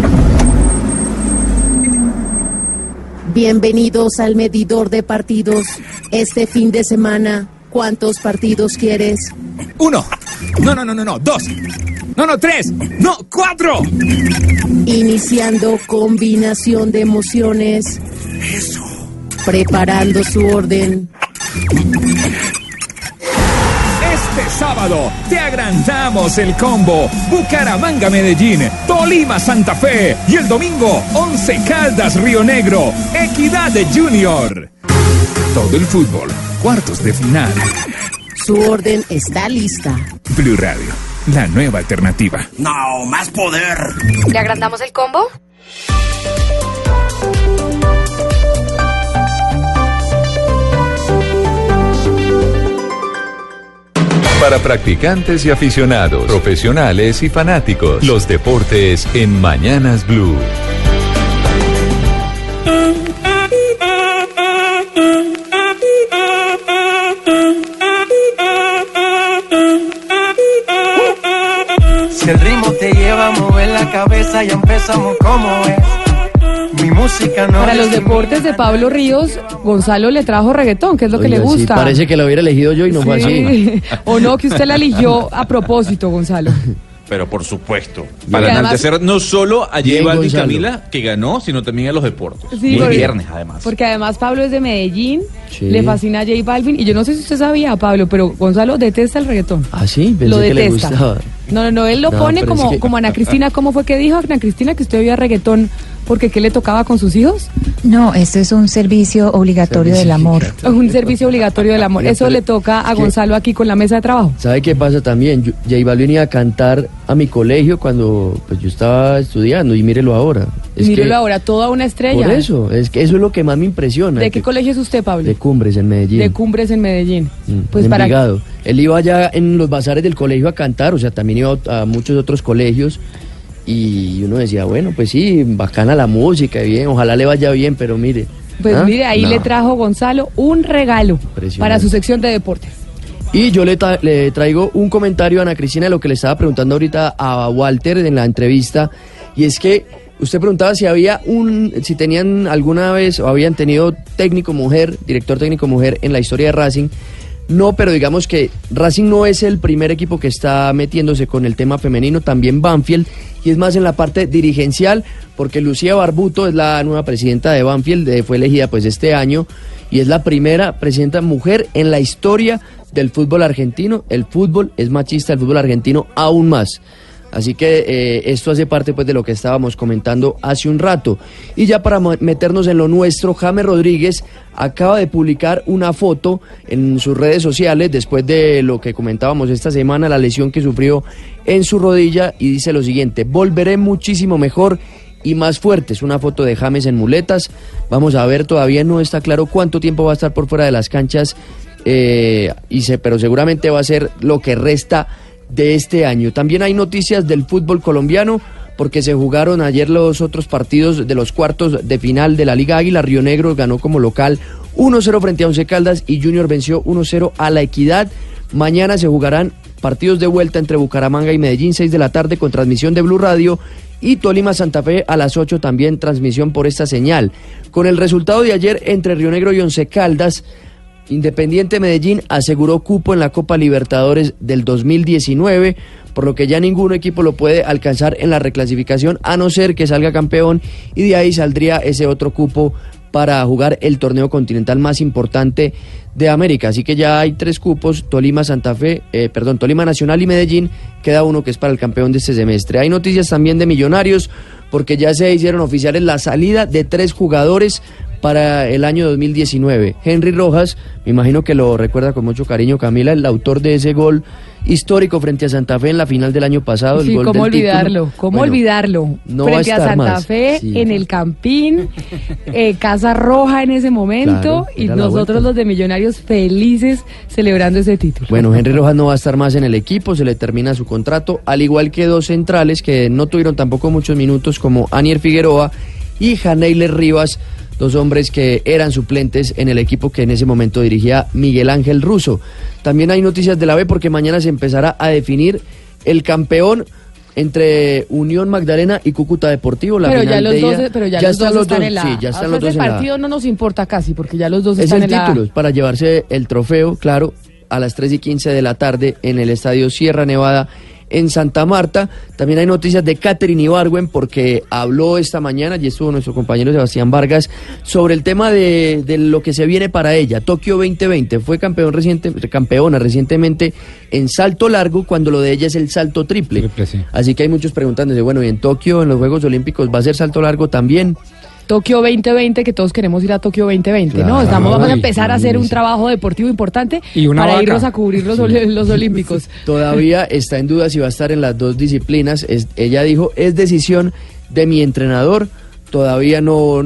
Bienvenidos al medidor de partidos. Este fin de semana, ¿cuántos partidos quieres? 1. No. 2. No, 3. No, 4. Iniciando combinación de emociones. Eso. Preparando su orden. Este sábado te agrandamos el combo. Bucaramanga-Medellín, Tolima-Santa Fe. Y el domingo, 11 Caldas-Río Negro, Equidad de Junior. Todo el fútbol, cuartos de final. Su orden está lista. Blue Radio, la nueva alternativa. No, más poder. ¿Le agrandamos el combo? Para practicantes y aficionados, profesionales y fanáticos, los deportes en Mañanas Blue. Si el ritmo te lleva a mover la cabeza, ya empezamos como es. Mi música no Para los deportes de Pablo Ríos, Gonzalo le trajo reggaetón, que es lo que le Oiga, sí, gusta. parece que lo hubiera elegido yo y no fue así. O no, que usted la eligió a propósito, Gonzalo. Pero por supuesto, Y para además- enaltecer no solo a J Bien, Balvin y Gonzalo. Camila, que ganó, sino también a los deportes. Sí, y el porque- viernes, además. Porque además Pablo es de Medellín, Sí. le fascina a J Balvin, y yo no sé si usted sabía, Pablo, pero Gonzalo detesta el reggaetón. Ah, sí, pensé Lo que le detesta. gustaba. No, él lo No, pone pero es como, que- como Ana Cristina. ¿Cómo fue que dijo Ana Cristina que usted veía reggaetón porque qué le tocaba con sus hijos? No, esto es un servicio obligatorio del amor. Un servicio obligatorio del amor. Oiga, Eso pero le toca a es que- Gonzalo aquí con la mesa de trabajo. ¿Sabe qué pasa también? J Balvin iba a cantar a mi colegio cuando pues, yo estaba estudiando y mírelo ahora. Es Mírelo que- ahora, toda una estrella. Por eso, es que eso es lo que más me impresiona. ¿De qué colegio es usted, Pablo? De Cumbres, en Medellín. De Cumbres en Medellín. Pues en para Envigado. Él iba allá en los bazares del colegio a cantar, o sea, también iba a muchos otros colegios y uno decía, bueno, pues sí, bacana la música, bien, ojalá le vaya bien, pero mire. Pues ¿ah? mire, ahí No. le trajo Gonzalo un regalo para su sección de deportes. Y yo le traigo un comentario a Ana Cristina de lo que le estaba preguntando ahorita a Walter en la entrevista, y es que usted preguntaba si tenían alguna vez o habían tenido director técnico mujer en la historia de Racing. No, pero digamos que Racing no es el primer equipo que está metiéndose con el tema femenino, también Banfield, y es más en la parte dirigencial, porque Lucía Barbuto es la nueva presidenta de Banfield, fue elegida pues este año, y es la primera presidenta mujer en la historia del fútbol argentino. El fútbol es machista, el fútbol argentino aún más. Así que esto hace parte pues de lo que estábamos comentando hace un rato. Y ya para meternos en lo nuestro, James Rodríguez acaba de publicar una foto en sus redes sociales después de lo que comentábamos esta semana, la lesión que sufrió en su rodilla, y dice lo siguiente: volveré muchísimo mejor y más fuerte. Es una foto de James en muletas. Vamos a ver, todavía no está claro cuánto tiempo va a estar por fuera de las canchas, pero seguramente va a ser lo que resta de este año. También hay noticias del fútbol colombiano, porque se jugaron ayer los otros partidos de los cuartos de final de la Liga Águila. Río Negro ganó como local 1-0 frente a Once Caldas y Junior venció 1-0 a La Equidad. Mañana se jugarán partidos de vuelta entre Bucaramanga y Medellín, 6 de la tarde, con transmisión de Blue Radio, y Tolima Santa Fe a las 8, también transmisión por esta señal. Con el resultado de ayer entre Río Negro y Once Caldas, Independiente Medellín aseguró cupo en la Copa Libertadores del 2019, por lo que ya ningún equipo lo puede alcanzar en la reclasificación, a no ser que salga campeón, y de ahí saldría ese otro cupo para jugar el torneo continental más importante de América. Así que ya hay 3 cupos: Tolima Nacional y Medellín. Queda uno que es para el campeón de este semestre. Hay noticias también de Millonarios, porque ya se hicieron oficiales la salida de 3 jugadores para el año 2019. Henry Rojas, me imagino que lo recuerda con mucho cariño Camila, el autor de ese gol histórico frente a Santa Fe en la final del año pasado. Sí, el gol cómo del olvidarlo, título. cómo Bueno, olvidarlo. no va a Frente a estar Santa más. Fe, Sí. en el Campín, Casa Roja en ese momento, Claro, y era la nosotros vuelta. los de Millonarios felices celebrando ese título. Bueno, Henry Rojas no va a estar más en el equipo, se le termina su contrato, al igual que 2 centrales que no tuvieron tampoco muchos minutos, como Anier Figueroa y Janeiler Rivas, 2 hombres que eran suplentes en el equipo que en ese momento dirigía Miguel Ángel Russo. También hay noticias de la B, porque mañana se empezará a definir el campeón entre Unión Magdalena y Cúcuta Deportivo. La pero final ya los de dos, ella- pero ya ya los dos están dos, en la sí, A. ya O están sea, los dos ese en la A. partido no nos importa casi, porque ya los dos Es están el en la A. título, es para llevarse el trofeo, claro, a las 3:15 de la tarde en el Estadio Sierra Nevada en Santa Marta. También hay noticias de Katherine Ibargüen, porque habló esta mañana, y estuvo nuestro compañero Sebastián Vargas, sobre el tema de lo que se viene para ella. Tokio 2020, fue campeona recientemente en salto largo, cuando lo de ella es el salto triple. Así que hay muchos preguntándose, bueno, y en Tokio, en los Juegos Olímpicos, ¿va a ser salto largo también? Tokio 2020, que todos queremos ir a Tokio 2020, ¿no? Claro. Vamos a Ay, empezar a hacer un sí. trabajo deportivo importante Y una para vaca. irnos a cubrir los Olímpicos. Todavía está en duda si va a estar en las 2 disciplinas. Ella dijo, es decisión de mi entrenador. Todavía no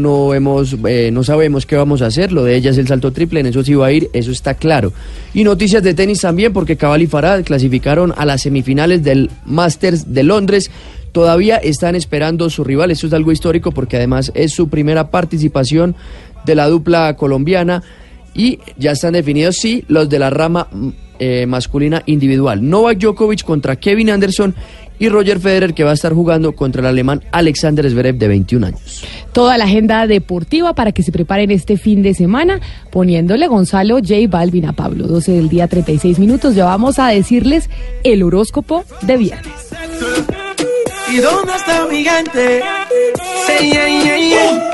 sabemos qué vamos a hacer. Lo de ella es el salto triple, en eso sí va a ir, eso está claro. Y noticias de tenis también, porque Cabal y Farad clasificaron a las semifinales del Masters de Londres. Todavía están esperando su rival. Esto es algo histórico, porque además es su primera participación de la dupla colombiana, y ya están definidos, sí, los de la rama masculina individual. Novak Djokovic contra Kevin Anderson, y Roger Federer, que va a estar jugando contra el alemán Alexander Zverev, de 21 años. toda la agenda deportiva para que se preparen este fin de semana, poniéndole Gonzalo J Balvin a Pablo. 12 del día, 36 minutos. Ya vamos a decirles el horóscopo de viernes. ¿Y dónde está mi gente? Say, yeah, yeah, yeah. 1, 2,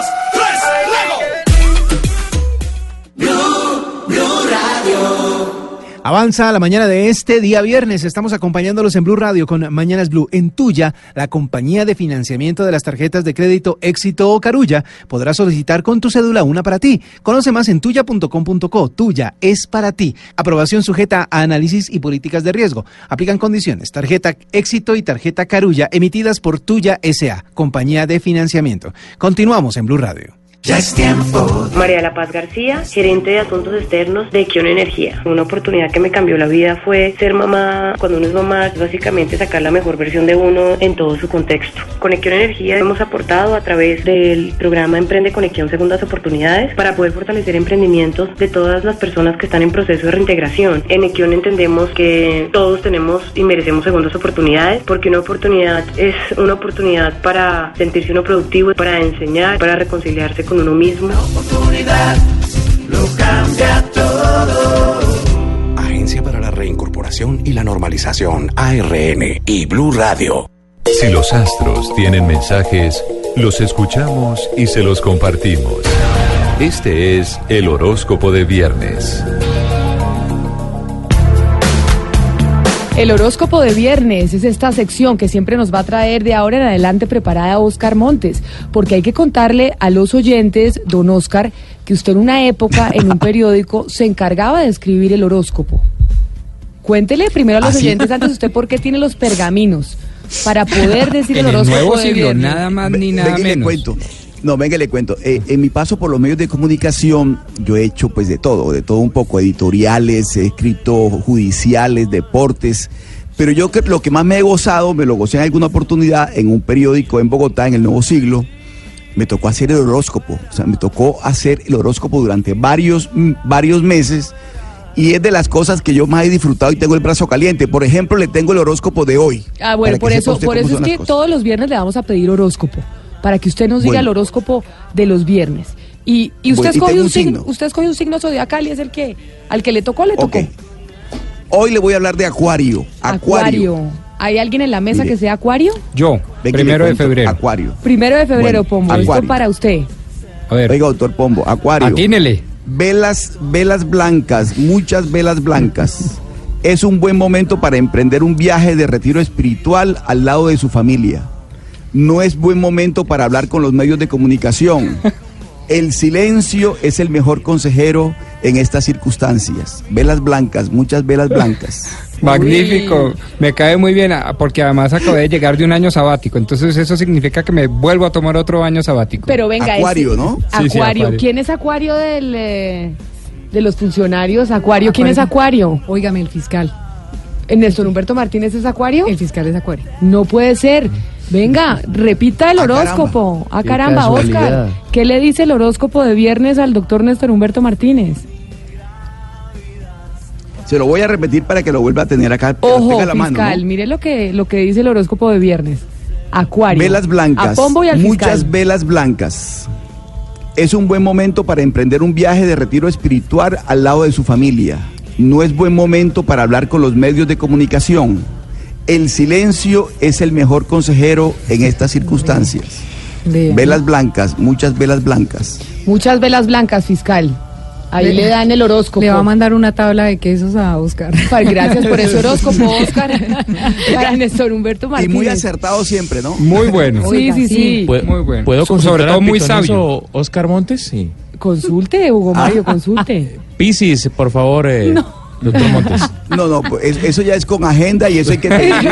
3, luego. Blue Radio. Avanza la mañana de este día viernes. Estamos acompañándolos en Blue Radio con Mañanas Blue. En Tuya, la compañía de financiamiento de las tarjetas de crédito Éxito o Carulla, podrás solicitar con tu cédula una para ti. Conoce más en tuya.com.co. Tuya es para ti. Aprobación sujeta a análisis y políticas de riesgo. Aplican condiciones. Tarjeta Éxito y tarjeta Carulla emitidas por Tuya S.A., compañía de financiamiento. Continuamos en Blue Radio. Ya es tiempo. María de la Paz García, gerente de asuntos externos de Equión Energía. Una oportunidad que me cambió la vida fue ser mamá. Cuando uno es mamá, es básicamente sacar la mejor versión de uno en todo su contexto. Con Equión Energía hemos aportado a través del programa Emprende con Equión Segundas Oportunidades para poder fortalecer emprendimientos de todas las personas que están en proceso de reintegración. En Equión entendemos que todos tenemos y merecemos segundas oportunidades, porque una oportunidad es una oportunidad para sentirse uno productivo, para enseñar, para reconciliarse con uno mismo. La oportunidad lo cambia todo. Agencia para la Reincorporación y la Normalización, ARN y Blue Radio. Si los astros tienen mensajes, los escuchamos y se los compartimos. Este es el horóscopo de viernes. El horóscopo de viernes es esta sección que siempre nos va a traer de ahora en adelante preparada Oscar Montes, porque hay que contarle a los oyentes, don Oscar, que usted en una época en un periódico se encargaba de escribir el horóscopo. Cuéntele primero a los oyentes antes usted por qué tiene los pergaminos para poder decir el horóscopo nuevo de siglo, viernes. nada más ni nada menos. Le cuento. No, venga, le cuento. En mi paso por los medios de comunicación, yo he hecho pues de todo un poco, editoriales, he escrito judiciales, deportes, pero yo que lo que más me he gozado, me lo gocé en alguna oportunidad en un periódico en Bogotá, en el Nuevo Siglo, me tocó hacer el horóscopo, o sea, me tocó hacer el horóscopo durante varios meses, y es de las cosas que yo más he disfrutado y tengo el brazo caliente. Por ejemplo, le tengo el horóscopo de hoy. Ah, bueno, por eso es que todos los viernes le vamos a pedir horóscopo, para que usted nos diga el horóscopo de los viernes. Y usted escoge un signo. Usted escoge un signo zodiacal y es el que al que le tocó, le tocó. Hoy le voy a hablar de Acuario. Acuario. ¿Hay alguien en la mesa que sea Acuario? Yo, 1 de febrero. Acuario. 1 de febrero, bueno, Pombo. Acuario. Esto para usted. A ver. Oiga, doctor Pombo, Acuario. Atínele. Velas blancas, muchas velas blancas. Es un buen momento para emprender un viaje de retiro espiritual al lado de su familia. No es buen momento para hablar con los medios de comunicación. El silencio es el mejor consejero en estas circunstancias. Velas blancas, muchas velas blancas. Magnífico, me cae muy bien, porque además acabé de llegar de un año sabático, entonces eso significa que me vuelvo a tomar otro año sabático. Pero venga, Acuario, ¿no? Acuario. Sí, Acuario. ¿Quién es Acuario de los funcionarios? Acuario, ¿quién es Acuario? Óigame, el fiscal. ¿Néstor Humberto Martínez es Acuario? El fiscal es Acuario. No puede ser. Venga, repita el horóscopo. Ah, caramba, Oscar. ¿Qué le dice el horóscopo de viernes al doctor Néstor Humberto Martínez? Se lo voy a repetir para que lo vuelva a tener acá. Ojo, tenga la fiscal, mano, ¿no? mire lo que dice el horóscopo de viernes. Acuario. Velas blancas, A Pombo y al muchas fiscal. velas blancas. Es un buen momento para emprender un viaje de retiro espiritual al lado de su familia. No es buen momento para hablar con los medios de comunicación. El silencio es el mejor consejero en estas circunstancias. Bien. Velas blancas, muchas velas blancas. Muchas velas blancas, fiscal. Ahí le dan el horóscopo. Le va a mandar una tabla de quesos a Oscar. Gracias por ese horóscopo, Oscar. Para Néstor Humberto Martínez. Y muy acertado siempre, ¿no? Muy bueno. Sí. Muy bueno. ¿Puedo Sobre todo muy pitonizo sabio. Oscar Montes? Sí. Consulte, Hugo Mario, consulte. Piscis, por favor, doctor Montes. No, pues eso ya es con agenda y eso hay que...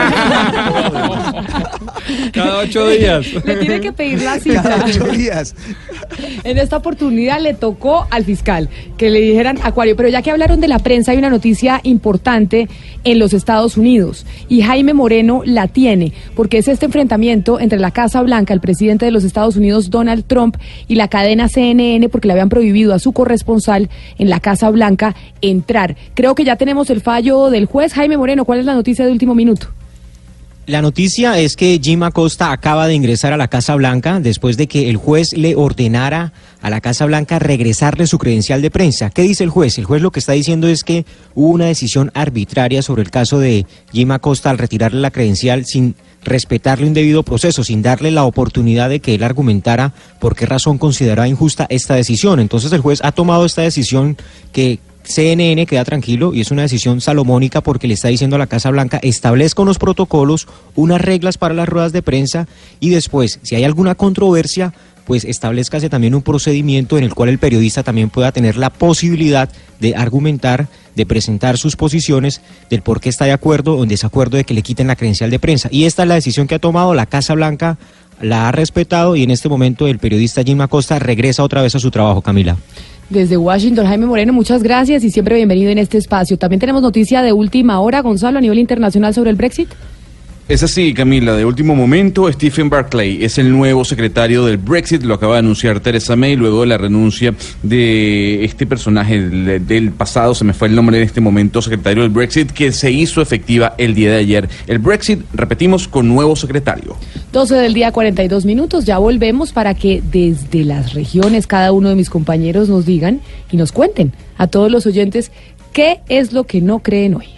Cada 8 días. Le tiene que pedir la cita. Cada 8 días. En esta oportunidad le tocó al fiscal que le dijeran Acuario, pero ya que hablaron de la prensa hay una noticia importante en los Estados Unidos y Jaime Moreno la tiene, porque es este enfrentamiento entre la Casa Blanca, el presidente de los Estados Unidos Donald Trump, y la cadena CNN, porque le habían prohibido a su corresponsal en la Casa Blanca entrar. Creo que ya tenemos el fallo del juez. Jaime Moreno, ¿cuál es la noticia de último minuto? La noticia es que Jim Acosta acaba de ingresar a la Casa Blanca después de que el juez le ordenara a la Casa Blanca regresarle su credencial de prensa. ¿Qué dice el juez? El juez lo que está diciendo es que hubo una decisión arbitraria sobre el caso de Jim Acosta al retirarle la credencial sin respetarle un debido proceso, sin darle la oportunidad de que él argumentara por qué razón consideraba injusta esta decisión. Entonces el juez ha tomado esta decisión que CNN queda tranquilo y es una decisión salomónica porque le está diciendo a la Casa Blanca establezca unos protocolos, unas reglas para las ruedas de prensa y después, si hay alguna controversia, pues establezcase también un procedimiento en el cual el periodista también pueda tener la posibilidad de argumentar, de presentar sus posiciones del por qué está de acuerdo o en desacuerdo de que le quiten la credencial de prensa. Y esta es la decisión que ha tomado la Casa Blanca, la ha respetado y en este momento el periodista Jim Acosta regresa otra vez a su trabajo, Camila. Desde Washington, Jaime Moreno, muchas gracias y siempre bienvenido en este espacio. También tenemos noticia de última hora, Gonzalo, a nivel internacional sobre el Brexit. Es así, Camila, de último momento, Stephen Barclay es el nuevo secretario del Brexit, lo acaba de anunciar Theresa May luego de la renuncia de este personaje del pasado, se me fue el nombre en este momento, secretario del Brexit, que se hizo efectiva el día de ayer. El Brexit, repetimos, con nuevo secretario. 12 del día, 42 minutos, ya volvemos para que desde las regiones cada uno de mis compañeros nos digan y nos cuenten a todos los oyentes qué es lo que no creen hoy.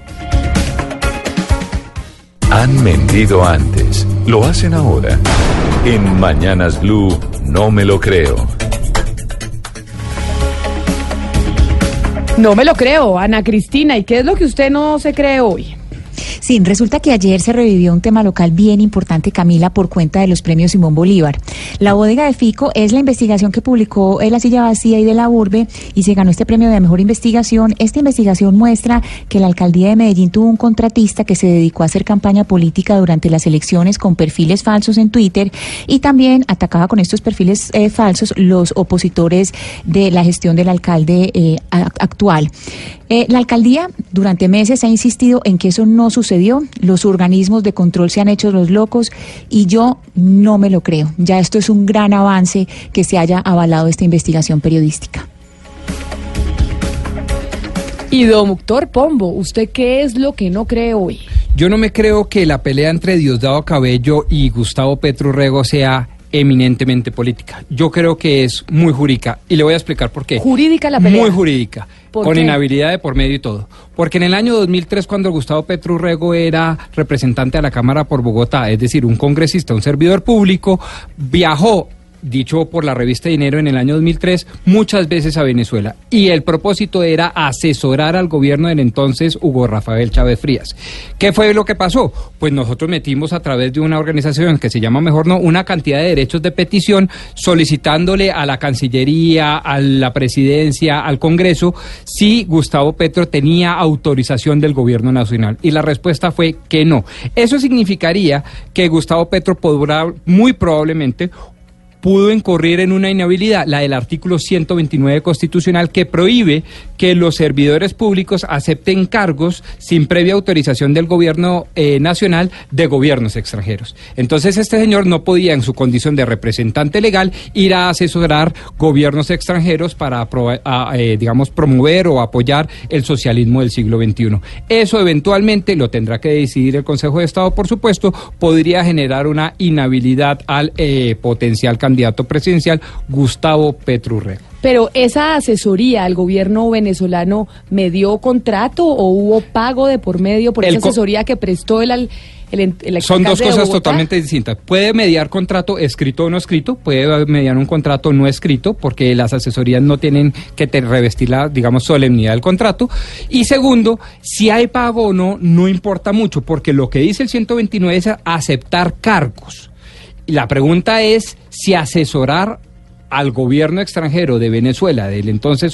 Han mentido antes, lo hacen ahora. En Mañanas Blue, no me lo creo. No me lo creo, Ana Cristina. ¿Y qué es lo que usted no se cree hoy? Sí, resulta que ayer se revivió un tema local bien importante, Camila, por cuenta de los premios Simón Bolívar. La bodega de Fico es la investigación que publicó La Silla Vacía y de la Urbe y se ganó este premio de mejor investigación. Esta investigación muestra que la alcaldía de Medellín tuvo un contratista que se dedicó a hacer campaña política durante las elecciones con perfiles falsos en Twitter y también atacaba con estos perfiles falsos los opositores de la gestión del alcalde actual. La alcaldía durante meses ha insistido en que eso no sucedió, los organismos de control se han hecho los locos y yo no me lo creo. Ya esto es un gran avance que se haya avalado esta investigación periodística. Y doctor Pombo, ¿usted qué es lo que no cree hoy? Yo no me creo que la pelea entre Diosdado Cabello y Gustavo Petro Urrego sea eminentemente política. Yo creo que es muy jurídica y le voy a explicar por qué. ¿Jurídica la pelea? Muy jurídica, con qué? inhabilidad de por medio y todo. Porque en el año 2003, cuando Gustavo Petro Urrego era representante de la Cámara por Bogotá, es decir, un congresista, un servidor público, viajó, dicho por la revista Dinero en el año 2003, muchas veces a Venezuela. Y el propósito era asesorar al gobierno del entonces Hugo Rafael Chávez Frías. ¿Qué fue lo que pasó? Pues nosotros metimos a través de una organización que se llama Mejor No, una cantidad de derechos de petición solicitándole a la Cancillería, a la Presidencia, al Congreso, si Gustavo Petro tenía autorización del gobierno nacional. Y la respuesta fue que no. Eso significaría que Gustavo Petro podrá, muy probablemente, pudo incurrir en una inhabilidad, la del artículo 129 constitucional, que prohíbe que los servidores públicos acepten cargos sin previa autorización del gobierno nacional de gobiernos extranjeros. Entonces este señor no podía, en su condición de representante legal, ir a asesorar gobiernos extranjeros para, digamos, promover o apoyar el socialismo del siglo XXI. Eso eventualmente lo tendrá que decidir el Consejo de Estado, por supuesto, podría generar una inhabilidad al potencial candidato presidencial Gustavo Petro Urrego. Pero esa asesoría al gobierno venezolano, ¿me dio contrato o hubo pago de por medio por esa asesoría que prestó el Son dos cosas totalmente distintas. Puede mediar contrato escrito o no escrito, puede mediar un contrato no escrito, porque las asesorías no tienen que revestir la, digamos, solemnidad del contrato. Y segundo, si hay pago o no, no importa mucho, porque lo que dice el 129 es aceptar cargos. Y la pregunta es si asesorar al gobierno extranjero de Venezuela, del entonces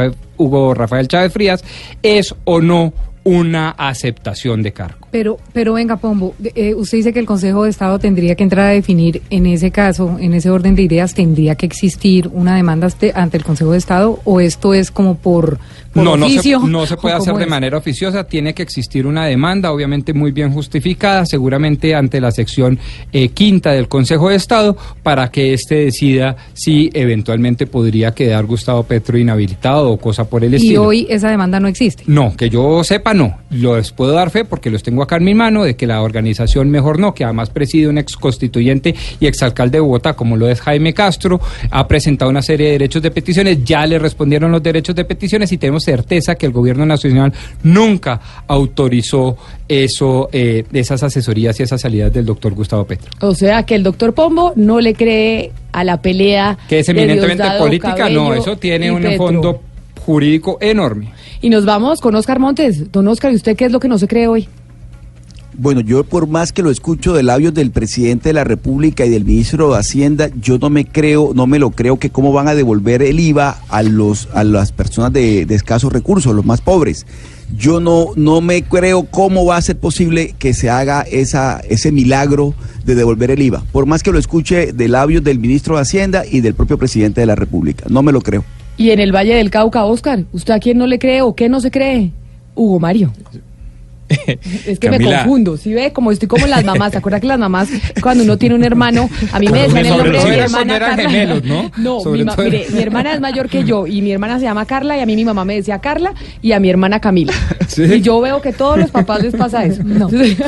Hugo Rafael Chávez Frías, es o no una aceptación de cargo. Pero venga, Pombo, usted dice que el Consejo de Estado tendría que entrar a definir, en ese caso, en ese orden de ideas, ¿tendría que existir una demanda ante el Consejo de Estado o esto es como por oficio? No se puede hacer de manera oficiosa, tiene que existir una demanda, obviamente muy bien justificada, seguramente ante la sección quinta del Consejo de Estado, para que éste decida si eventualmente podría quedar Gustavo Petro inhabilitado o cosa por el estilo. ¿Y hoy esa demanda no existe? No, que yo sepa no, les puedo dar fe porque los tengo tengo acá en mi mano, de que la organización Mejor No, que además preside un ex constituyente y exalcalde de Bogotá, como lo es Jaime Castro, ha presentado una serie de derechos de peticiones, ya le respondieron los derechos de peticiones y tenemos certeza que el gobierno nacional nunca autorizó esas asesorías y esas salidas del doctor Gustavo Petro. O sea, que el doctor Pombo no le cree a la pelea que es eminentemente de Diosdado, política, Cabello no, eso tiene y un Petro. fondo jurídico enorme. Y nos vamos con Óscar Montes. Don Óscar, ¿y usted qué es lo que no se cree hoy? Bueno, yo por más que lo escucho de labios del presidente de la República y del ministro de Hacienda, yo no me lo creo que cómo van a devolver el IVA a las personas de escasos recursos, los más pobres. Yo no me creo cómo va a ser posible que se haga ese milagro de devolver el IVA, por más que lo escuche de labios del ministro de Hacienda y del propio presidente de la República. No me lo creo. Y en el Valle del Cauca, Óscar, ¿usted a quién no le cree o qué no se cree? Hugo Mario. Es que Camila, me confundo, ¿sí ve? Como estoy como las mamás, ¿se acuerda que las mamás cuando uno tiene un hermano, a mí me decían el nombre de mi hermana Carla? Gemelos, ¿no? No, mire, mi hermana es mayor que yo y mi hermana se llama Carla y a mí mi mamá me decía Carla y a mi hermana Camila. ¿Sí? Y yo veo que a todos los papás les pasa eso. No,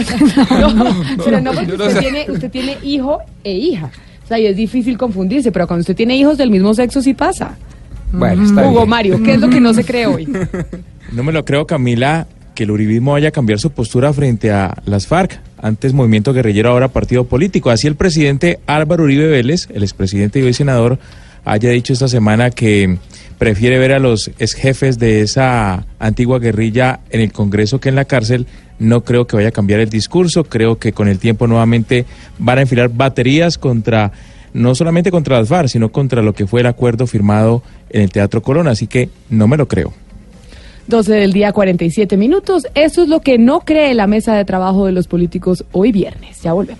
porque usted tiene hijo e hija. O sea, y es difícil confundirse, pero cuando usted tiene hijos del mismo sexo sí pasa. Bueno, está Hugo bien. Mario, ¿qué es lo que no se cree hoy? No me lo creo, Camila, que el uribismo vaya a cambiar su postura frente a las FARC, antes movimiento guerrillero, ahora partido político. Así el presidente Álvaro Uribe Vélez, el expresidente y hoy senador, haya dicho esta semana que prefiere ver a los exjefes de esa antigua guerrilla en el Congreso que en la cárcel. No creo que vaya a cambiar el discurso, creo que con el tiempo nuevamente van a enfilar baterías no solamente contra las FARC, sino contra lo que fue el acuerdo firmado en el Teatro Colón, así que no me lo creo. 12 del día, 47 minutos. Eso es lo que no cree la mesa de trabajo de los políticos hoy viernes. Ya volvemos.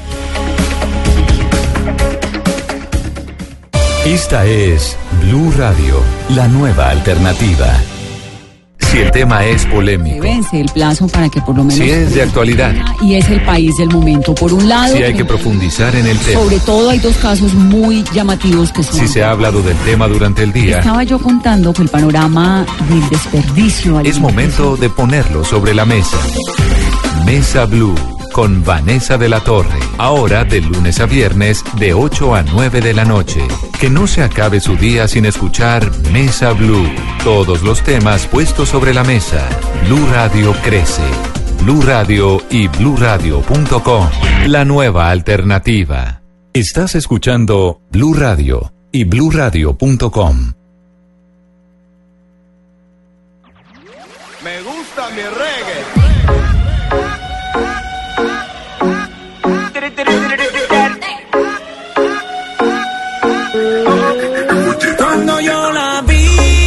Esta es Blue Radio, la nueva alternativa. Si el tema es polémico, Vence el plazo para que por lo menos... si es de actualidad, Y es el país del momento. Por un lado... si hay que profundizar en el tema, Sobre todo hay dos casos muy llamativos que son... si se ha hablado del tema durante el día, Estaba yo contando que el panorama del desperdicio... es momento de ponerlo sobre la mesa. Mesa Blue, con Vanessa de la Torre. Ahora de lunes a viernes, de 8 a 9 de la noche. Que no se acabe su día sin escuchar Mesa Blue. Todos los temas puestos sobre la mesa. Blue Radio crece. Blue Radio y bluradio.com. La nueva alternativa. Estás escuchando Blue Radio y bluradio.com. Me gusta mi reggae. Cuando yo la vi,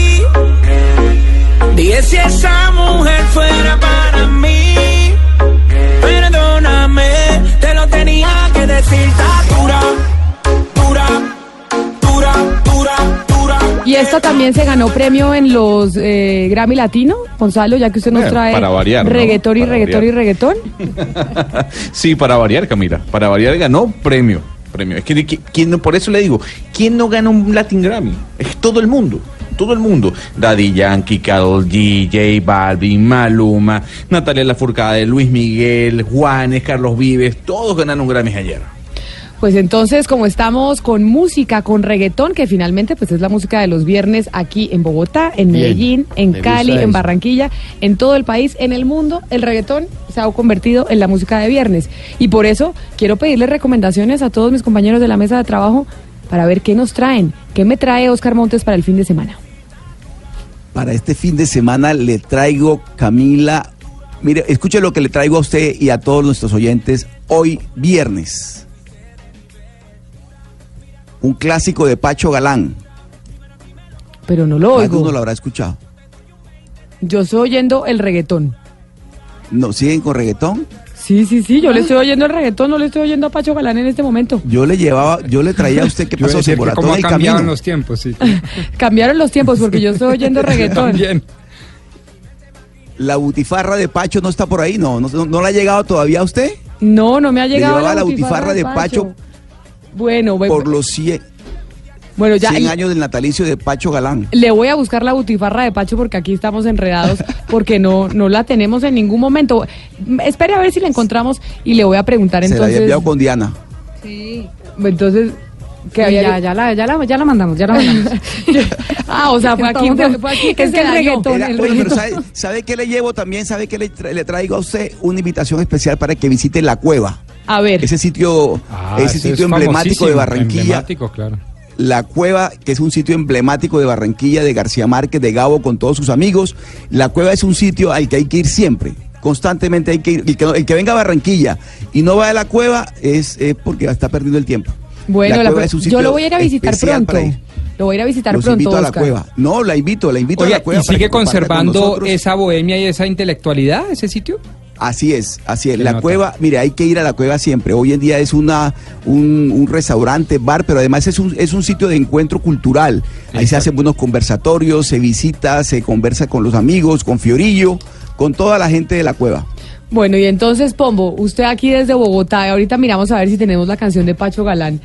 dije si esa mujer fuera para mí, perdóname, te lo tenía que decir, está dura, dura, dura, dura, dura. Y esta también se ganó premio en los Grammy Latino, Gonzalo, ya que usted nos trae para variar, ¿no? reggaetón y Para reggaetón variar. y reggaetón. Sí, para variar, Camila. Para variar ganó premio. Es que ¿quién no, por eso le digo, ¿quién no gana un Latin Grammy? Es todo el mundo. Todo el mundo. Daddy Yankee, Karol G, J Balvin, Maluma, Natalia Lafourcade, Luis Miguel, Juanes, Carlos Vives, todos ganaron un Grammy ayer. Pues entonces, como estamos con música, con reggaetón, que finalmente pues es la música de los viernes aquí en Bogotá, en Bien, Medellín, en me Cali, gusta en eso. Barranquilla, en todo el país, en el mundo, el reggaetón se ha convertido en la música de viernes. Y por eso quiero pedirles recomendaciones a todos mis compañeros de la mesa de trabajo para ver qué nos traen. ¿Qué me trae Óscar Montes para el fin de semana? Para este fin de semana le traigo, Camila, mire, escuche lo que le traigo a usted y a todos nuestros oyentes hoy viernes. Un clásico de Pacho Galán. Pero no lo oigo. Alguno lo habrá escuchado. Yo estoy oyendo el reggaetón. ¿No siguen con reggaetón? Sí, yo le estoy oyendo el reggaetón, no le estoy oyendo a Pacho Galán en este momento. Yo le traía a usted que pasó su ¿Cómo maratón ha y cambiado en camino. los tiempos? Sí. Cambiaron los tiempos porque yo estoy oyendo reggaetón. También. La butifarra de Pacho no está por ahí, no le ha llegado todavía a usted. No me ha llegado Le llevaba la butifarra de Pacho Bueno, por los 100. Bueno, ya 100 años del natalicio de Pacho Galán. le voy a buscar la butifarra de Pacho porque aquí estamos enredados porque no la tenemos en ningún momento. Espere a ver si la encontramos y le voy a preguntar Se la había entonces. enviado con Diana. Sí. Entonces, ¿qué había? Ya la mandamos, O sea, fue aquí que es se que el dañó. reggaetón, Era- el bueno, pero reggaetón. ¿sabe qué le llevo también? ¿Sabe qué le traigo a usted? Una invitación especial para que visite La Cueva. A ver. Ese sitio Ese es emblemático de famosísimo, Barranquilla. Emblemático, claro. La Cueva, que es un sitio emblemático de Barranquilla, de García Márquez, de Gabo, con todos sus amigos. La Cueva es un sitio al que hay que ir siempre. Constantemente hay que ir. El que venga a Barranquilla y no va a La Cueva es porque está perdiendo el tiempo. Bueno, Cueva es un sitio yo lo voy a ir a visitar especial pronto. para ir. Lo voy a ir a visitar Los pronto, invito a La Oscar. Cueva. No, la invito a Oiga, La Cueva. ¿y para sigue que comparta con conservando nosotros. esa bohemia y esa intelectualidad, ese sitio? Así es. Se La nota. Cueva, mire, hay que ir a La Cueva siempre. Hoy en día es un restaurante, bar, pero además es un sitio de encuentro cultural. Ahí se hacen buenos conversatorios, se visita, se conversa con los amigos, con Fiorillo, con toda la gente de La Cueva. Bueno, y entonces, Pombo, usted aquí desde Bogotá, ahorita miramos a ver si tenemos la canción de Pacho Galán,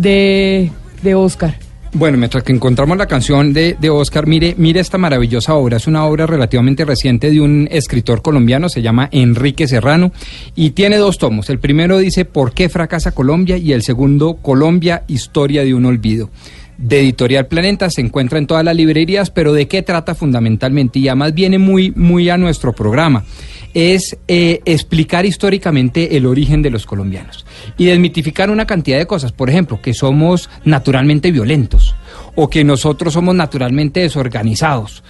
de Oscar. Bueno, mientras que encontramos la canción de Oscar, mire esta maravillosa obra. Es una obra relativamente reciente de un escritor colombiano, se llama Enrique Serrano, y tiene 2 tomos. El primero dice ¿Por qué fracasa Colombia? Y el segundo, Colombia, historia de un olvido. De Editorial Planeta, se encuentra en todas las librerías, pero ¿de qué trata fundamentalmente? Y además viene muy a nuestro programa. Es explicar históricamente el origen de los colombianos y desmitificar una cantidad de cosas, por ejemplo, que somos naturalmente violentos o que nosotros somos naturalmente desorganizados.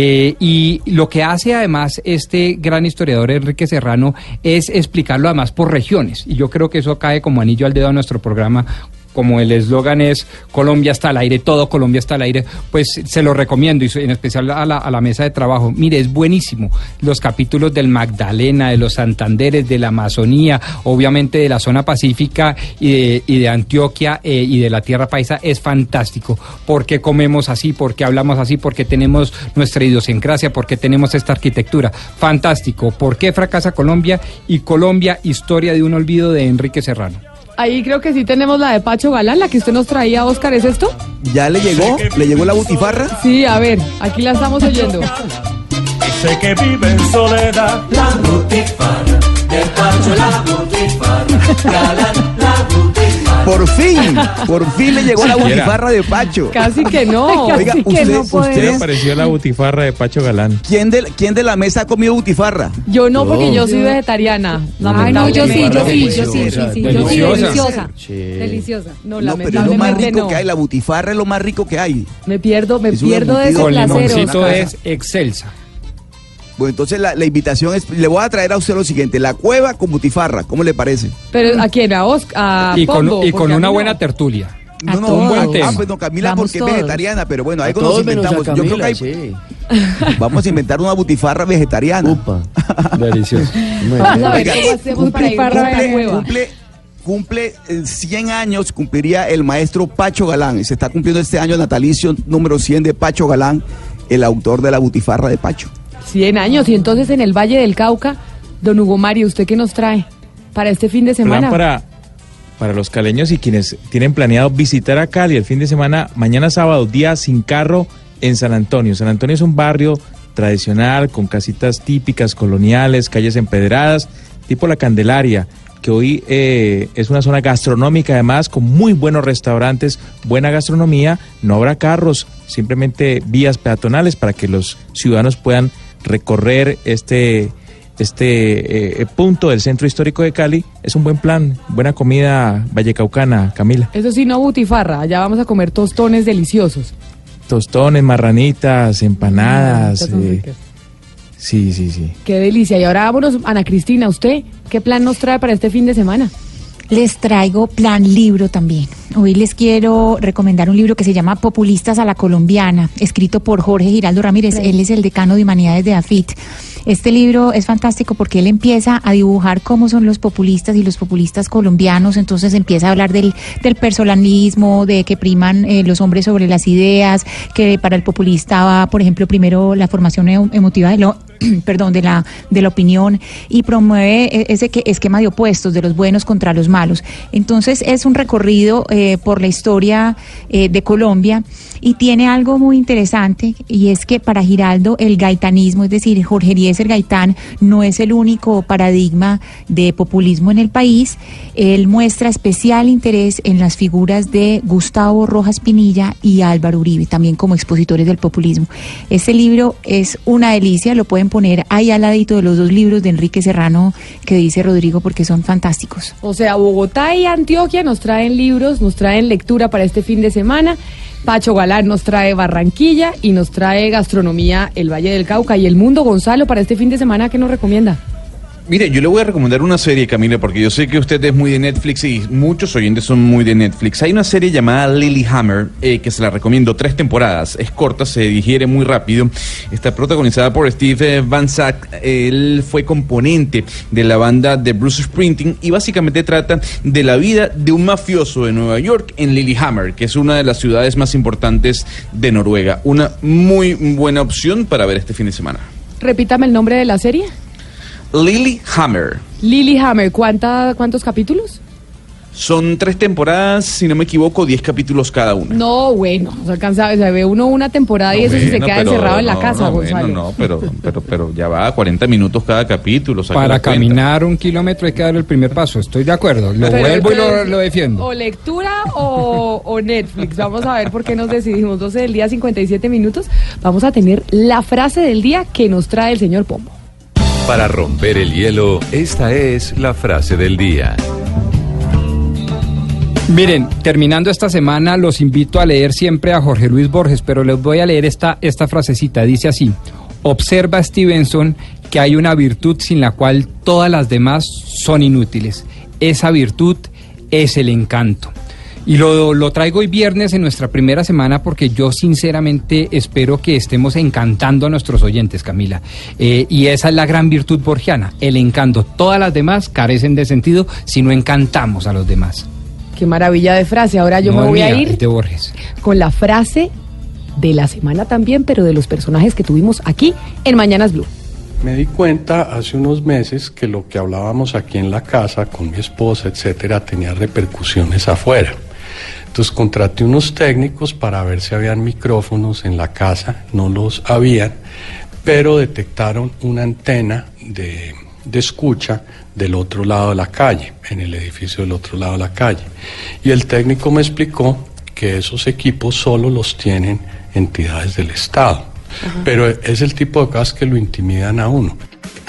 Y lo que hace además este gran historiador Enrique Serrano es explicarlo además por regiones, y yo creo que eso cae como anillo al dedo a nuestro programa. Como el eslogan es Colombia está al aire, todo Colombia está al aire, pues se lo recomiendo, y en especial a la mesa de trabajo. Mire, es buenísimo. Los capítulos del Magdalena, de los Santanderes, de la Amazonía, obviamente de la zona pacífica y de Antioquia y de la tierra paisa, es fantástico. Porque comemos así, porque hablamos así, porque tenemos nuestra idiosincrasia, porque tenemos esta arquitectura. Fantástico. ¿Por qué fracasa Colombia? Y Colombia, historia de un olvido, de Enrique Serrano. Ahí creo que sí tenemos la de Pacho Galán, la que usted nos traía, Oscar, ¿es esto? ¿Ya le llegó la butifarra? Sí, a ver, aquí la estamos oyendo. Dice que vive en soledad. La butifarra, de Pacho la butifarra. La butifarra. Por fin le llegó la butifarra de Pacho. Casi que no. Oiga, ¿Qué le pareció la butifarra de Pacho Galán? ¿Quién de la mesa ha comido butifarra? Yo no, porque yo soy vegetariana. Ay, no, yo sí. Deliciosa. Deliciosa. No, No, pero es lo más lamentablemente rico no. que hay. La butifarra es lo más rico que hay. Me pierdo de Es ese un embutido. Con placer. limoncito Oscar. es excelsa. Bueno, entonces la invitación es, le voy a traer a usted lo siguiente, La Cueva con butifarra, ¿cómo le parece? Pero ¿a quién? ¿A Oscar? Y con Pombo, porque una a mí buena no. tertulia. No, Un buen tema. pues no, Camila, Vamos porque es todos. vegetariana, pero bueno, A algo nos todos menos a inventamos. Yo creo que Camila, hay- sí. vamos a inventar una butifarra vegetariana. Upa. Delicioso. Vamos a ver Oiga, cómo hacemos para ir a la cueva. Cumple 100 años, cumpliría el maestro Pacho Galán. Se está cumpliendo este año natalicio número 100 de Pacho Galán, el autor de la butifarra de Pacho. 100 años, y entonces en el Valle del Cauca, don Hugo Mario, ¿usted qué nos trae para este fin de semana? Plan para los caleños y quienes tienen planeado visitar a Cali el fin de semana, mañana sábado, día sin carro en San Antonio. San Antonio es un barrio tradicional con casitas típicas coloniales, calles empedradas, tipo La Candelaria, que hoy es una zona gastronómica además con muy buenos restaurantes, buena gastronomía. No habrá carros, simplemente vías peatonales para que los ciudadanos puedan recorrer este punto del centro histórico de Cali. Es un buen plan, buena comida vallecaucana, Camila. Eso sí, no butifarra, allá vamos a comer tostones deliciosos. Tostones, marranitas, empanadas. Estas son ricas. Sí. Qué delicia. Y ahora vámonos, Ana Cristina, ¿usted qué plan nos trae para este fin de semana? Les traigo plan libro también. Hoy les quiero recomendar un libro que se llama Populistas a la Colombiana, escrito por Jorge Giraldo Ramírez. Él es el decano de Humanidades de AFIT. Este libro es fantástico porque él empieza a dibujar cómo son los populistas y los populistas colombianos, entonces empieza a hablar del personalismo, de que priman los hombres sobre las ideas, que para el populista va, por ejemplo, primero la formación emotiva de la opinión, y promueve ese esquema de opuestos, de los buenos contra los malos. Entonces es un recorrido por la historia de Colombia, y tiene algo muy interesante, y es que para Giraldo el gaitanismo, es decir, Jorge Eliezer Gaitán, no es el único paradigma de populismo en el país. Él muestra especial interés en las figuras de Gustavo Rojas Pinilla y Álvaro Uribe, también como expositores del populismo. Este libro es una delicia, lo pueden poner ahí al ladito de los dos libros de Enrique Serrano que dice Rodrigo, porque son fantásticos. O sea, Bogotá y Antioquia nos traen libros, nos traen lectura para este fin de semana. Pacho Galán nos trae Barranquilla y nos trae gastronomía el Valle del Cauca y el Mundo. Gonzalo, para este fin de semana, ¿qué nos recomienda? Mire, yo le voy a recomendar una serie, Camila, porque yo sé que usted es muy de Netflix y muchos oyentes son muy de Netflix. Hay una serie llamada Lilyhammer, que se la recomiendo, 3 temporadas. Es corta, se digiere muy rápido. Está protagonizada por Steve Van Zandt. Él fue componente de la banda de Bruce Springsteen y básicamente trata de la vida de un mafioso de Nueva York en Lilyhammer, que es una de las ciudades más importantes de Noruega. Una muy buena opción para ver este fin de semana. Repítame el nombre de la serie. Lilyhammer. Lilyhammer, ¿cuántos capítulos? Son 3 temporadas, si no me equivoco, 10 capítulos cada una. No, bueno, no se alcanza, se ve uno una temporada y eso sí se queda encerrado en la casa, Gonzalo. Pero ya va a 40 minutos cada capítulo. Para caminar 1 kilómetro hay que dar el primer paso, estoy de acuerdo, lo vuelvo y lo defiendo. O lectura o Netflix, vamos a ver por qué nos decidimos. 12 del día, 57 minutos, vamos a tener la frase del día que nos trae el señor Pombo. Para romper el hielo, esta es la frase del día. Miren, terminando esta semana, los invito a leer siempre a Jorge Luis Borges, pero les voy a leer esta frasecita. Dice así: observa, Stevenson, que hay una virtud sin la cual todas las demás son inútiles. Esa virtud es el encanto. Y lo traigo hoy viernes en nuestra primera semana porque yo sinceramente espero que estemos encantando a nuestros oyentes, Camila. Y esa es la gran virtud borgiana, el encanto. Todas las demás carecen de sentido si no encantamos a los demás. Qué maravilla de frase. Ahora yo me voy a ir de Borges con la frase de la semana también, pero de los personajes que tuvimos aquí en Mañanas Blue. Me di cuenta hace unos meses que lo que hablábamos aquí en la casa con mi esposa, etcétera, tenía repercusiones afuera. Entonces contraté unos técnicos para ver si habían micrófonos en la casa, no los habían, pero detectaron una antena de escucha del otro lado de la calle, en el edificio del otro lado de la calle. Y el técnico me explicó que esos equipos solo los tienen entidades del Estado. Ajá. Pero es el tipo de cosas que lo intimidan a uno.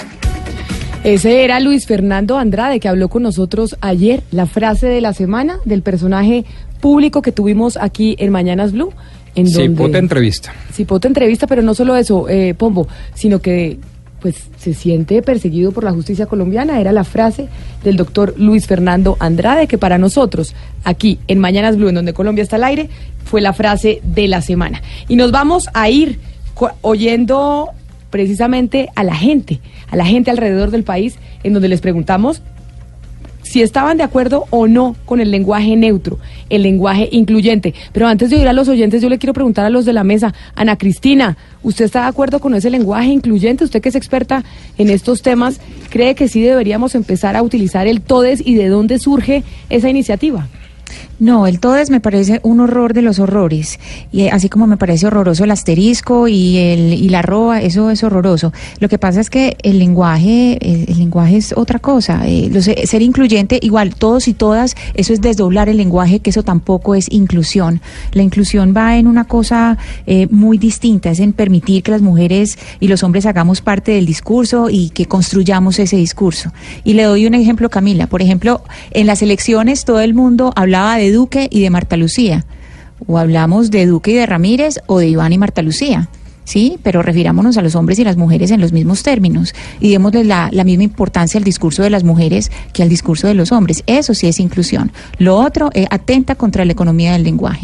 Ese era Luis Fernando Andrade, que habló con nosotros ayer. La frase de la semana del personaje público que tuvimos aquí en Mañanas Blue. Cipote entrevista. Cipote entrevista, pero no solo eso, Pombo, sino que pues se siente perseguido por la justicia colombiana. Era la frase del doctor Luis Fernando Andrade, que para nosotros, aquí en Mañanas Blue, en donde Colombia está al aire, fue la frase de la semana. Y nos vamos a ir oyendo precisamente a la gente alrededor del país, en donde les preguntamos si estaban de acuerdo o no con el lenguaje neutro, el lenguaje incluyente. Pero antes de oír a los oyentes, yo le quiero preguntar a los de la mesa. Ana Cristina, ¿usted está de acuerdo con ese lenguaje incluyente? Usted que es experta en estos temas, ¿cree que sí deberíamos empezar a utilizar el todes y de dónde surge esa iniciativa? No, el todes me parece un horror de los horrores, y así como me parece horroroso el asterisco y la arroba, eso es horroroso. Lo que pasa es que el lenguaje es otra cosa. Ser incluyente, igual todos y todas, eso es desdoblar el lenguaje, que eso tampoco es inclusión. La inclusión va en una cosa muy distinta, es en permitir que las mujeres y los hombres hagamos parte del discurso y que construyamos ese discurso. Y le doy un ejemplo, Camila. Por ejemplo, en las elecciones todo el mundo hablaba de Duque y de Marta Lucía, o hablamos de Duque y de Ramírez, o de Iván y Marta Lucía, ¿sí? Pero refirámonos a los hombres y las mujeres en los mismos términos, y démosle la misma importancia al discurso de las mujeres que al discurso de los hombres. Eso sí es inclusión. Lo otro atenta contra la economía del lenguaje.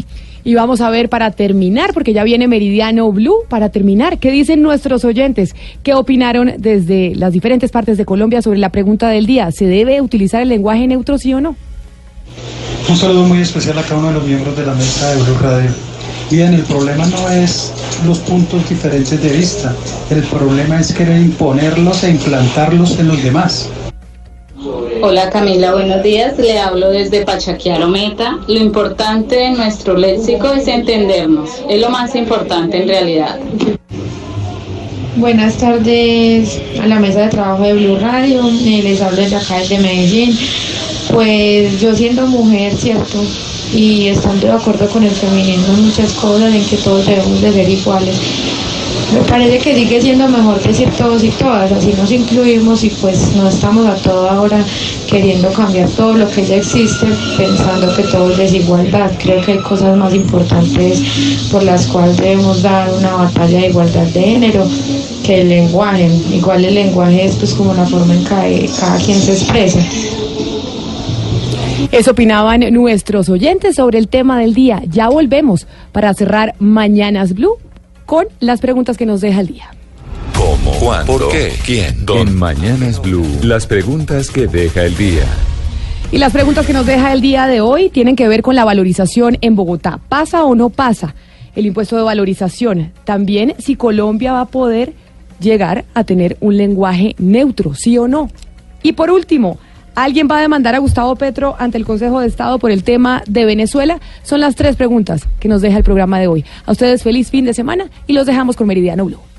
Y vamos a ver para terminar, porque ya viene Meridiano Blue, para terminar, ¿qué dicen nuestros oyentes? ¿Qué opinaron desde las diferentes partes de Colombia sobre la pregunta del día? ¿Se debe utilizar el lenguaje neutro, sí o no? Un saludo muy especial a cada uno de los miembros de la mesa de Blue Radio. Bien, el problema no es los puntos diferentes de vista, el problema es querer imponerlos e implantarlos en los demás. Hola Camila, buenos días, le hablo desde Pachaquiaro Meta. Lo importante de nuestro léxico es entendernos, es lo más importante en realidad. Buenas tardes a la mesa de trabajo de Blue Radio, les hablo desde acá desde Medellín. Pues yo siendo mujer, ¿cierto? Y estando de acuerdo con el feminismo en muchas cosas, en que todos debemos de ser iguales. Me parece que sigue siendo mejor decir todos y todas, así nos incluimos y pues no estamos a toda hora queriendo cambiar todo lo que ya existe, pensando que todo es desigualdad. Creo que hay cosas más importantes por las cuales debemos dar una batalla de igualdad de género que el lenguaje. Igual el lenguaje es pues como la forma en que cada quien se expresa. Eso opinaban nuestros oyentes sobre el tema del día. Ya volvemos para cerrar Mañanas Blue con las preguntas que nos deja el día. ¿Cómo? ¿Cuándo? ¿Por qué? ¿Quién? ¿Dónde? En Mañanas Blue, las preguntas que deja el día. Y las preguntas que nos deja el día de hoy tienen que ver con la valorización en Bogotá. ¿Pasa o no pasa el impuesto de valorización? También si Colombia va a poder llegar a tener un lenguaje neutro, ¿sí o no? Y por último, ¿alguien va a demandar a Gustavo Petro ante el Consejo de Estado por el tema de Venezuela? Son las 3 preguntas que nos deja el programa de hoy. A ustedes feliz fin de semana y los dejamos con Meridiano Blue.